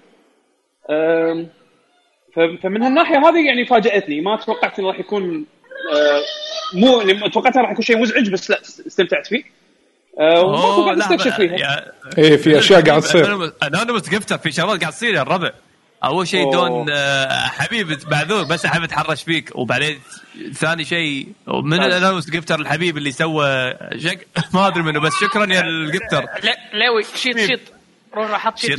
فمن هالناحيه هذه يعني فاجأتني، ما توقعت انه راح يكون مو يعني توقعتها راح يكون شيء مزعج، بس لا استمتعت فيه. وما قاعد استكشف فيها. ايه في اشياء قاعد تصير. انا مستقفتها في شغلات قاعد تصير يا الربع. اول شيء دون حبيب معذور بس حابب اتحرش فيك، وبعدين ثاني شيء من الانونس جفتر الحبيب اللي سوى ما ادري منه، بس شكرا يا الجفتر. لاوي شيت روح حط شيت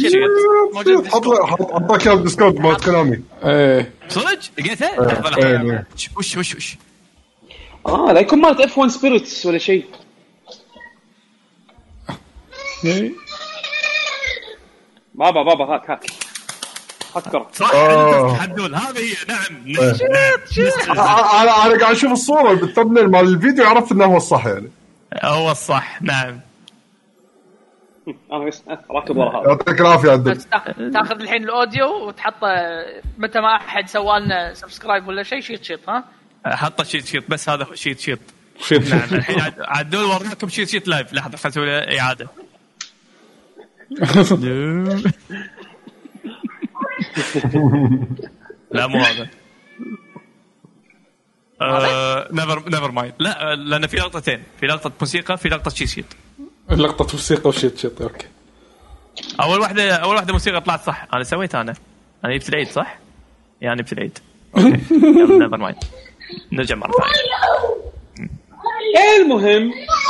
حطك الديسكورد مال كلامي. ايه صدق لقيته. وش لا يكون مالت F1 سبيريتس ولا شيء. بابا هاك فكر صح. حدول هذه هي. نعم انا قاعد اشوف الصوره بالتمنيل مال الفيديو، عرفت انه هو الصح يعني. هو الصح نعم. انا راكب ورا هذا. يعطيك العافيه عدل. تاخذ الحين الاوديو وتحطه متى ما احد سوالنا سبسكرايب ولا شيء شيت ها حط شيت بس هذا شيت نعم. الحين عدول وراكم شيت لايف. لحظه خلينا نسوي اعاده. لا مو هذا. نيفر مايند. لا لأن في لقطتين، في لقطة موسيقى، في لقطة شيت. لقطة موسيقى وشيت اوكي. أول واحدة موسيقى طلعت صح. أنا سويت أنا جبت العيد صح يعني جبت العيد. نيفر مايند. نرجع مرة ثانية. المهم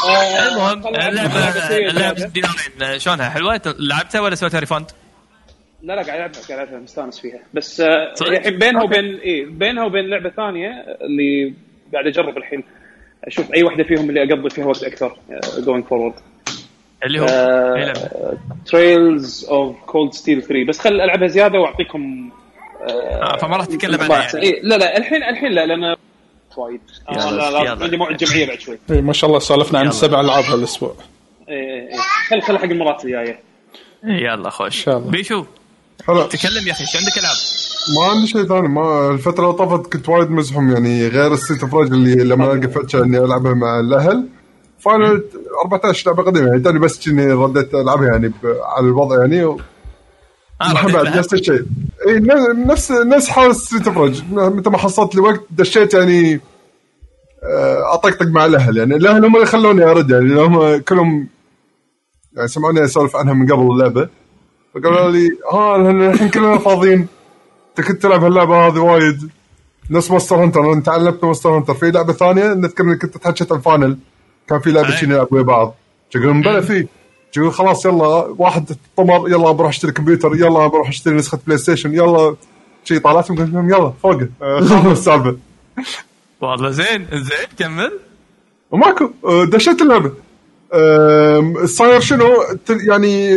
اللعبة دينارين شلونها حلوة؟ لعبتها ولا سويتها ريفاند؟ لا قاعد ألعبها مستانس فيها، بس الحين بينها وبين لعبة ثانية اللي قاعد أجرب الحين أشوف أي واحدة فيهم اللي أقضي فيها وقت أكثر going forward، اللي هو Trails of Cold Steel 3. بس خل ألعبها زيادة وأعطيكم فما راح تتكلم عنها يعني. لا الحين لا لأن وايد عندي موعد جمعية بعد شوي. ما شاء الله سالفنا عن 7 ألعاب هالأسبوع. خل حق المرات الجاية. يلا خوش بيشو تكلم يا أخي. شو عندك ألعاب؟ ما عندي شيء ثاني. ما الفترة اللي طافت كنت وايد مزحوم يعني، غير السيت اوف راج اللي لما ألقى فتشة إني ألعبها مع الأهل. فاينل 14 لعبة قديمة يعني، تاني بس إني رديت ألعبها يعني على الوضع يعني. بعد نفس الشيء نفس حال السيت اوف راج، متى ما حصلت لي وقت دشيت يعني أطقطق مع الأهل يعني. الأهل هم اللي خلوني أرد يعني، هم كلهم يعني سمعوني أسولف عنها من قبل اللعبة، فقالوا لي الحين كلنا فاضيين، انت كنت تلعب هاللعبه هذه وايد نفس مونستر هانتر. انت علمت مونستر هانتر في لعبه ثانيه نذكر انك كنت تحكي عن فانل، كان في لعبه شيء نلعب ويا بعض. تقول مبلا فيه، تقول خلاص يلا واحد طمر يلا بروح اشتري كمبيوتر، يلا بروح اشتري نسخه بلاي ستيشن، يلا شيء طالعتهم قلت لهم يلا فوق خلص السالفه. والله زين كمل. وماكو دشيت اللعبه صاير شنو يعني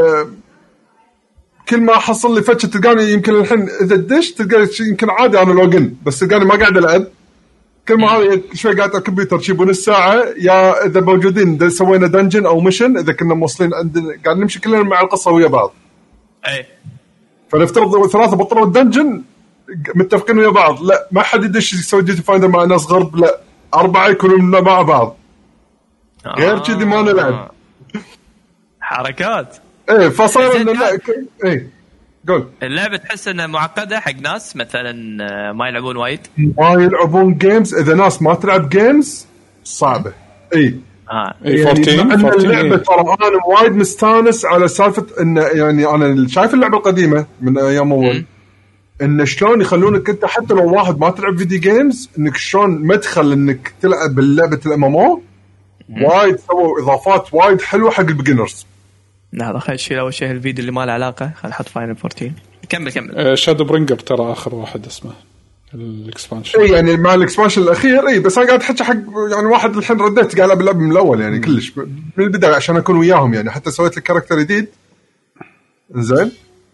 كل ما حصل لي فتشة تلقاني يمكن الحين إذا دش تلقاني يمكن عادي أنا لوجن، بس تلقاني ما قاعد ألعب. كل ما شوي قاعد على الكمبيوتر شي بنص ساعة، يا إذا موجودين سوينا دنجن أو ميشن، إذا كنا موصلين عندنا قاعد نمشي كلنا مع القصة ويا بعض. أي فنفترض 3 بطلوا الدنجن متفقين ويا بعض، لا ما حد يدش يسوي ديوتي فايندر مع ناس غرب، لا 4 يكونوا مع بعض. غير كذي ما نلعب حركات. ايه فصار لا ايه قول. اللعبه تحس انها معقده حق ناس مثلا ما يلعبون وايد، ما يلعبون جيمز. اذا ناس ما تلعب جيمز صعبه. اي 14 اللعبه ترى انا وايد مستانس على سالفه ان يعني انا شايف اللعبه القديمه من ايام اول ان شلون يخلونك انت حتى لو واحد ما تلعب فيديو جيمز انك شلون مدخل انك تلعب باللعبه الMMO. وايد سووا اضافات وايد حلوه حق البيجنرز. هذا خلينا نشيل اول شيء الفيديو اللي ما له علاقه، خلينا نحط فاينل 14. كمل. شادو برينجر ترى اخر واحد اسمه الاكسبانشن. يعني مع الاكسبانشن الاخير بس انا قاعد احكي حق يعني واحد الحين رديت قاعد العب اللعبه من الاول يعني كلش من البدايه عشان اكون وياهم يعني حتى سويت لك كاركتر جديد زين.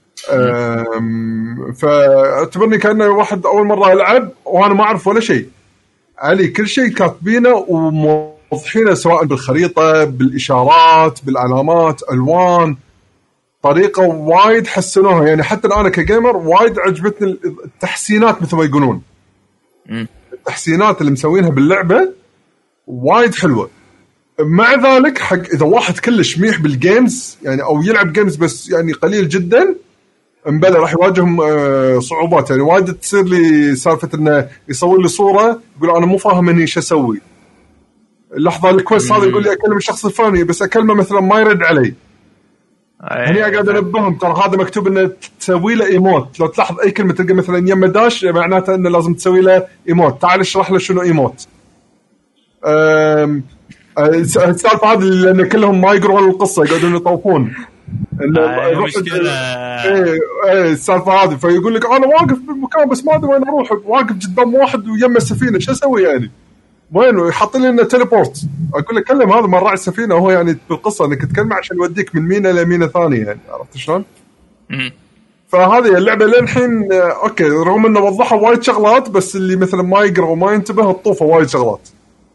فاعتبرني كأنه واحد اول مره العب وانا ما اعرف ولا شيء علي. كل شيء كاتبينه وموضحينه سواء بالخريطه بالاشارات بالعلامات الوان طريقه وايد حسنوها يعني. حتى انا كجيمر وايد عجبتني التحسينات مثل ما يقولون. التحسينات اللي مسوينها باللعبه وايد حلوه. مع ذلك حق اذا واحد كلش ميح بالجيمز يعني او يلعب جيمز بس يعني قليل جدا مبلا راح يواجههم صعوبات يعني وايد. تصير لي سالفه انه يصور لي صوره يقول انا مو فاهم اني ايش اسوي اللحظه الكويست هذا يقول لي اكلم الشخص الفلاني بس اكلمه مثلا ما يرد علي. هني قاعد انبههم ترى هذا مكتوب انه تسوي له ايموت. لو تلاحظ اي كلمه تلقى مثلا يم داش معناته انه لازم تسوي له ايموت. تعال اشرح له شنو ايموت. السالفه هذه لان كلهم ما يقرون القصه يقعدون يطوفون السالفه هذه. فيقول لك انا واقف بالمكان بس ما ادري وين اروح واقف قدام واحد ويم السفينه شو اسوي يعني وين يحط لي لنا تيليبورت. اقول لك كلم هذا مراعي السفينه وهو يعني بالقصه انك تكلم عشان يوديك من مينا لمينا ثانيه يعني. عرفت شلون؟ فهذه اللعبه للحين اوكي رغم انه وضحوا وايد شغلات بس اللي مثلا ما يقرا وما ينتبه الطوفه وايد شغلات.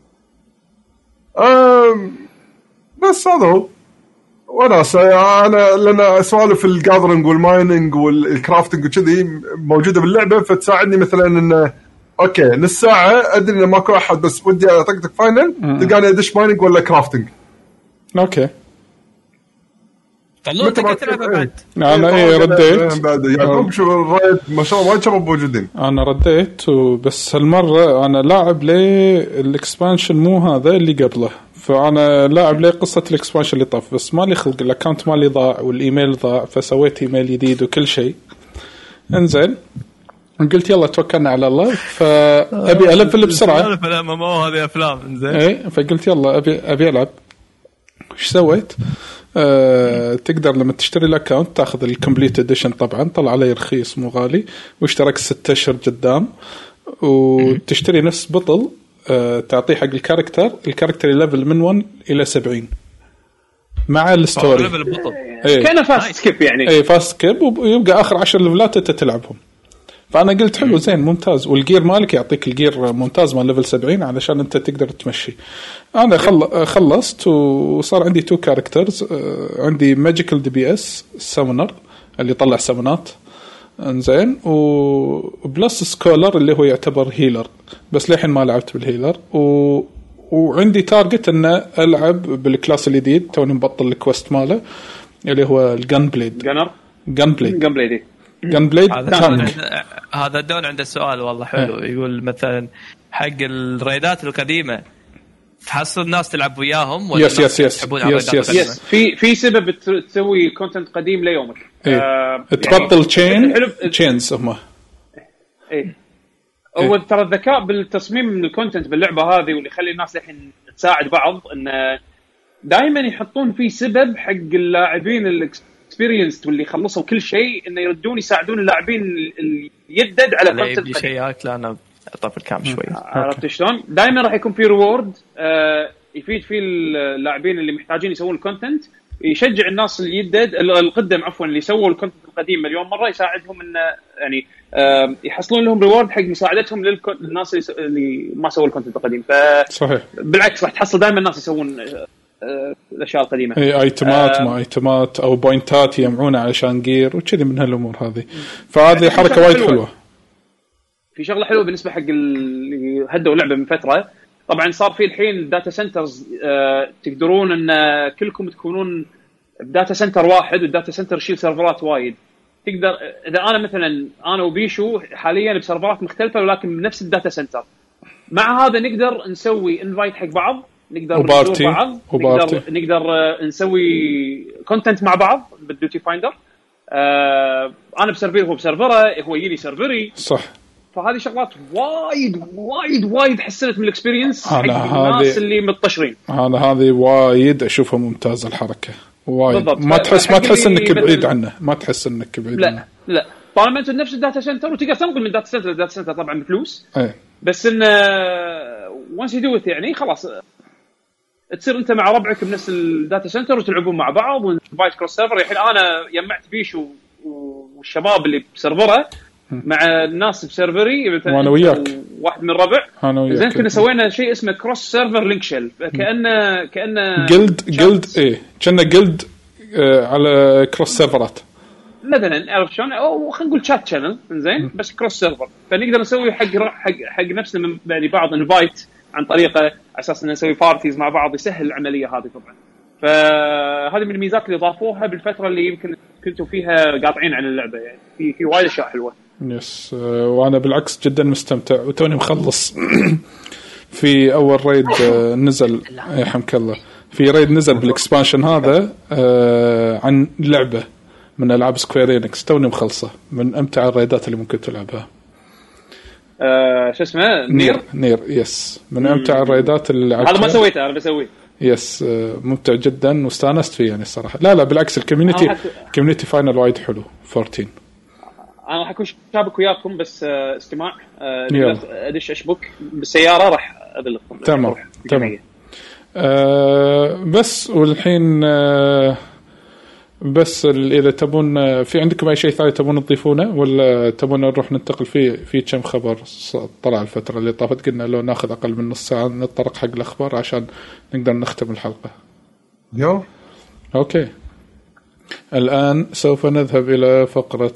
بس هذا هو. وانا لنا اسوالف الجاذرنج والمايننج والكرافتنج وكذي موجوده باللعبه فتساعدني مثلا ان اوكي نص ساعه ادري ان ماكو احد بس ودي اطقطق فاينل تلقاني ادش مايننج ولا كرافتنج. اوكي طلعوا تلعب بعد. انا رديت بعد يعقوب شو الرايد ما شاء الله وايد شباب موجودين. انا رديت بس هالمره انا لاعب لي الاكسبانشن مو هذا اللي قبله. فانا لاعب لي قصه الاكسبانشن اللي طاف بس مالي خلق الاكونت مالي ضاع والايميل ضاع فسويت ايميل جديد وكل شيء. انزين قلت يلا توكلنا على الله فابي الفل بسرعه. ما هذه افلام انزين. اي فقلت يلا ابي العب. ايش سويت؟ تقدر لما تشتري الاكونت تاخذ الكومبليت اديشن طبعا طلع علي رخيص مو غالي واشترك 6 أشهر قدام وتشتري نفس بطل تعطيه حق الكاركتر ليفل من 1 إلى 70 مع الستوري كان فاست سكيب يعني اي فاست سكيب ويبقى اخر 10 ليفلات انت تلعبهم. فانا قلت حلو زين ممتاز والجير مالك يعطيك الجير ممتاز مال ليفل 70 علشان انت تقدر تمشي. انا خلصت وصار عندي 2 كاركترز. عندي ماجيكال DPS سامونر اللي يطلع سامونات انزين وبلس سكولر اللي هو يعتبر هيلر بس للحين ما لعبت بالهيلر وعندي تارجت ان العب بالكلاس الجديد توني مبطل الكويست ماله اللي هو الجن بليد. جن بليد هذا دون عنده سؤال والله حلو. يقول مثلا حق الريدات القديمه تحصل الناس تلعب وياهم ولا يحبون الريدات القديمه؟ في سبب تسوي كونتنت قديم ليومك تبطل تشينز هم هو ترى الذكاء بالتصميم من الكونتنت باللعبه هذه واللي يخلي الناس الحين تساعد بعض انه دائما يحطون فيه سبب حق اللاعبين الاكسبيرينس واللي خلصوا كل شيء انه يردون يساعدون اللاعبين اللي يدد على كونتنت قديم. شيء لا انا اطفي الكام شوي. عرفت شلون؟ دائما راح يكون في ريورد يفيد فيه اللاعبين اللي محتاجين يسوون الكونتنت يشجع الناس اللي يدد القدم عفوا اللي سووا الكونتنت القديم مليون مره يساعدهم ان يعني يحصلون لهم ريورد حق مساعدتهم للناس اللي ما سووا الكونتنت القديم. صحيح بالعكس راح تحصل دائما الناس يسوون الاشياء القديمه اي ايتمات ما ايتمات او بوينتات يجمعونها علشان جير وكذي من هالامور هذه. فهذه حركه وايد حلوه. في شغله حلوه بالنسبه حق اللي هدوا لعبه من فتره. طبعا صار في الحين داتا سنترز تقدرون ان كلكم تكونون بداتا سنتر واحد والداتا سنتر يشيل سيرفرات وايد تقدر اذا انا مثلا انا وبيشو حاليا بسيرفرات مختلفه ولكن بنفس الداتا سنتر، مع هذا نقدر نسوي انفايت حق بعض، نقدر نزور بعض، نقدر نسوي كونتنت مع بعض بالديوتي فايندر. انا بسيرفر هو بسيرفره، هو يجي لي سيرفري، صح. فهذه شغلات وايد حسنت من الاكسبيرينس حق الناس اللي متطشرين. انا هذه وايد اشوفها ممتازه الحركه وايد. ما تحس انك بعيد عنه، ما تحس انك بعيد عنه. لا طالما انت نفس الداتا سنتر وتقدر تنقل من داتا سنتر لداتا سنتر طبعا بفلوس. بس ان وانس يو دو يعني خلاص تصير انت مع ربعك بنفس الداتا سنتر وتلعبون مع بعض ونفايت كروس سيرفر. الحين انا جمعت بيشو والشباب اللي بسيرفره مع الناس بسيرفري وانا وياك واحد من ربع زين، كنا سوينا شيء اسمه كروس سيرفر لينك شيل، كأنه جلد ايه كنا جلد على كروس سيرفرات مثلا، عرفت شلون؟ او خلينا نقول شات شانل زين بس كروس سيرفر، فنقدر نسوي حق نفسنا من بعد بعض انفايت عن طريقه على اساس ان نسوي بارتيز مع بعض، يسهل العمليه هذه طبعا. فهذه من الميزات اللي ضافوها بالفتره اللي يمكن كنتوا فيها قاطعين عن اللعبه، يعني في وايد اشياء حلوه. يس وانا بالعكس جدا مستمتع وتوني مخلص. في اول ريد نزل يا حمك الله، في ريد نزل بالاكسبانشن هذا عن لعبه من العاب سكوير إنكس، توني مخلصه، من امتع الريدات اللي ممكن تلعبها. شو اسمه؟ نير يس، من امتع الريدات اللي لعبتها. هذا ما سويته، انا بسويه. يس ممتع جدا واستانست فيه يعني الصراحه. لا بالعكس الكوميونتي فاينل وايد حلو 14. انا راح اكون شابك وياكم بس استماع ادش اشبك بالسياره راح ابلغكم. تمام بس والحين بس اذا تبون في عندكم اي شيء ثاني تبون تضيفونه ولا تبون نروح ننتقل في كم خبر طلع الفتره اللي طافت؟ قلنا لو ناخذ اقل من نص ساعه نتطرق حق الاخبار عشان نقدر نختم الحلقه. اوكي الان سوف نذهب الى فقره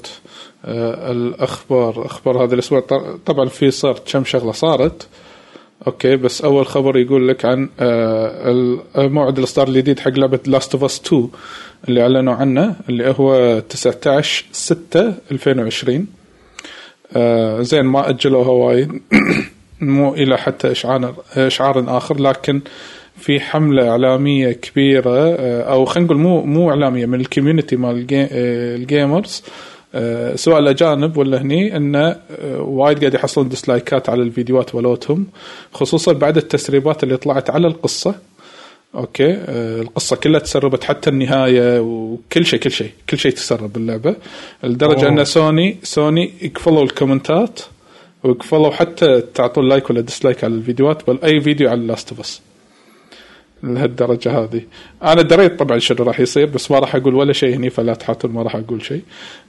اخبار هذا الاسبوع. طبعا في صارت كم شغله صارت اوكي، بس اول خبر يقول لك عن موعد الاصدار الجديد حق لعبه لاست اوف اس 2 اللي اعلنوا عنه، اللي هو 19/6/2020. زين ما اجلوها وايد مو الى حتى اشعار اخر، لكن في حمله اعلاميه كبيره او خلينا نقول مو اعلاميه من الكوميونتي مال الجيمرز سواء الأجانب ولا هني، إنه وايد قاعد يحصلون ديسلايكات على الفيديوهات ولوتهم، خصوصا بعد التسريبات اللي طلعت على القصة. أوكي القصة كلها تسربت حتى النهاية وكل شيء تسرب باللعبة، لدرجة أن سوني يقفلوا الكومنتات ويقفلوا حتى تعطون لايك ولا ديسلايك على الفيديوهات بل أي فيديو على لاست اوف اس لهالدرجة هذه. أنا دريت طبعا شنو راح يصير بس ما راح أقول ولا شيء هني، فلا تحاتون ما راح أقول شيء.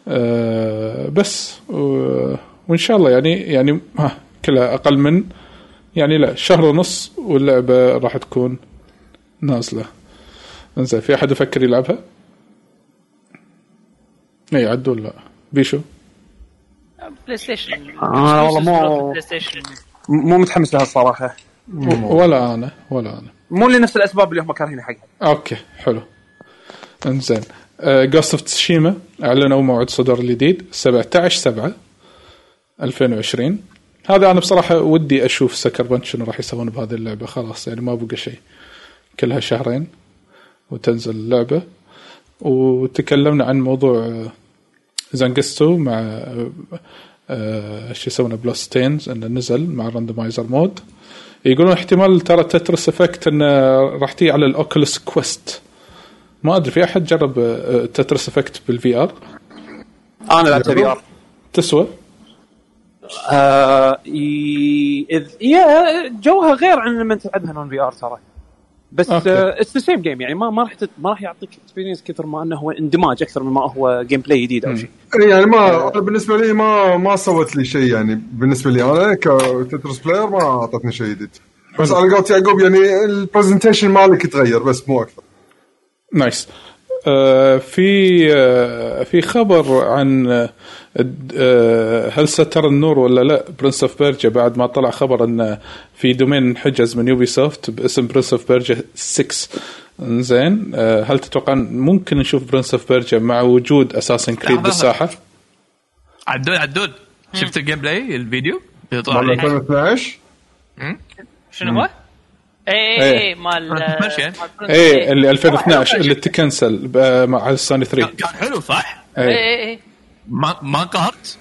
بس وإن شاء الله يعني كلها أقل من يعني لا شهر ونص واللعبة راح تكون نازلة. إنزين في أحد يفكر يلعبها؟ أي عدوا لا بيشو؟ بلاي ستيشن. والله مو متحمس لها الصراحة. ولا أنا مو لنفس الأسباب اللي هم كارهين حقها. أوكي حلو. إنزين Ghost of Tsushima أعلنوا موعد صدور الجديد 17/7/2020. هذا أنا بصراحة ودي أشوف سكر بنش شنو راح يسوون بهذه اللعبة. خلاص يعني ما بقى شيء، كلها شهرين وتنزل اللعبة. وتكلمنا عن موضوع زانجستو مع شو يسوونه بلوستينز إنه نزل مع الراندمايزر مود. يقولون احتمال ترى تترس افكت انه راح تيجي على الاوكولوس كويست. ما ادري في احد جرب تترس افكت بالفي ار؟ انا لعبت في ار. تسوى جوها غير عن لما تلعبها نون في ار ترى، بس اتس ذا سيم جيم يعني ما راح يعطيك اكسبيرينس كثر ما انه هو اندماج اكثر مما هو جيم بلاي جديد او شيء. يعني ما بالنسبه لي ما سوت لي شيء يعني بالنسبه لي انا كتترس بلاير ما اعطتني شيء جديد. بس على قولت يعقوب يعني البرزنتيشن مالك يتغير بس مو اكثر. نايس. في خبر عن هل سترى النور ولا لا برنس اوف بيرجا بعد ما طلع خبر ان في دومين حجز من يوبي سوفت باسم برنس اوف بيرجا 6. زين هل تتوقع ممكن نشوف برنس اوف بيرجا مع وجود اساسن كريد بالساحه؟ عدول شفت الجيم بلاي الفيديو يطلع 2012 شنو هو؟ ايه مال اللي 2012 اللي تكنسل مع السوني 3 كان حلو صح؟ ايه ما قهرت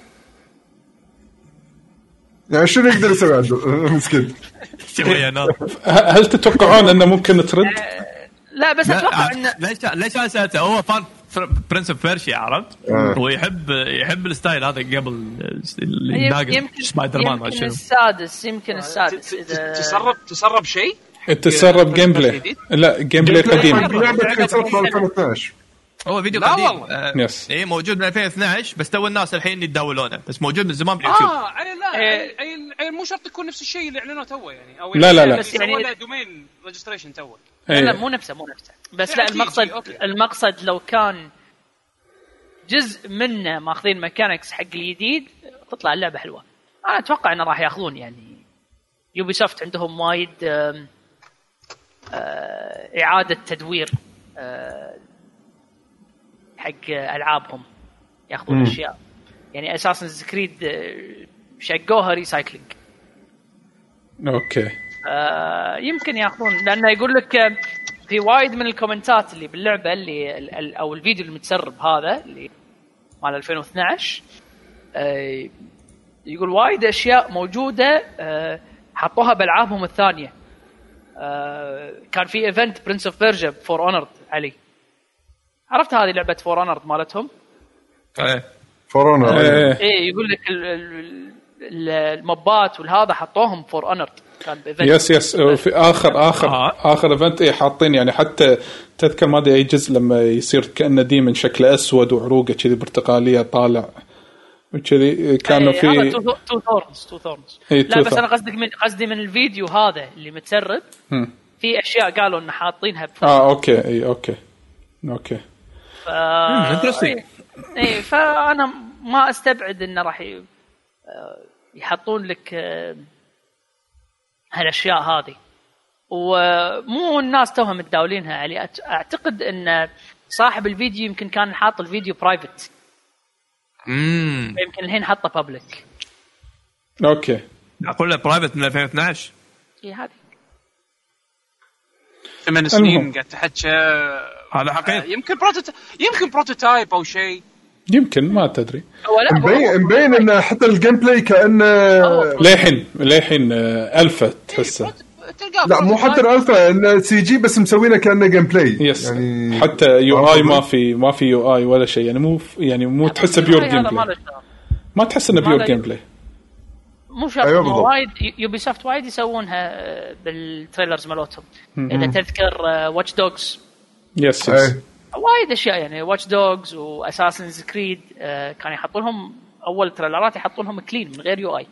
يعني شنو يقدر يسوي عدول مسكين. هل تتوقعون انه ممكن ترد؟ لا بس اتوقع انه ليش انا سالته هو فان برنس اوف بيرشيا عرفت هو يحب الستايل هذا قبل الناقل سبايدر مان ما شنو يمكن السادس اذا تسرب شيء تسرب جيم بلاي لا جيم بلاي قديم لعبه كانت 2012 هو فيديو قديم اي موجود من 2012 بس تو الناس الحين يتداولونه بس موجود من زمان باليوتيوب اي مو شرط يكون نفس الشيء اللي اعلنوه تو يعني او لا بس يعني دومين ريجستريشن تو لا مو نفسه بس لا المقصد لو كان جزء منه ماخذين ميكانكس حق الجديد تطلع اللعبه حلوه. انا اتوقع انه راح ياخذون يعني يوبيسوفت عندهم وايد اعاده تدوير حق العابهم ياخذون اشياء يعني اساسن كريد شقوها ريسايكلينج. اوكي يمكن ياخذون لانه يقول لك في وايد من الكومنتات اللي باللعبه اللي او الفيديو المتسرب هذا اللي مال 2012 يقول وايد اشياء موجوده حطوها بالعابهم الثانيه. كان في ايفنت برنس اوف بيرجيا فور اونرد علي عرفت هذه لعبه فور اونرد مالتهم فور اونرد يقول لك المبات والهذا حطوهم فور اونرد كان يس في اخر ايفنت حاطين يعني حتى تذكر ما ادري اي جزء لما يصير كانه ديمن شكله اسود وعروقه كذي برتقاليه طالع وكذي كانوا في تو ثورنز لا بس انا قصدي من الفيديو هذا اللي متسرب في اشياء قالوا ان حاطينها اوكي فانا ما استبعد انه راح يحطون لك هالاشياء هذه ومو الناس توهم متداولينها علي. اعتقد ان صاحب الفيديو يمكن كان حاط الفيديو برايفت يمكن الحين حطه بابليك. اوكي اقول له برايفت من 2012 هذه 8 سنين قاعد تحكي هذا حقيقي يمكن بروتوتايب او شيء يمكن ما تدري مبين ان حتى الجيم بلاي كأنه ليحين الفا تحسه لا مو حتى الالفا ان سي جي بس مسوينه كأنه جيم بلاي يعني حتى يو اي ما في يو اي ولا شيء يعني مو تحسه بيور جيم بلاي ما تحس انه بيور جيم بلاي مو شرط وايد يوبيسوفت وايد يسوونها بالتريلرز مالتهم اذا تذكر واتش دوغز يس وايد اشياء يعني واتش دوغز واساسنز كريد كانوا يحطونهم اول تريلرات يحطونهم كلين من غير يو اي.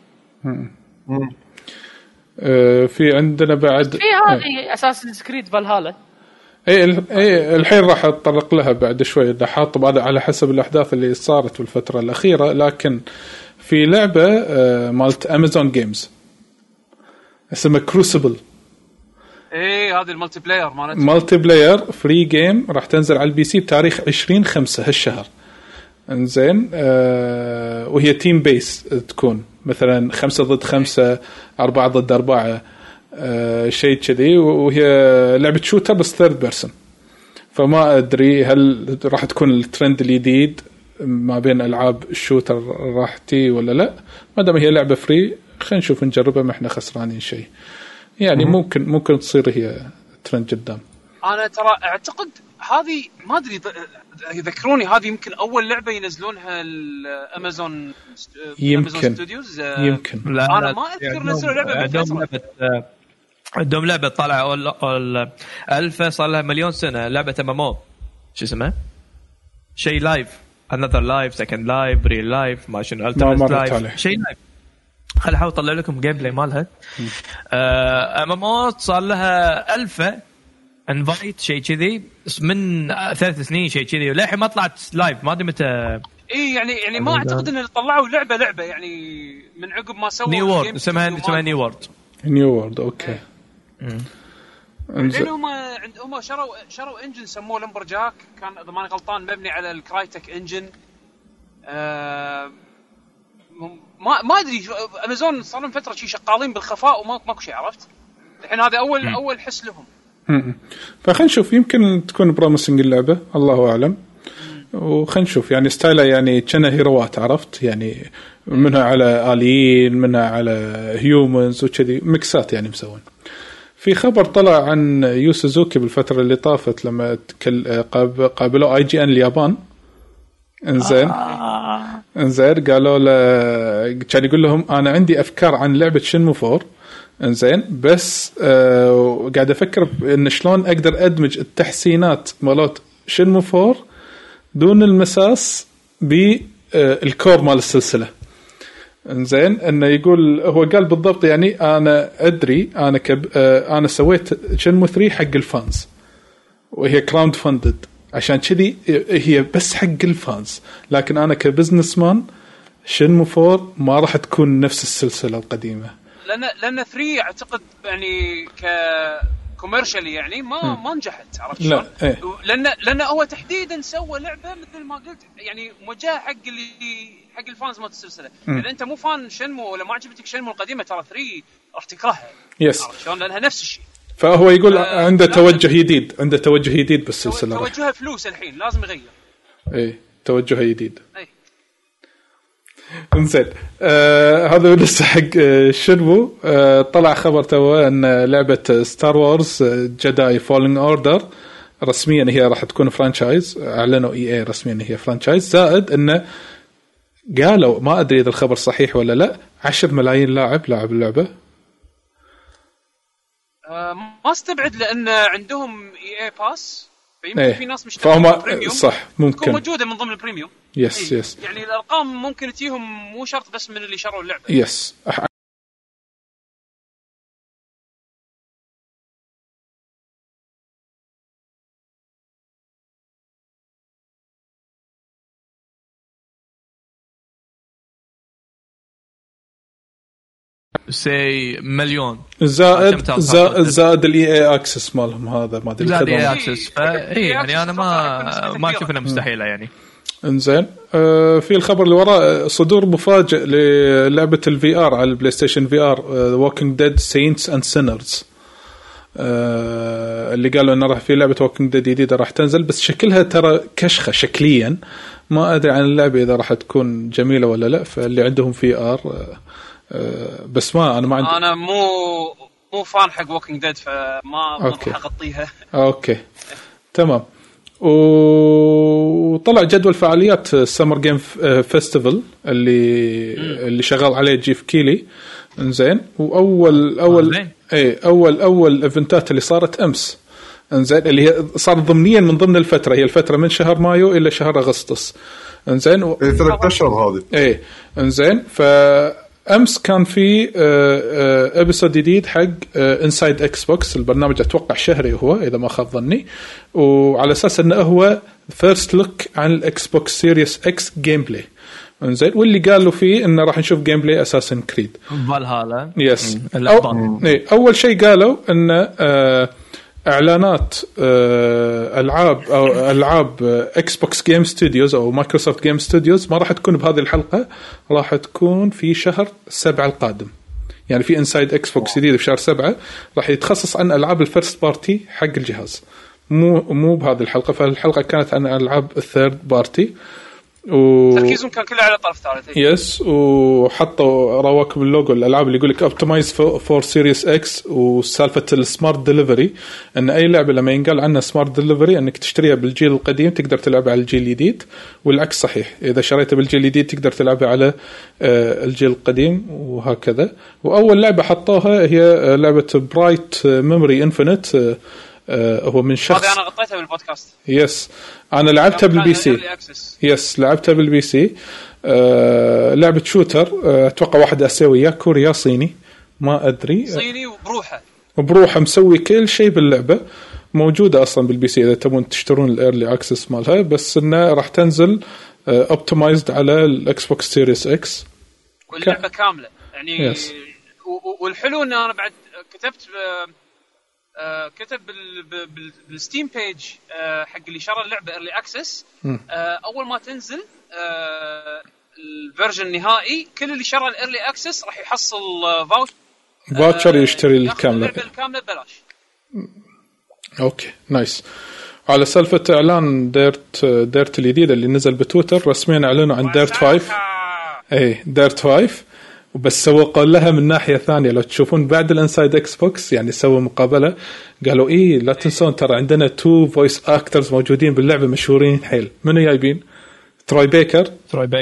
في عندنا بعد في هذه اساسنز كريد فالهالا الحين راح اتطرق لها بعد شوي راح احط على حسب الاحداث اللي صارت في الفتره الاخيره. لكن في لعبه مالت امازون جيمز اسمها كروسبل هذه المالتي بلاير مالتها مالتي بلاير فري جيم راح تنزل على البي سي بتاريخ 20/5 هالشهر. انزين وهي تيم بيس تكون مثلا 5 ضد 5 4 ضد 4 شيء كذي وهي لعبه شوتر بس ثيرد بيرسون. فما ادري هل راح تكون الترند الجديد ما بين العاب الشوتر راح تي ولا لا. ما دام هي لعبه فري خلينا نشوف نجربها ما احنا خسرانين شيء يعني ممكن تصير هي ترند قدام. انا ترى اعتقد هذه ما ادري يذكروني هذه يمكن اول لعبه ينزلونها الامازون ستوديوز يمكن لا انا ما اذكر نزلوا لعبه عندهم لعبه طالعه الفا صار لها مليون سنه لعبه MMO شو اسمها شيء لايف another life second life real life ما شنو ultimate life شيء لايف. خل احاول اطلع لكم جيم بلاي مالها. MMO صار لها الفا انفايت شيء كذي من 3 سنين شيء كذي وللحين ما طلعت لايف ما ادري متى. يعني ما اعتقد ان طلعوا لعبه يعني من عقب ما سووا نيو وورد اسمها نيو وورد اوكي. لأنهم شروا انجن سموه لمبرجاك كان اذا ماني غلطان مبني على الكرايتك انجن ما ادري امازون صار لهم فتره شي شغالين بالخفاء وماكو شيء عرفت الحين هذا اول حس لهم. فخلينا نشوف يمكن تكون بروميسنج اللعبه الله اعلم وخلينا نشوف يعني ستايلها يعني كنا هيروات عرفت يعني منها على آليين منها على هيومنز وكذي ميكسات يعني مسوين. في خبر طلع عن يو سوزوكي بالفترة اللي طافت لما قابلوا IGN اليابان انزين قالوا له كان يقول لهم أنا عندي أفكار عن لعبة شنمو 4 انزين بس قاعد أفكر إن شلون أقدر أدمج التحسينات مالت شنمو 4 دون المساس بالكور مال السلسلة. انزين انه يقول هو قال بالضبط يعني انا ادري انا سويت شنمو 3 حق الفانز وهي كراوند فاندد عشان كذي هي بس حق الفانز لكن انا كبزنس مان شنمو 4 ما راح تكون نفس السلسلة القديمة لان 3 اعتقد يعني كوميرشالي يعني ما نجحت عرفت شلون؟ إيه؟ لان هو تحديدا سوى لعبه مثل ما قلت يعني موجهه حق الفانز مال السلسله. اذا انت مو فان شنمو ولا ما عجبتك شنمو القديمه ترى 3 راح تكرهها. يس شلون لانها نفس الشيء. فهو يقول عنده توجه جديد بالسلسله. توجهها فلوس الحين لازم يغير. ايه توجه جديد. اي انزين هذا لسه حق شنمو. طلع خبر توا ان لعبه ستار وورز جداي فولينج اوردر رسميا هي راح تكون فرانشايز. اعلنوا EA رسميا هي فرانشايز زائد انه قالوا ما ادري اذا الخبر صحيح ولا لا 10 ملايين لاعب اللعبه. ما استبعد لان عندهم EA باس فيمكن في ناس مشتركين بالبريميوم صح ممكن تكون موجوده من ضمن البريميوم. يس يعني الارقام ممكن تجيهم مو شرط بس من اللي شروا اللعبه. يس سي مليون زائد الاي اكسس مالهم هذا ما ادري زائد الاي اكسس يعني انا ما اشوف انه مستحيله يعني. انزين في الخبر اللي وراء صدور مفاجئ للعبه الفي ار على البلاي ستيشن في ار ووكينج ديد سينتس اند سينرز اللي قالوا انه راح في لعبه ووكينج ديد جديده راح تنزل بس شكلها ترى كشخه شكليا ما ادري عن اللعبه اذا راح تكون جميله ولا لا. فاللي عندهم في ار بس انا مو فان حق ووكينج ديد فما راح اغطيها. اوكي تمام. وطلع جدول فعاليات سمر جيم فيستيفال اللي شغال عليه جيف كيلي. انزين واول ايفنتات اللي صارت امس انزين اللي هي صار ضمنيا من ضمن الفتره هي الفتره من شهر مايو الى شهر اغسطس. انزين 3 اشهر هذه. انزين امس كان في ابيسود جديد حق انسايد اكس بوكس البرنامج اتوقع شهري هو اذا ما خاب ظني وعلى اساس انه هو فيرست لوك عن الاكس بوكس سيريس اكس جيم بلاي. انزين واللي قالوا فيه انه راح نشوف جيم بلاي اساسن كريد فالهالا. يس اول شيء قالوا انه اعلانات العاب اكس بوكس جيم ستوديوز او مايكروسوفت جيم ستوديوز ما راح تكون بهذه الحلقه راح تكون في شهر 7 القادم. يعني في انسايد اكس بوكس جديد في شهر 7 راح يتخصص عن العاب الفيرست بارتي حق الجهاز مو بهذه الحلقه. فالحلقه كانت عن العاب الثيرد بارتي تركيزهم كان كله على طرف ثالث. يس وحطوا رواكم اللوجو الالعاب اللي يقول لك اوبتمايز فور سيريس اكس وسالفه السمارت ديليفري ان اي لعبه لما ينقال عنها سمارت ديليفري انك تشتريها بالجيل القديم تقدر تلعبها على الجيل الجديد والعكس صحيح اذا شريتها بالجيل الجديد تقدر تلعبها على الجيل القديم وهكذا. واول لعبه حطوها هي لعبه برايت ميموري انفينيت هو من شخص هذا انا غطيتها بالبودكاست. يس انا لعبتها بالبي سي. يس لعبتها بالبي سي. لعبه شوتر اتوقع واحد اسيوي يا كوريا صيني ما ادري صيني وبروحه مسوي كل شيء باللعبه موجوده اصلا بالبي سي اذا تبون تشترون الايرلي اكسس مالها بس انه راح تنزل اوبتمايزد على الاكس بوكس سيريس اكس واللعبه كامله يعني والحلو ان انا بعد كتب بالستيم بيج حق اللي شرى اللعبه ايرلي اكسس اول ما تنزل الفيرجن النهائي كل اللي شرى الايرلي اكسس راح يحصل فاوتشر يشتري الكامله ببلاش. اوكي نايس. على سالفه اعلان ديرت الجديد اللي نزل بتويتر، رسميا اعلنوا عن ديرت 5. اي ديرت 5، وبس سوقوا لها من ناحيه ثانيه. لو تشوفون بعد الانسايد اكس بوكس يعني سووا مقابله، قالوا لا تنسون ترى عندنا 2 فويس اكترز موجودين باللعبه مشهورين حيل. منو جايبين؟ تروي بيكر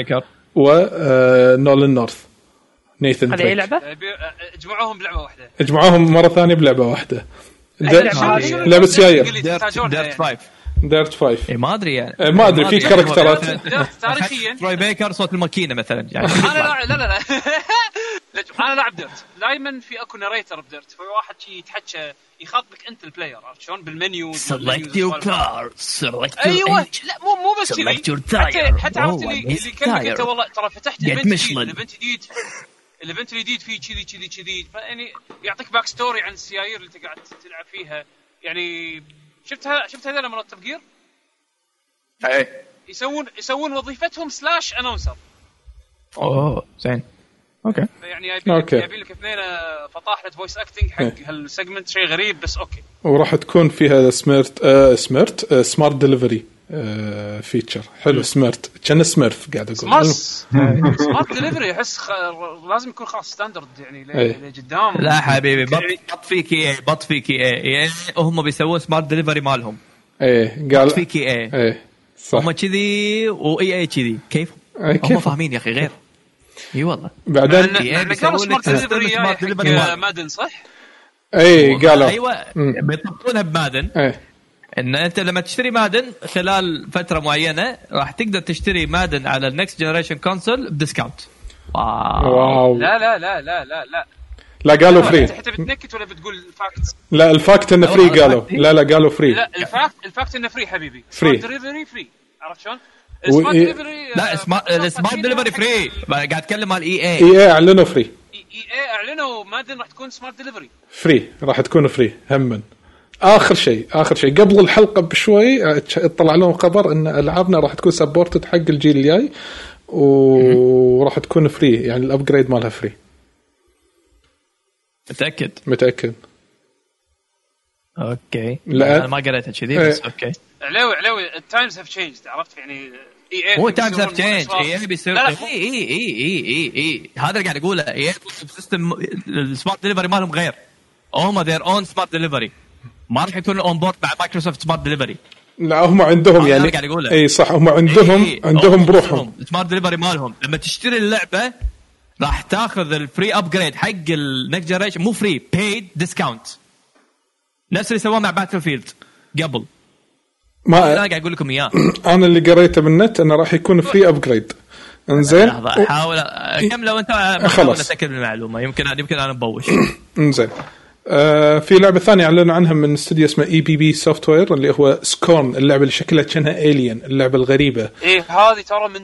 ونولان نورث، نيثن هذه لعبه اجمعوهم بلعبه واحده، اجمعوهم مره ثانيه بلعبه واحده. لعبه سيايير ديرت 5 ما ادري يعني ما ادري في كاركترات تاريخيا. تروي بيكر صوت الماكينه مثلا يعني. لا انا لاعب ديرت، دائما في اكو ناريتر بديرت، في واحد شيء يتحكى يخاطبك انت البلاير، عرفت شلون؟ بالمنيو select your car select ايوه لا مو بس كذي، حتى عرفت اللي كلمك انت والله ترى فتحت الايفنت الجديد فيه كذي يعني يعطيك باك ستوري عن السيايير اللي انت قاعد تلعب فيها. يعني شفت هذول من التفجير اي يسوون وظيفتهم سلاش اناونسر. زين اوكي يعني يبين لك اثنين فطاحله فويس اكتنج حق هالسيجمنت، شيء غريب بس اوكي. وراح تكون فيها سمارت ديليفري فيتشر حلو. سمارت كان سميرف قاعد اقول سمارت ديليفري احس لازم يكون خاص ستاندرد يعني لقدام. لا حبيبي بط فيك ايه هم بيسوون سمارت ديليفري مالهم. قال فيك هم كذي واي كذي كيف هم فاهمين يا اخي غير. اي والله بعدين قالوا سمارت ديليفري مادن صح. قالوا ايوه بيطبقونها بمادن. ان انت لما تشتري مادن خلال فتره معينه راح تقدر تشتري مادن على النكست جنريشن كونسول بديسكاونت. واو لا قالوا فري. انت بتنكت ولا بتقول فاكت؟ لا الفاكت انه فري قالوا. لا قالوا فري. لا الفاكت انه فري حبيبي. سمارت ديليفري فري، عرفت شلون؟ السمارت ديليفري فري. قاعد اتكلم عن اي اعلنوا فري. اعلنوا مادن راح تكون سمارت ديليفري فري، راح تكون فري همن. اخر شيء قبل الحلقه بشوي طلع لهم خبر ان العابنا راح تكون سبورتد حق الجيل الجاي وراح تكون فري، يعني الابجريد مالها فري. متاكد اوكي. لا انا ما قريتها كذي بس اوكي. علاوي التايمز هاف تشينجد، عرفت يعني هو تايمز هاف تشينج. بيصير اي هذا اللي قاعد اقوله. سيستم السمارت ديليفري مالهم غير، هم their own سمارت ديليفري، ما راح يكون اون بورد مع مايكروسوفت سمارت ديليفري. لا هم عندهم يعني اي صح، هم عندهم بروحهم سمارت ديليفري مالهم. لما تشتري اللعبه راح تاخذ الفري ابجريد حق النكست جنريشن، مو فري، بيد ديسكاونت، نفس اللي سواه مع باتل فيلد قبل. ما انا قاعد اقول لكم اياه. انا اللي قريته بالنت انه راح يكون فري ابجريد. انزين حاول كم لو انت خلاص اتاكد من المعلومه، يمكن انا مبوش. انزين في لعبه ثانيه اعلنوا عنها من استوديو اسمه اي بي بي سوفت وير، اللي هو سكورن، اللعبه اللي شكلها كأنها الين، اللعبه الغريبه. هذه ترى من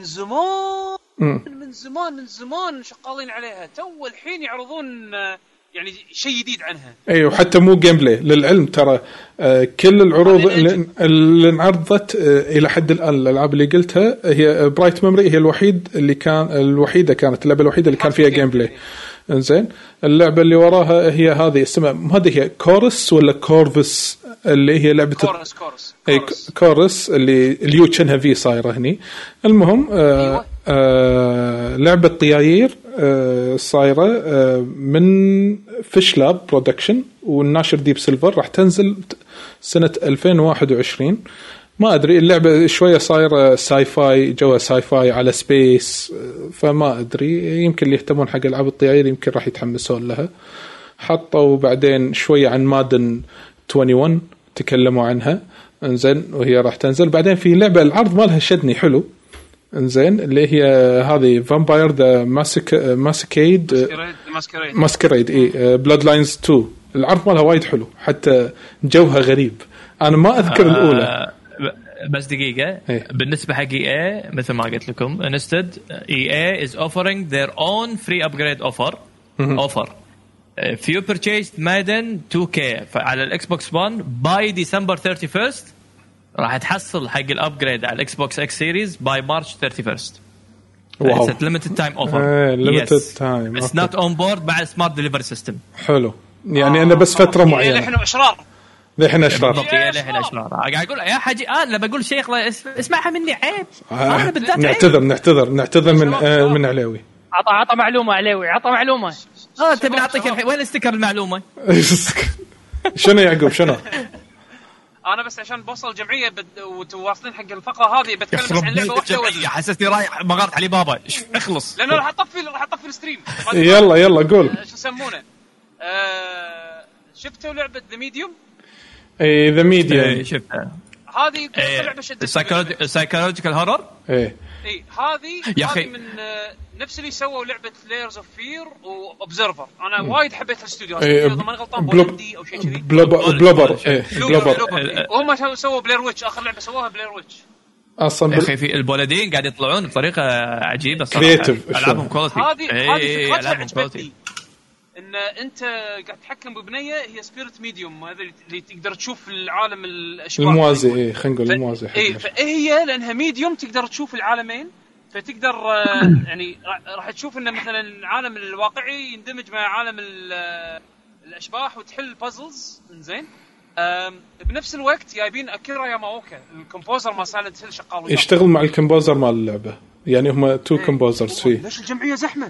زمان شغالين عليها، تو الحين يعرضون يعني شيء جديد عنها. ايوه حتى مو جيم بلاي للعلم ترى. كل العروض اللي انعرضت الى حد الان الالعاب اللي قلتها هي برايت ميموري هي الوحيده كانت اللعبه الوحيده اللي كان فيها جيم بلاي. انزين اللعبه اللي وراها هي هذه اسمها هذه هي كورس ولا كورفس، اللي هي لعبه كورس اللي اليو كانها في صايره هني. المهم لعبه طياير صايره من فيش لاب برودكشن، والناشر ديب سيلفر، راح تنزل سنه 2021. ما أدري اللعبة شوية صايرة ساي فاي، جوا ساي فاي على سبيس، فما أدري يمكن اللي يهتمون حق ألعاب الطيارة يمكن راح يتحمسون لها. حطوا بعدين شوية عن مادن 21 تكلموا عنها. انزين وهي راح تنزل بعدين. في لعبة العرض مالها شدني حلو انزين اللي هي هذه فامباير ذا ماسكريد اي بلاد لاينز 2. العرض مالها وايد حلو، حتى جوها غريب. أنا ما أذكر الأولى بس دقيقة. بالنسبة حق EA مثل ما قلت لكم instead EA is offering their own free upgrade offer. If you purchased Madden 2K على الإكس بوكس 1 by December 31st راح تحصل حق الأبجريد على الإكس بوكس X Series by March 31st. limited time offer. limited time بس not on board مع smart delivery system. حلو يعني أنا بس فترة معينة. إحنا أشرار. لحين أشرار. لحين أشرار. قاعد أقول يا حاجي لما أقول شيخ اسمعها مني عيب. أنا بالذات نعتذر من علوي. عطى معلومة علوي عطى معلومة. تبي نعطيك الحين وين استكر المعلومة؟ شنو يعقوب شنو؟ أنا بس عشان بوصل الجمعية وتواصلين حق الفقرة هذه بتكلم عن لعبة واحدة وجه. حسستني رايح مغارة علي بابا اخلص. لأنه راح أطفي الستريم. يلا قول. شو يسمونه؟ شفتوا لعبة ذا ميديوم؟ إيه ذا ميديوم شفتها. هذه لعبة شدة. سايكولوجيكال هورر. إيه هذه من نفس اللي سووا لعبة لايرز اوف فير وأوبزرفر. أنا وايد حبيت هالاستوديو هذا ما غلطان بولندي أو شيء كذي. بلوبر. وهم سووا بلاير ويتش آخر لعبة سووها بلاير ويتش. أصلاً يا أخي في البولدين قاعد يطلعون بطريقة عجيبة صراحة. ألعابهم كواليتي. هذه ألعابهم كواليتي. إن أنت قاعد تحكم ببنية هي سبيريت ميديوم هذا اللي تقدر تشوف العالم الأشباح الموازي. خلينا نقول الموازي. فهي لأنها ميديوم تقدر تشوف العالمين فتقدر يعني راح تشوف إن مثلا العالم الواقعي يندمج مع عالم الأشباح وتحل بازلز. إنزين بنفس الوقت جايبين أكيرا ياماوكا الكومبوزر ما سايلنت هيل شغال يشتغل مع الكومبوزر مال اللعبة يعني هم 2 كومبوزرز فيه. ليش الجمعية زحمة؟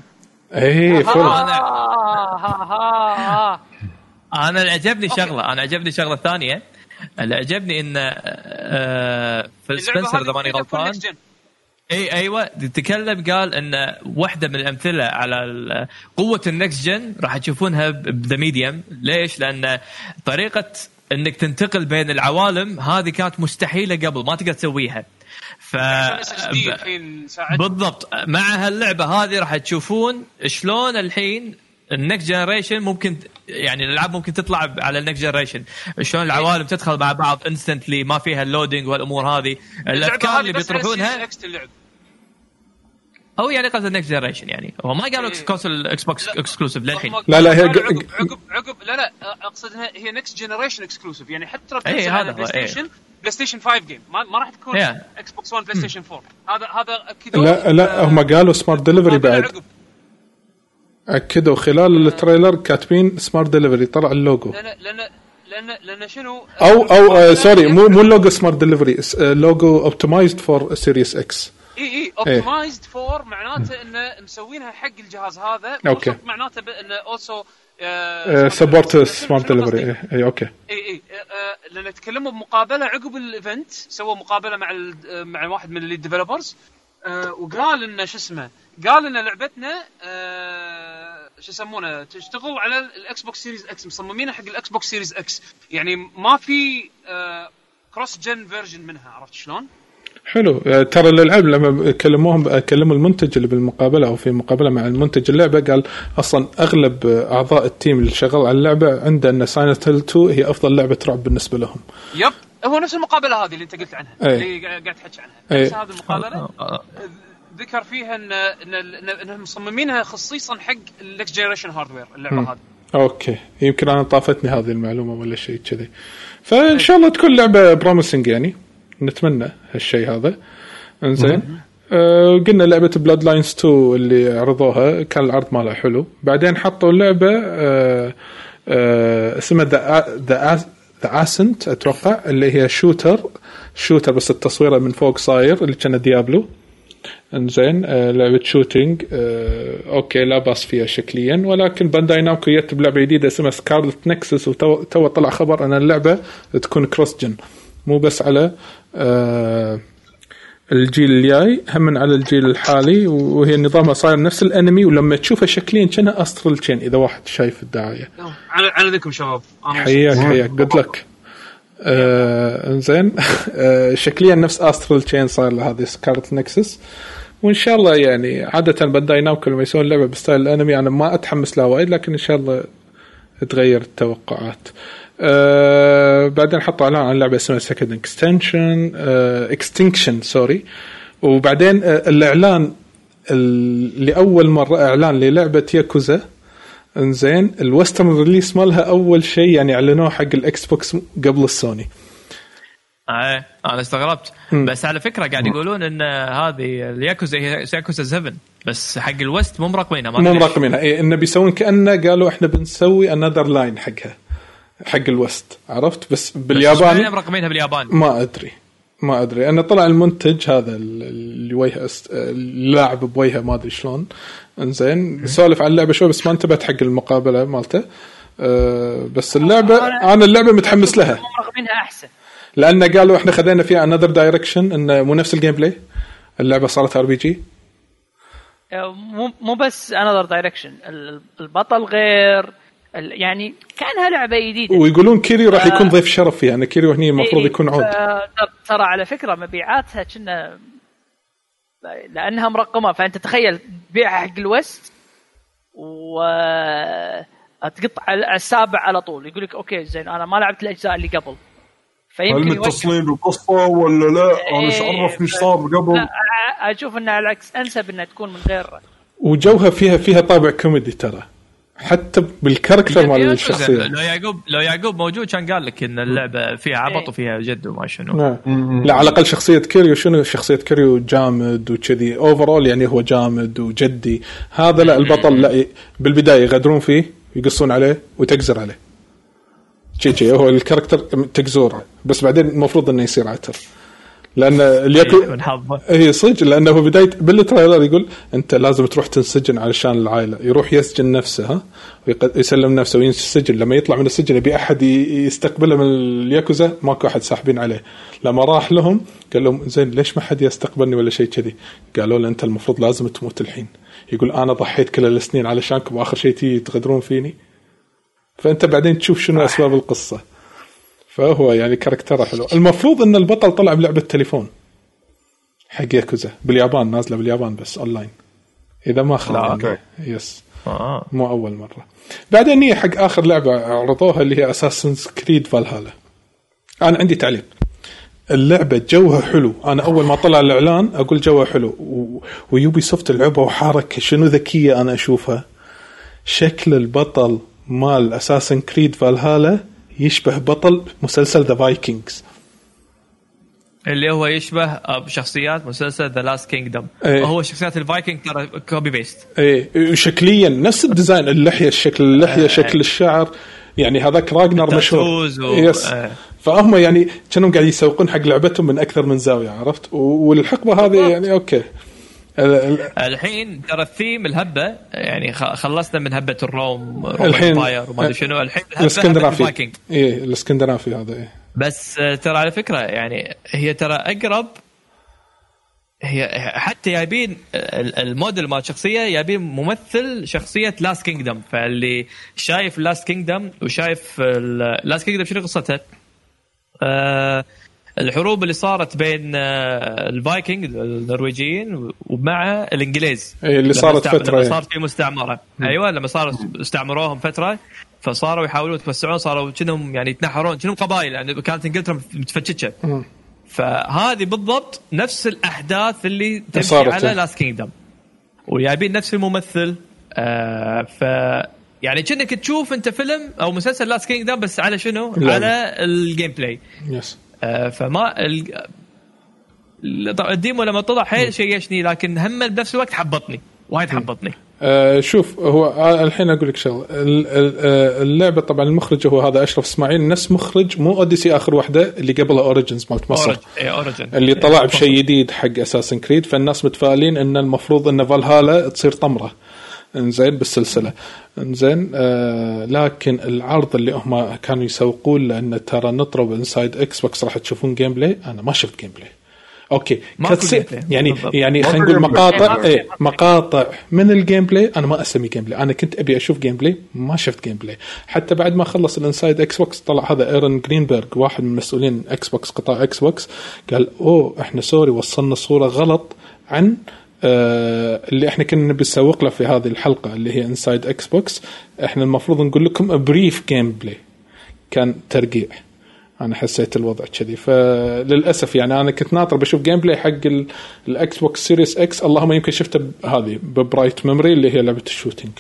أنا عجبني شغلة ثانية. اللي عجبني إن في سبنسر إذا ماني غلطان ايوه تتكلم قال ان واحده من الامثله على قوه النكست جن راح تشوفونها بذا ميديوم. ليش؟ لان طريقه انك تنتقل بين العوالم هذه كانت مستحيله قبل ما تقدر تسويها. بالضبط مع هاللعبه هذه راح تشوفون شلون الحين النكست جنريشن ممكن يعني الالعاب ممكن تطلع على النكست جنريشن شلون العوالم تدخل مع بعض انستنتلي ما فيها اللودينج والامور هذه الافكار اللي بيطرحونها. هو يعني قصد النكست جنريشن يعني هو ما قالوا كونسول اكس بوكس اكسكلوسيف للحين. لا هي عقب لا اقصد هي نكست جنريشن اكسكلوسيف يعني حتى هذا بلاي ستيشن 5 جيم ما راح تكون اكس بوكس 1 بلاي ستيشن 4. هذا اكيدوا. لا هم قالوا سمارت ديليفري بعد اكدوا خلال التريلر كاتبين سمارت ديليفري طلع اللوجو. لأن شنو او سوري مو اللوجو سمارت ديليفري لوجو اوبتمايزد فور سيريس اكس. اي اوبتمايزد فور معناته انه مسوينها حق الجهاز هذا. اوكي معناته انه اولسو سبورت سمارت ديليفري. اي اوكي لان تكلموا بمقابله عقب الايفنت سووا مقابله مع واحد من الليد ديفلوبرز وقال انه شو اسمه قال ان لعبتنا شو يسمونه تشتغل على الاكس بوكس سيريز اكس مصممينها حق الاكس بوكس سيريز اكس يعني ما في كروس جن فيرجن منها. عرفت شلون؟ حلو. ترى الالعاب لما كلموا المنتج اللي بالمقابله او في مقابله مع المنتج اللعبه قال اصلا اغلب اعضاء التيم اللي شغال على اللعبه عنده ان سايلنت هيل 2 هي افضل لعبه رعب بالنسبه لهم. يب هو نفس المقابله هذه اللي انت قلت عنها اللي قاعد تحكي عنها. نفس هذه المقابله ذكر فيها ان مصممينها خصيصا حق النكست جنريشن هاردوير اللعبه هذه. اوكي يمكن انا طافتني هذه المعلومه ولا شيء كذي. فان شاء الله تكون لعبه بروميسنج يعني نتمنى هالشيء هذا. انزين قلنا لعبه بلاد لاينز 2 اللي عرضوها كان العرض مالها حلو. بعدين حطوا لعبه اسمها ذا اسنت اتوقع اللي هي شوتر بس التصوير من فوق صاير اللي كان ديابلو. انزين لعبه شوتينج اوكي لا باس فيها شكليا ولكن بانداي نامكو جت بلعبه جديده اسمها سكارلت نكسس وتو طلع خبر ان اللعبه تكون كروس جن مو بس على الجيل الجاي هم على الجيل الحالي وهي نظامها صاير نفس الانمي ولما تشوفها شكليا كأنها استرال تشين اذا واحد شايف الدعايه. على ذكم شباب حياك جود لك. انزين شكليا نفس استرال تشين صار له هذه سكارلت نكسس وان شاء الله يعني عاده بانداي نامكو لما يسوون لعبه بستايل الانمي انا ما اتحمس لها وايد لكن ان شاء الله تغير التوقعات. بعدين حطوا اعلان عن لعبه اسمها سكند اكستنكشن سوري. وبعدين الاعلان لاول مره اعلان للعبه ياكوزا. انزين الويسترن ريليس مالها اول شيء يعني اعلنوه حق الاكس بوكس قبل السوني. انا استغربت. بس على فكره قاعد يقولون ان هذه الياكوزا هي ياكوزا 7 بس حق الوست مو مرقمينها إيه انه بيسوون كأنه قالوا احنا بنسوي another line حقها حق الوست عرفت. بس بالياباني مرقمينها باليابان ما ادري انا طلع المنتج هذا اللي وجهه اللاعب بوجهه ما ادري شلون انزين سولف عن اللعبه شوي بس ما انتبهت حق المقابله مالته. بس اللعبه متحمس لها مرقمينها احسن لان قالوا احنا خذينا فيها another direction انه مو نفس الجيم بلاي اللعبه صارت RPG مو بس another direction البطل غير يعني كانها لعبه جديده ويقولون كيريو راح يكون ضيف شرف فيها. يعني كيريو هني المفروض يكون عود. ترى على فكره مبيعاتها كنا لانها مرقمه فانت تخيل بيعها حق الوست وتقطع على السابع على طول يقول لك اوكي زين انا ما لعبت الاجزاء اللي قبل فيمكن متصلين بالقصه ولا لا انا ايش عرفني ايش صار قبل. لا اشوف انها على العكس انسب انها تكون من غير وجوها فيها طابع كوميدي ترى حتى بالكاركتر مال الشخصيه. لو يعقوب موجود كان قال لك ان اللعبه فيها عبط وفيها جد وما شنو. لا على الاقل شخصيه كيريو شنو شخصيه كيريو جامد وكذي اوفرول يعني هو جامد وجدي. هذا لا البطل لا بالبدايه يغدرون فيه ويقصون عليه وتجزر عليه شيء هو الكاركتر تجزوره بس بعدين المفروض انه يصير عتر لان هي صدق لانه هو بدايه بالتريلر يقول انت لازم تروح تنسجن علشان العائله يروح يسجن نفسه ويسلم نفسه وينسجن. لما يطلع من السجن يبي احد يستقبله من الياكوزا ماكو احد ساحبين عليه. لما راح لهم قال لهم زين ليش ما حد يستقبلني ولا شيء كذي قالوا له انت المفروض لازم تموت الحين. يقول انا ضحيت كل السنين علشانكم واخر شيء تيجي تغدرون فيني. فانت بعدين تشوف شنو اسباب القصه. فهو يعني كاركتره حلو. المفروض ان البطل طلع بلعبه تليفون حق ياكوزا باليابان نازله باليابان بس اونلاين اذا ما خلص يس مو اول مره. بعدين هي حق اخر لعبه عرضوها اللي هي اساسنز كريد فالهالا. انا عندي تعليق اللعبه جوها حلو. انا اول ما طلع الاعلان اقول جوها حلو ويوبي سوفت اللعبه وحركه شنو ذكيه. انا اشوفها شكل البطل مال اساسن كريد فالهالا يشبه بطل مسلسل ذا فايكنجز اللي هو يشبه بشخصيات مسلسل ذا لاست كينجدم. هو شخصيات الفايكنج ترى كوبي بيست شكليا نفس الديزاين اللحيه شكل اللحيه شكل الشعر يعني هذاك راجنر مشهور يس. فهم يعني كانوا قاعد يسوقون حق لعبتهم من اكثر من زاويه عرفت. والحقبه هذه يعني اوكي الحين ترى الثيم الهبه يعني خلصنا من هبه الروم باير وما ادري شنو. الحين الاسكندنافي الاسكندنافي هذا بس ترى على فكره يعني هي ترى اقرب. هي حتى جايبين الموديل مال شخصيه جايبين ممثل شخصيه لاست كينجدم. فاللي شايف لاست كينجدم وشايف لاست كينجدم شنو قصتها الحروب اللي صارت بين الفايكنج النرويجيين ومع الانجليز اللي صارت فتره لما صار في مستعمره. ايوه لما صار استعمروهم فتره فصاروا يحاولوا يتوسعون صاروا كأنهم يعني يتنحرون كأنهم قبائل يعني كانت انجلترا متفتشه. فهذه بالضبط نفس الاحداث اللي تمشي على لاست كينجدم ويابين نفس الممثل. ف يعني كأنك تشوف انت فيلم او مسلسل لاست كينجدم بس على شنو على الجيم بلاي يس. فما الديمو لما طلع حيل شيشني لكن هم بنفس الوقت حبطني وايد حبطني. شوف هو الحين اقول لك شغله اللعبه طبعا المخرج هو هذا اشرف اسماعيل نفس مخرج مو اوديسي اخر واحده اللي قبلها اوريجنز مالت مصر اللي طلع بشيء جديد حق اساسن كريد. فالناس متفائلين ان المفروض ان فالهالا تصير طمره انزين بالسلسله انزين. لكن العرض اللي هم كانوا يسوقون لان ترى نطرب انسايد اكس بوكس راح تشوفون جيم بلاي. انا ما شفت جيم بلاي اوكي يعني خلينا نقول مقاطع من الجيم بلاي. انا ما اسمي جيم بلاي. انا كنت ابي اشوف جيم بلاي ما شفت جيم بلاي. حتى بعد ما خلص الانسايد اكس بوكس طلع هذا ايرن جرينبرغ واحد من مسؤولين اكس بوكس قطاع اكس بوكس قال احنا سوري وصلنا صوره غلط عن اللي احنا كنا نبي نسوق له في هذه الحلقه اللي هي انسايد اكس بوكس. احنا المفروض نقول لكم بريف جيم بلاي كان ترقيع. انا حسيت الوضع كذي فللاسف يعني انا كنت ناطر بشوف جيم بلاي حق الاكس بوكس سيريس اكس. اللهم يمكن شفته هذه ببرايت ميموري اللي هي لعبه الشوتينج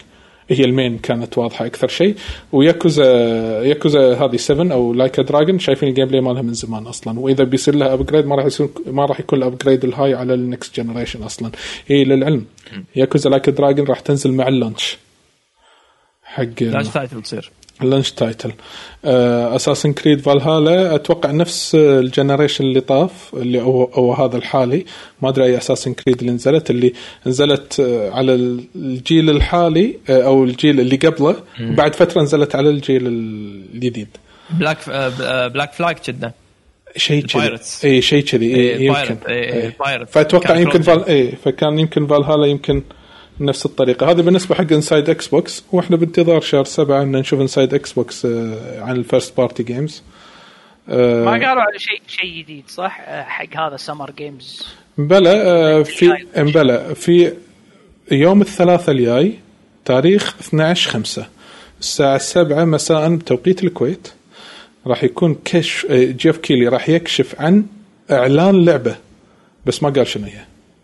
هي المين كانت واضحة أكثر شيء. وياكوزا هذه 7 أو لايك دراجون شايفين الجيم بلاي مالها من زمان أصلا، وإذا بيصير لها أبجريد ما راح يكون الأبجريد الهاي على النكست جنريشن أصلا. هي للعلم ياكوزا لايك دراجون راح تنزل مع اللانش حق لانش تايتل تصير اللانش تايتل. أساسن كريد فالهالا أتوقع نفس الجنريشن اللي طاف اللي أو هذا الحالي، ما أدري أي أساسن كريد اللي نزلت على الجيل الحالي أو الجيل اللي قبله، بعد فترة نزلت على الجيل الجديد. بلاك فلاج كذا شيء كذي، اي شيء كذي يمكن فأتوقع يمكن فكان يمكن فالهالا يمكن نفس الطريقة. هذا بالنسبة حق انسايد اكس بوكس، واحنا بانتظار شهر 7 ان نشوف انسايد اكس بوكس عن الفيرست بارتي جيمز. ما قالوا على شيء جديد صح حق هذا سمر جيمز؟ بلا في يوم الثلاثاء الجاي تاريخ 12/5 الساعة 7 مساء بتوقيت الكويت راح يكون كشف جيف كيلي راح يكشف عن اعلان لعبة، بس ما قال شنو هي.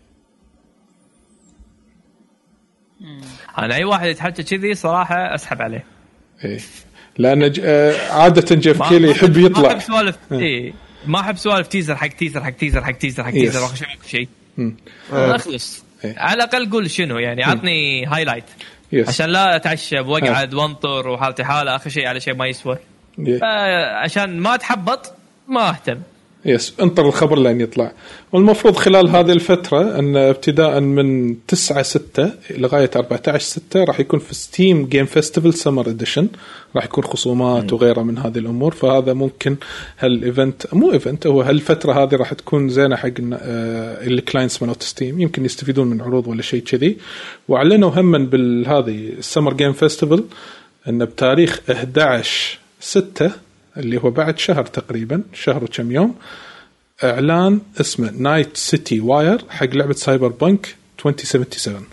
أنا أي واحد يتحكى كذي صراحة أسحب عليه. إيه لأن عادة جيف كيلي يحب يطلع. ما أحب سوالف ما أحب سوالف تيزر حق تيزر وآخر شيء. أخلص على الأقل قول شنو يعني، عطني هايلايت عشان لا أتعشى وأقعد وانطر وحالتي حالة آخر شيء على شيء ما يسوى. عشان ما تحبط ما أهتم. انطر الخبر لين يطلع. والمفروض خلال هذه الفترة أن ابتداء من 9/6 لغاية 14/6 راح يكون في ستيم جيم فيستيفال سمر إديشن، راح يكون خصومات وغيرها من هذه الأمور. فهذا ممكن هو هالفترة هذه راح تكون زينة حق الكلاينتس مالت ستيم، يمكن يستفيدون من عروض ولا شيء كذي. وأعلنوا هما بالهذه السمر جيم فيستيفال أن بتاريخ 11/6 اللي هو بعد شهر تقريبا، شهر وكم يوم، اعلان اسمه نايت سيتي واير حق لعبة سايبر بانك 2077.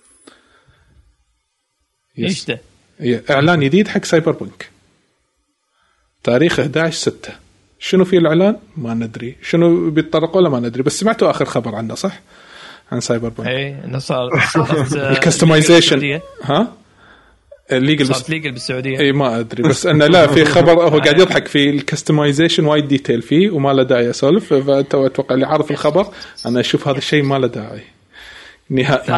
ايش ده؟ اعلان جديد حق سايبر بانك تاريخ 11/6. شنو في الاعلان ما ندري، شنو بيتطرقوا له ما ندري، بس سمعتوا اخر خبر عنه صح عن سايبر بانك؟ اي صار الكستمايزيشن ها ليجل بالسعودية. اي ما ادري، بس انه لا في خبر هو قاعد يضحك في الكستمايزيشن وايد ديتيل فيه وما له داعي اسولف. فاتوقع اللي عارف الخبر انا اشوف هذا الشيء ما له داعي نهائيا.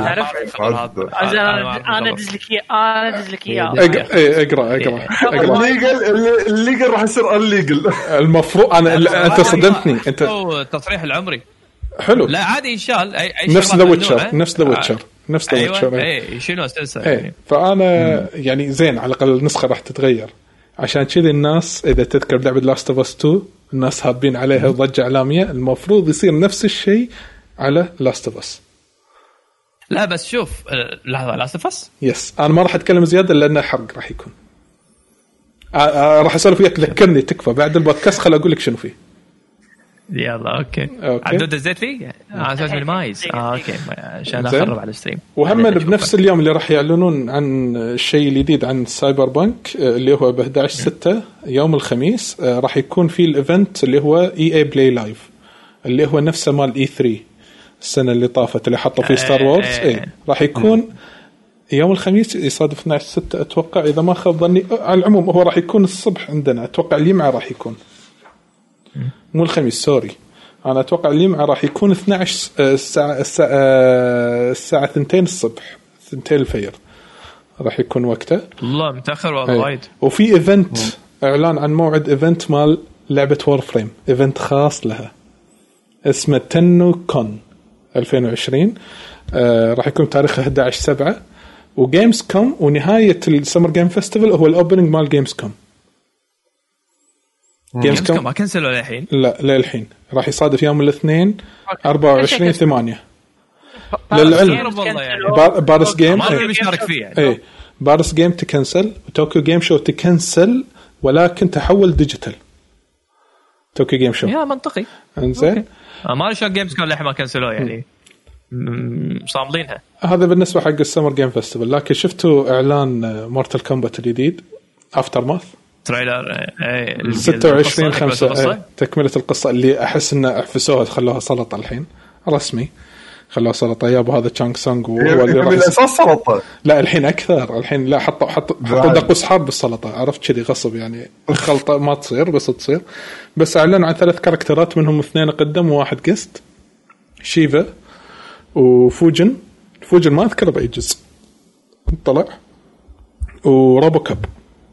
انا ادز لك اياه اقرا الليجل راح يصير الليجل. المفروض انت صدمتني انت التصريح العمري حلو. لا عادي ان شاء الله نفس ذا ويتشر نفس ذا ويتشر. اي شنو اساسا يعني. فانا يعني زين على الاقل النسخه راح تتغير. عشان كذا الناس اذا تذكر لعبه لاست اوف اس 2 الناس هابين عليها ضجه اعلاميه، المفروض يصير نفس الشيء على لاست اوف اس. لا بس شوف لحظه لاست اوف اس يس انا ما راح اتكلم زياده لانه حرق راح يكون. راح اسولف وياك ذكرني تكفى بعد البودكاست خل اقول لك شنو فيه. يلا اوكي عدد الزيت فيه على اساس المايز اوكي عشان اخرب على الستريم. وهم بنفس اليوم اللي راح يعلنون عن الشيء الجديد عن سايبر بانك اللي هو ب 11/6 يوم الخميس راح يكون في الايفنت اللي هو اي بلاي لايف اللي هو نفسه مال اي 3 السنه اللي طافت اللي حطوا فيه ستار وورز. راح يكون يوم الخميس يصادف 12/6 اتوقع اذا ما خاب ظني. على العموم هو راح يكون الصبح عندنا اتوقع الجمعه راح يكون مو الخميس سوري أنا أتوقع الجمعة راح يكون 12 الساعة 2 الصبح 2 الفجر راح يكون وقته. الله متأخر والله وايد. وفي إيفنت إعلان عن موعد إيفنت مال لعبة وور فريم، إيفنت خاص لها اسمه تنو كون 2020 راح يكون تاريخ 11/7 وجيمز كوم. ونهاية السمر جيم فيستيفال هو الأوبننج مال جيمز كوم. جيمز كوم ما كنسلوا الحين؟ لا للحين راح يصادف يوم الاثنين 24/8 للعلم. بارس جيم ما بيشارك فيه يعني. اي بارس جيم تكنسل وتوكيو جيم شو تكنسل ولكن تحول ديجيتال توكيو جيم شو. يا منطقي انزين ما ادري شو جيمز كوم للحين ما كنسلوه يعني صاملينها. هذا بالنسبه حق السمر جيم فيستيفال. لكن شفتوا اعلان مورتال كومبات الجديد افتر ماث تريلر 26/5 تكملة القصة اللي أحس إن أحفسوها خلوها سلطة الحين رسمي خلوه سلطه يا ابو هذا تشانغ سانغ هو اللي من الاساس سلطه. لا الحين اكثر، الحين لا حطوا دقوس حار بالسلطه، عرفت كذي غصب يعني الخلطه ما تصير بس تصير. بس اعلنوا عن 3 كاركترات منهم 2 قدم وواحد قست، شيفا وفوجن ما اذكر باي جزء طلع، وروبوكاب.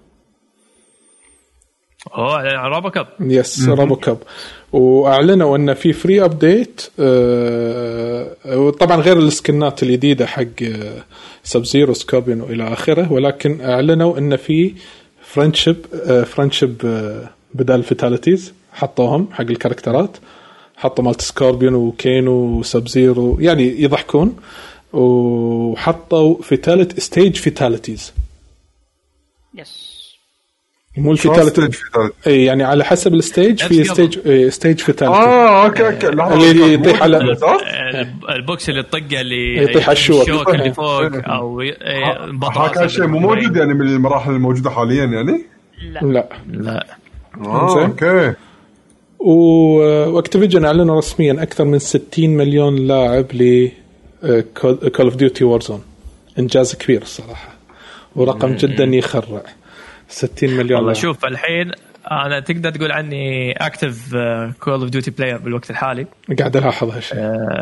روبوكاب يس روبوكاب. واعلنوا ان في فري ابديت، وطبعا غير السكنات الجديده حق سب زيرو سكوربيون والى اخره، ولكن اعلنوا ان في فرنشيب بدال فيتاليتيز حطوهم حق الكاركترات، حطوا مالت سكوربيون وكينو وسب زيرو يعني يضحكون، وحطوا ستيج فيتاليتيز. يس مو الفيتاليتي اي يعني على حسب الستيج، في ستيج فيتاليتي. اوكي اللي يطيح على البوكس اللي طقه اللي يطيح على الشوك اللي فوق او هذا شيء مو موجود يعني من المراحل الموجوده حاليا يعني. لا اوكي. واكتيفيجن اعلنوا رسميا اكثر من 60 مليون لاعب ل كول اوف ديوتي وورزون. انجاز كبير الصراحه ورقم جدا يخرع. 60 مليون. والله شوف الحين انا تقدر تقول عني اكتف كول اوف ديوتي بلاير بالوقت الحالي، قاعد الاحظ هالشيء.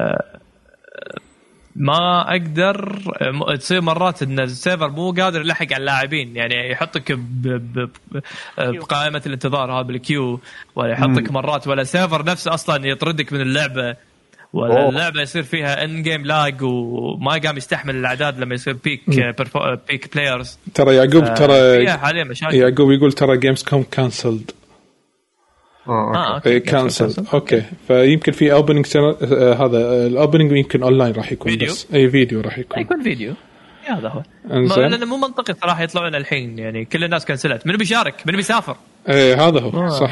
ما اقدر تصير مرات ان السيرفر مو قادر يلحق على اللاعبين، يعني يحطك بقائمه الانتظار هذا بالكيو، ولا يحطك مرات ولا سيرفر نفسه اصلا يطردك من اللعبه، ولا اللعبه يصير فيها ان جيم لاج وما قام يستحمل الاعداد لما يصير بيك بلايرز. ترى يعقوب ترى حاليا مشاكل. يعقوب يقول ترى جيمز كوم كانسلد. اوكي كانسلد. اوكي فيمكن في اوبننج هذا الاوبننج يمكن اونلاين راح يكون فيديو. بس اي فيديو راح يكون فيديو. هذا هو لانه مو منطقي صراحه يطلعون الحين، يعني كل الناس كنسلت، من بيشارك من بيسافر. هذا هو صح.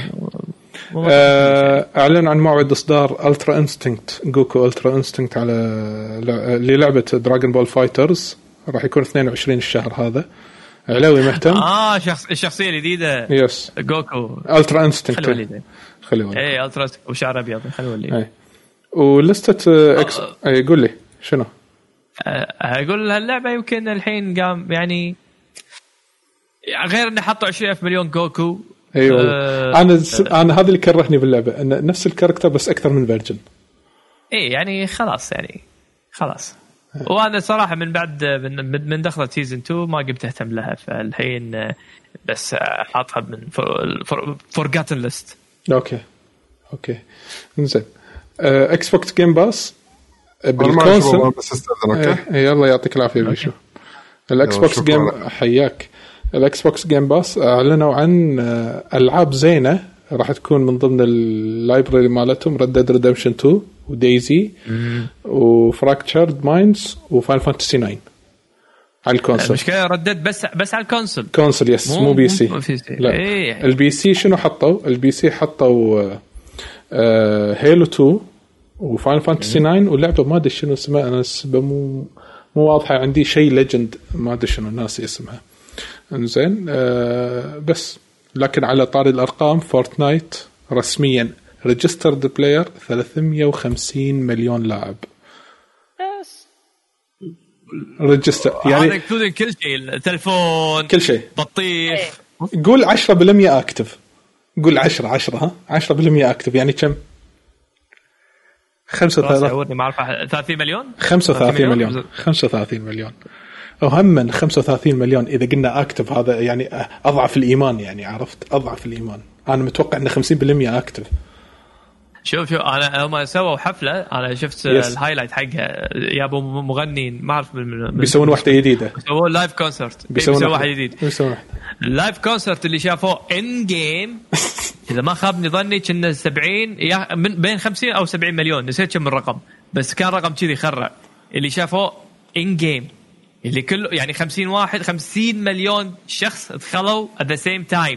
اعلن عن موعد اصدار الترا انستينكت جوكو الترا انستينكت على للعبه دراغون بول فايترز، راح يكون 22 الشهر هذا. علاوي مهتم. الشخصيه الجديده يس جوكو الترا انستينكت خليه اي الترا وشعر ابيض خليه ولسته اكس. يقول لي شنو اقول اللعبه يمكن الحين قام يعني غير انه حطوا 20 مليون جوكو. ايوه انا هذا اللي كرهني باللعبه، ان نفس الكاركتر بس اكثر من فيرجن. ايه يعني خلاص وانا صراحه من بعد من دخلت سيزن 2 ما قمت اهتم لها، فالحين بس حاطها من فورغاتن ليست. اوكي زين. اكس بوكس جيم باس بالكونسول. يلا يعطيك العافيه بيشو. الاكس بوكس جيم حياك. الاكس بوكس جيم باس اعلنوا عن العاب زينه راح تكون من ضمن اللايبراري مالتهم، Red Dead Redemption 2 ودايزي وفراكتشرد مايندز وفاينل فانتسي 9 على الكونسول. المشكله ردد بس على الكونسول. يس مو بي سي. لا إيه. البي سي شنو حطوا؟ البي سي حطوا هيلو 2 وفاينل فانتسي 9 ولعبه ما ادري شنو اسمها، انا مو واضحه عندي، شيء ليجند ما ادري شنو الناس اسمها. انزين بس لكن على طاري الارقام، فورتنايت رسميا ريجسترد بلاير 350 مليون لاعب. بس ريجستر يعني هذا يكون كل شيء، التلفون كل شيء، بطيخ. قول 10% اكتف، قول 10 10% اكتف يعني كم؟ 35 ما اعرف 30 مليون 35 مليون وهم من 35 مليون اذا قلنا اكتف، هذا يعني اضعف الايمان، يعني عرفت اضعف الايمان. انا متوقع ان 50% اكتف. شوف انا هم سووا حفله، انا شفت الهايلايت حقها، يابو مغنين ما اعرف بيسوون واحده جديده، بيسوون لايف كونسرت، بيسوون واحد جديد، اللايف كونسرت اللي شافوه ان جيم اذا ما خابني ظني كنا 70 بين 50 او 70 مليون، نسيت كم الرقم، بس كان رقم كذي يخرع اللي شافوه ان جيم، اللي كله يعني 50 مليون شخص دخلوا at the same time.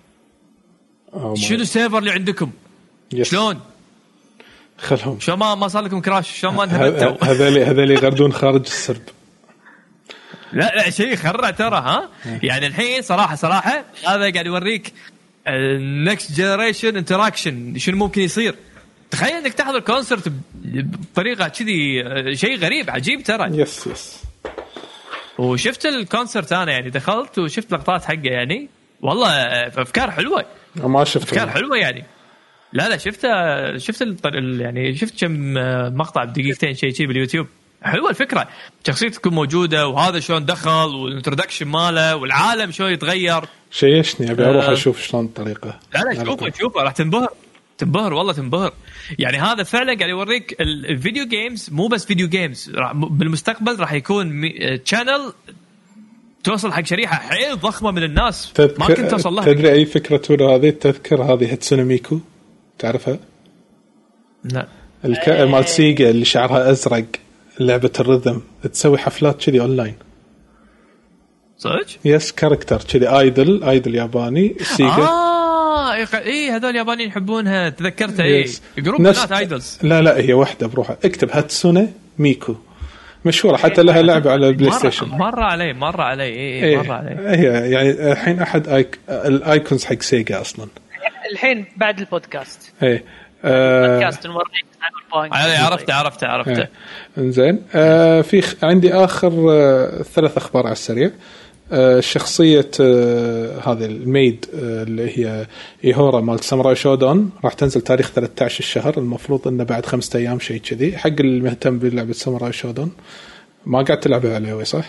شنو السيرفر اللي عندكم؟ شلون خلهم شو ما صار لكم كراش؟ شو ما انهبتوا؟ هذول يغردون خارج السرب. لا شيء خرع ترى. ها يعني الحين صراحه هذا قاعد يوريك next generation interaction شنو ممكن يصير. تخيل انك تحضر كونسرت بطريقه كذي، شيء غريب عجيب ترى. يس وشفت الكونسرت انا يعني دخلت وشفت لقطات حقه يعني والله افكار حلوه. ما شفت افكار حلوه يعني. لا شفت يعني شفت كم مقطع بدقيقتين شيء باليوتيوب. حلوه الفكره، شخصيته تكون موجوده وهذا شلون دخل والانترودكشن ماله والعالم شلون يتغير. شيشني ابي اروح اشوف شلون الطريقه. لا شوفه راح تنبهر والله تنبهر. يعني هذا فعلا قاعد يوريك الفيديو جيمز مو بس فيديو جيمز، بالمستقبل راح يكون تشانل توصل حق شريحه حيل ضخمه من الناس ما كنت توصل لها. تدري اي فكره تقول هذه؟ تذكر هذه هاتسونا ميكو، تعرفها؟ لا مال سيجا اللي شعرها ازرق، لعبه الرذم، تسوي حفلات كذي اونلاين. صدق؟ يس كاركتر كذي ايدل ياباني سيجا. ايه هذول اليابانيين يحبونها، تذكرتها. ايه جروب بنات ايدلز. لا هي واحده بروحها، اكتب هاتسونا ميكو، مشهوره حتى لها لعبه على البلاي ستيشن. مر علي مر علي. هي يعني الحين احد الايكونز حق سيجا اصلا الحين بعد البودكاست. ايه بودكاست نوريك عرفته. انزين في عندي اخر 3 اخبار على السريع. شخصية هذه الميد اللي هي إيهورا مال ساموراي شودون راح تنزل تاريخ 13 الشهر، المفروض إنه بعد 5 أيام شيء كذي. حق المهتم بلعبة ساموراي شودون. ما قاعد تلعبها عليه صح؟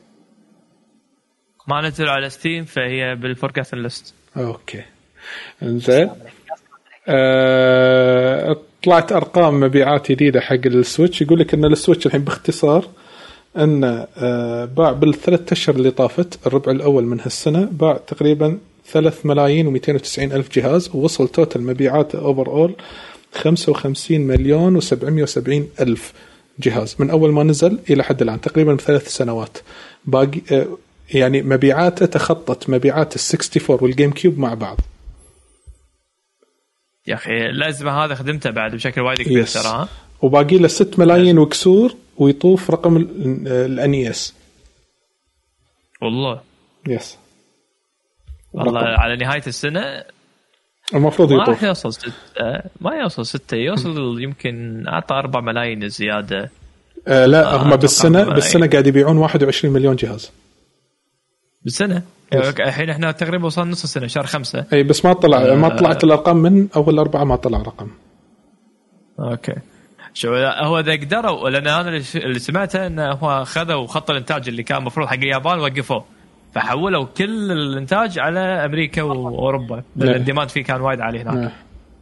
ما نزل على ستيم فهي بالفوركاست ليست. أوكي إنزين. طلعت أرقام مبيعات جديدة حق السويتش. يقول لك إن السويتش الحين باختصار أن باع بالثلاث أشهر اللي طافت الربع الأول من هالسنة باع تقريبا 3,290,000 جهاز، ووصل توتال مبيعات أوفر أول 55,770,000 جهاز من أول ما نزل إلى حد الآن تقريبا ب3 سنوات. باقي يعني مبيعاته تخطت مبيعات ال64 والجيم كيوب مع بعض. يا أخي لازم هذا خدمته بعد بشكل وايد كبير ترى. وباقي له 6 ملايين وكسور ويطوف رقم الانيس. والله يس والله على نهاية السنة المفروض يطوف. ما راح يوصل 6، ما يوصل 6، يوصل يمكن أعطى 4 ملايين زيادة. لا هم بالسنة قاعد يبيعون 21 مليون جهاز بالسنة. الحين احنا تقريبا وصلنا نص السنة شهر 5. اي بس ما طلعت الأرقام من أول 4 ما طلع رقم. اوكي شو هو ذا قدروا، لأن أنا اللي سمعته إنه هو خذوا خط الإنتاج اللي كان مفروض حق اليابان وقفوه، فحولوا كل الإنتاج على أمريكا وأوروبا لأن الديماند فيه كان وايد عالي هناك.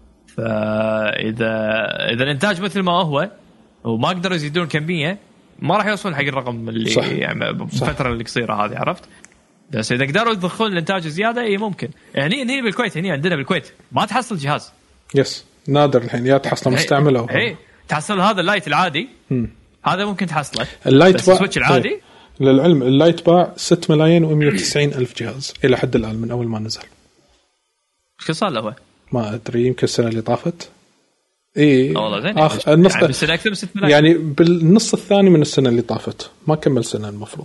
فإذا الإنتاج مثل ما هو وما قدروا يزيدون كمية ما راح يوصلون حق الرقم اللي صح. يعني بفترة القصيرة هذه، عرفت؟ بس إذا قدروا يدخلون الإنتاج زيادة إيه ممكن. يعني هنا بالكويت، هنا عندنا بالكويت ما تحصل جهاز. يس نادر الحين يا تحصل مستعمل أو تحصل هذا اللايت العادي. هذا ممكن تحصله اللايت سويتش العادي. للعلم اللايت باع 6,190,000 جهاز إلى حد الآن من أول ما نزل. شو صار له؟ ما أدري يمكن السنة اللي طافت. إيه والله زين. النص يعني بالسنة أكثر من 6 ملايين. يعني بالنص الثاني من السنة اللي طافت ما كمل سنة المفروض.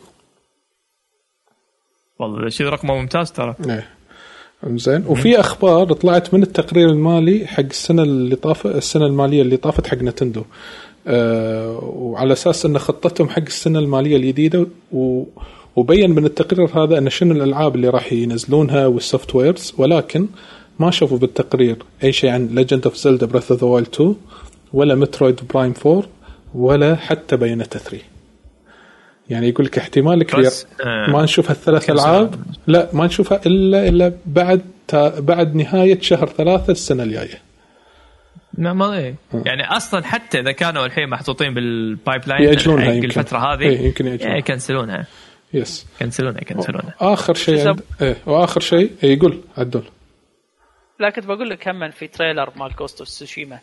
والله شيء رقمه ممتاز ترى. إيه زين. وفي أخبار طلعت من التقرير المالي حق السنة اللي طافت، السنة المالية اللي طافت حق نتندو. وعلى أساس أن خطتهم حق السنة المالية الجديدة وبين من التقرير هذا أن شنو الألعاب اللي راح ينزلونها والسوفت ويرز، ولكن ما شافوا بالتقرير أي شيء عن Legend of Zelda Breath of the Wild 2 ولا Metroid Prime 4 ولا حتى Bayonetta 3. يعني يقول لك احتمال كبير ما نشوف هالثلاث ألعاب، لا ما نشوفها إلا بعد نهاية شهر 3 السنة الجاية. ما إيه يعني أصلا حتى إذا كانوا الحين محطوطين بالبايب لاين يأجلونها الفترة هذه يمكن يكنسلونها. يس يكنسلونها. آخر شيء وآخر شيء يقول عدول. لا كنت بقول لك كمان في تريلر مال كوست اوف تسوشيما.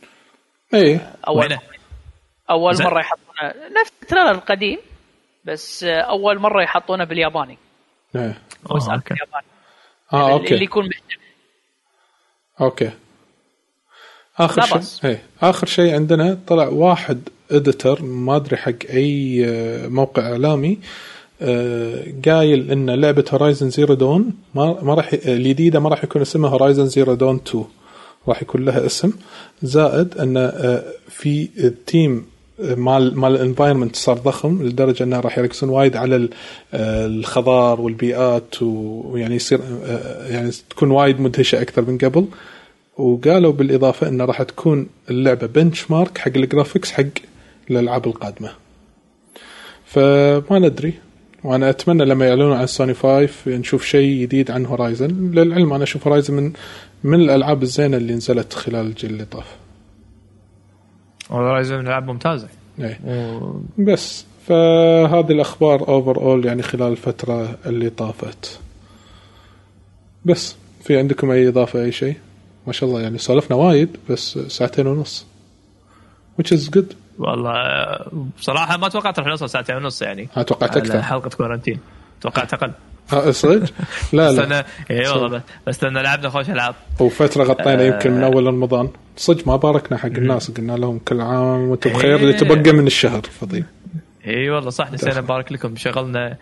أول مرة يحطونه نفس التريلر القديم بس أول مرة يحطونه بالياباني. أوكي. أوكي. اللي يكون محتمل. أوكي. آخر شيء عندنا طلع واحد إديتر ما أدري حق أي موقع إعلامي قايل إن لعبة هورايزن زيرو دون ما راح الجديدة ما راح يكون اسمها هورايزن زيرو دون 2، راح يكون لها اسم، زائد أن في التيم مال الانفايرمنت صار ضخم لدرجة أنه راح يركزون وايد على الخضار والبيئات، ويعني يصير يعني تكون وايد مدهشة أكثر من قبل. وقالوا بالإضافة أنه راح تكون اللعبة بنش مارك حق الجرافيكس حق الألعاب القادمة. فما ندري، وأنا أتمنى لما يعلنوا عن سوني 5 نشوف شيء جديد عن هورايزن. للعلم أنا أشوف هورايزن من الألعاب الزينة اللي نزلت خلال الجيل اللي طاف. هورايزن لعبة ممتازة. بس فهذه الأخبار أوفر أول يعني خلال الفترة اللي طافت. بس في عندكم أي إضافة أي شيء؟ ما شاء الله يعني سولفنا وايد بس 2.5 which is good. والله بصراحة ما توقعت رح نوصل 2.5 يعني. توقعت أكثر. حلقة كورنتين توقعت أقل. صدق؟ لا لا. والله بس أنا لعبنا خوش ألعاب. وفترة غطينا يمكن من أول رمضان. صدق ما باركنا حق الناس، قلنا لهم كل عام وانتم بخير اللي تبقى من الشهر فضي. والله صح، نسينا نبارك لكم. شغلنا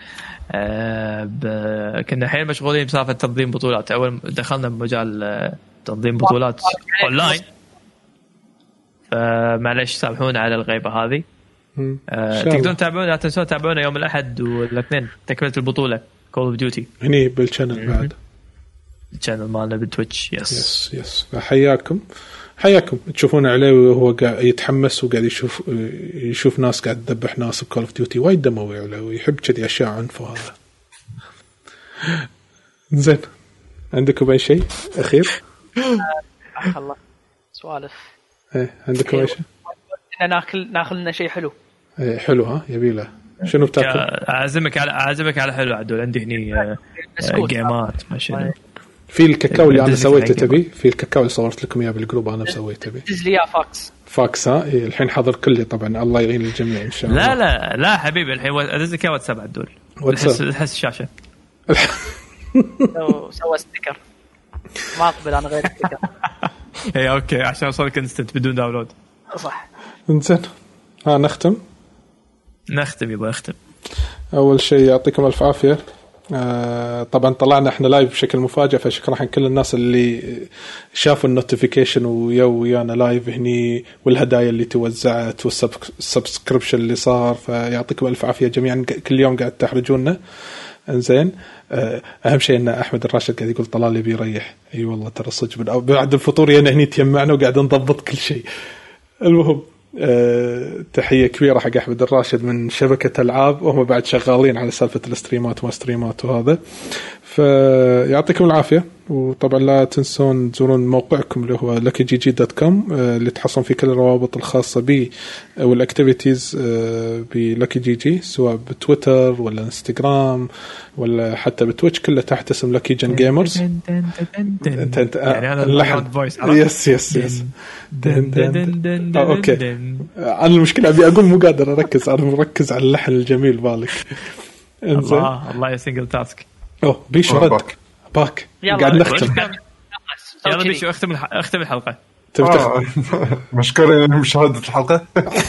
كنا حين مشغولين بسالفة تنظيم بطولات. أول دخلنا بمجال تنظيم بطولات أونلاين، فمعلش سامحونا على الغيبة هذه. تقدرون تتابعونا، لا تنسون تتابعونا يوم الأحد والاثنين تكملة البطولة Call of Duty هني بالشانل بعد الشانل مالنا بالتويتش. يس حياكم تشوفون عليه وهو قاعد يتحمس وقاعد يشوف ناس قاعد تذبح ناس بكول اوف ديوتي. وايد دموي عليه ويحب كذي اشياء عنف. هذا زين. عندكم اي شيء اخير؟ الله سوالف. عندكم اي شيء؟ ناكل لنا شيء حلو. حلو. ها يبي له شنو بتاكل؟ اعزمك على حلو عدول. عندي هني جيمات ماشي. في الكاكاو اللي انا سويته تبي، في الكاكاو اللي صورت لكم اياه بالجروب انا مسويته تبي. دز لي يا فاكس. ها الحين حاضر كلي طبعا. الله يعين الجميع ان شاء الله. لا حبيبي الحين ادز لك واتساب عدول. تحس الشاشه سوى ستيكر. ما اقبل انا غير ستيكر. اوكي عشان اوصلك انستنت بدون داونلود. صح. زين نختم يبغى نختم. اول شيء يعطيكم الف عافيه. طبعا طلعنا احنا لايف بشكل مفاجئ، فشكرا حق كل الناس اللي شافوا النوتيفيكيشن ويانا لايف هني، والهدايا اللي توزعت والسبسكريبشن اللي صار. فيعطيكم الف عافيه جميعا. كل يوم قاعد تحرجونا. انزين اهم شيء ان احمد الراشد قاعد يقول طلال بيريح. اي والله ترى صدق بعد الفطور يانا هني تجمعنا وقاعد نضبط كل شيء. المهم تحية كبيرة حق أحمد الراشد من شبكة ألعاب، وهم بعد شغالين على سالفة الاستريمات وما استريمات وهذا. فيعطيكم العافية. وطبعا لا تنسون تزورون موقعكم اللي هو luckygg.com اللي تحصلون فيه كل الروابط الخاصة بي والأكتيفيتيز بluckygg، سواء بتويتر ولا انستغرام ولا حتى بتويتش، كله تحت اسم Lucky Gen Gamers. يعني أنا اللحن يس أوكي. أنا المشكلة أبي أقول مو قادر أركز، أنا مركز على اللحن الجميل بالك. الله يسنجل تاسك. بيشو رد باك قاعد نختم. يلا بيشو اختم الحلقة. مشكورين لمشاهدة الحلقة.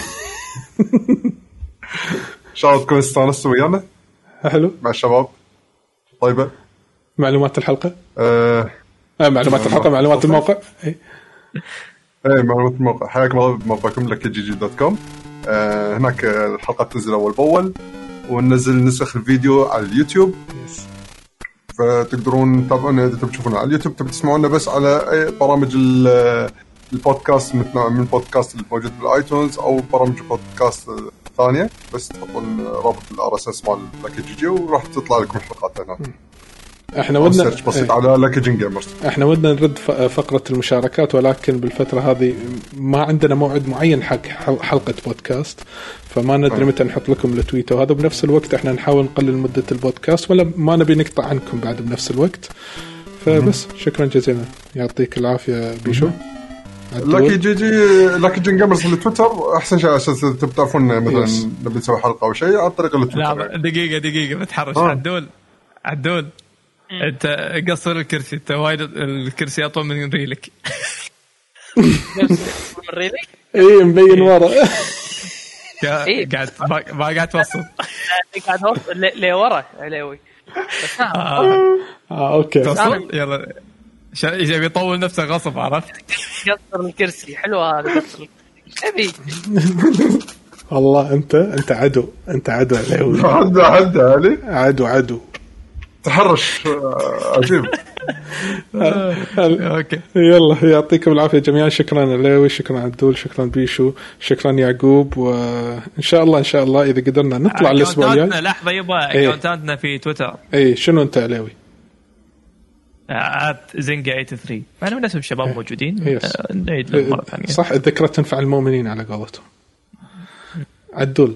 إن شاء الله تكون استانستوا ويانا. حلو مع الشباب. طيبة. معلومات الحلقة. معلومات الحلقة، معلومات الموقع. معلومات الموقع. حياكم الله بموقعكم luckygg.com. هناك الحلقة تنزل أول بأول، وننزل نسخ الفيديو على اليوتيوب. فتقدرون تتابعونا إذا تبي تشوفونا على اليوتيوب، تبي تسمعونا بس على أي برامج البودكاست مثل من بودكاست الموجود بالايتونز او برامج بودكاست ثانيه، بس تحطون رابط الRSS مال luckygg وراح تطلع لكم الحلقات هناك. احنا ودنا بسيط على luckygg جيمرز. احنا ودنا نرد فقره المشاركات، ولكن بالفتره هذه ما عندنا موعد معين حق حلقه بودكاست، فما ندري متى نحط لكم التويت، وهذا بنفس الوقت احنا نحاول نقلل مده البودكاست ولا ما نبي نقطع عنكم بعد بنفس الوقت. فبس شكرا جزيلا، يعطيك العافيه بيشو. luckygg جيمرز في تويتر احسن شيء عشان تعرفون مثلا نبي نسوي حلقه او شيء عن طريق التويتر. لا دقيقه ما تحرش. عدول انت قصر الكرسي، انت وايد الكرسي اطول من ريلك. من ريلك ايه مبين ورا. قاعد ما قاعد توصل. قاعد اوصل لورا علوي. اوكي توصل. يلا يجي يطول نفسه غصب، عرفت؟ قصر الكرسي حلو هذا قصر أبي. والله انت عدو، انت عدو عليه. عدو تحرش عجيب. اوكي يلا يعطيكم العافيه جميعا. شكرا عليوي، شكرا عبدول، شكرا بيشو، شكرا يعقوب. وان شاء الله اذا قدرنا نطلع الاسبوع الجاي. لحظه يبا اكونتاتنا في تويتر. اي شنو انت عليوي؟ @zinga83. انا من اسم الشباب موجودين. نعيد مره ثانيه. صح، الذكرى تنفع المؤمنين على قولتهم. عدول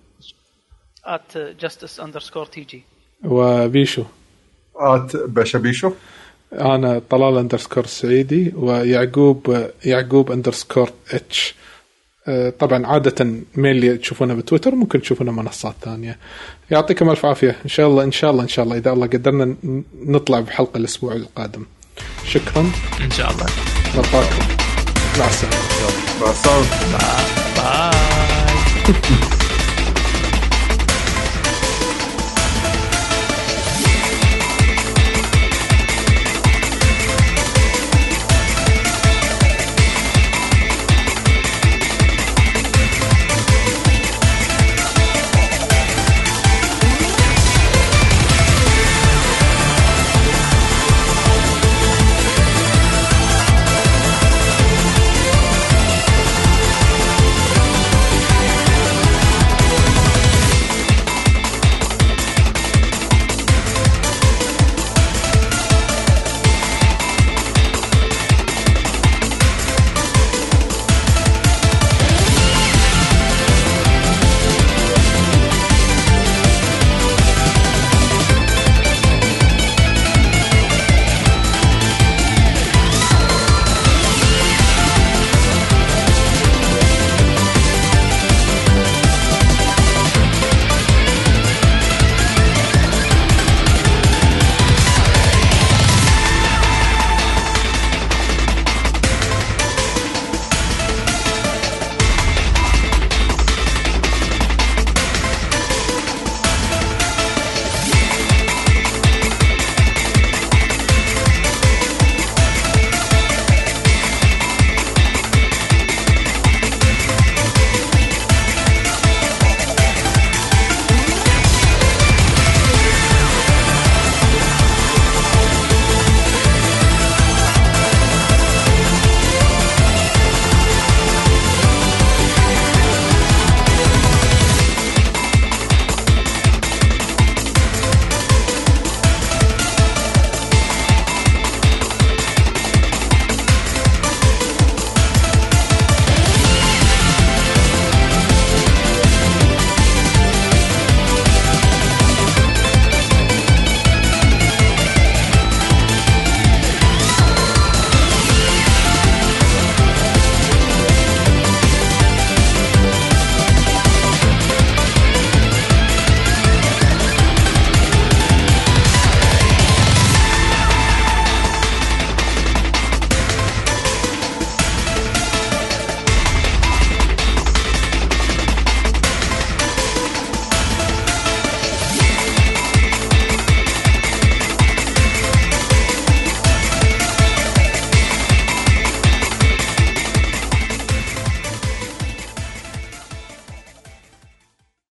@justice_tg. وبيشو بيشو. انا طلال _سعيدي. ويعقوب _h. طبعا عادة ميل تشوفونا بتويتر، ممكن تشوفونا منصات ثانية. يعطيكم الف عافية. ان شاء الله اذا الله قدرنا نطلع بحلقة الاسبوع القادم. شكرا ان شاء الله. نلقاكم. مع السلامة. باي.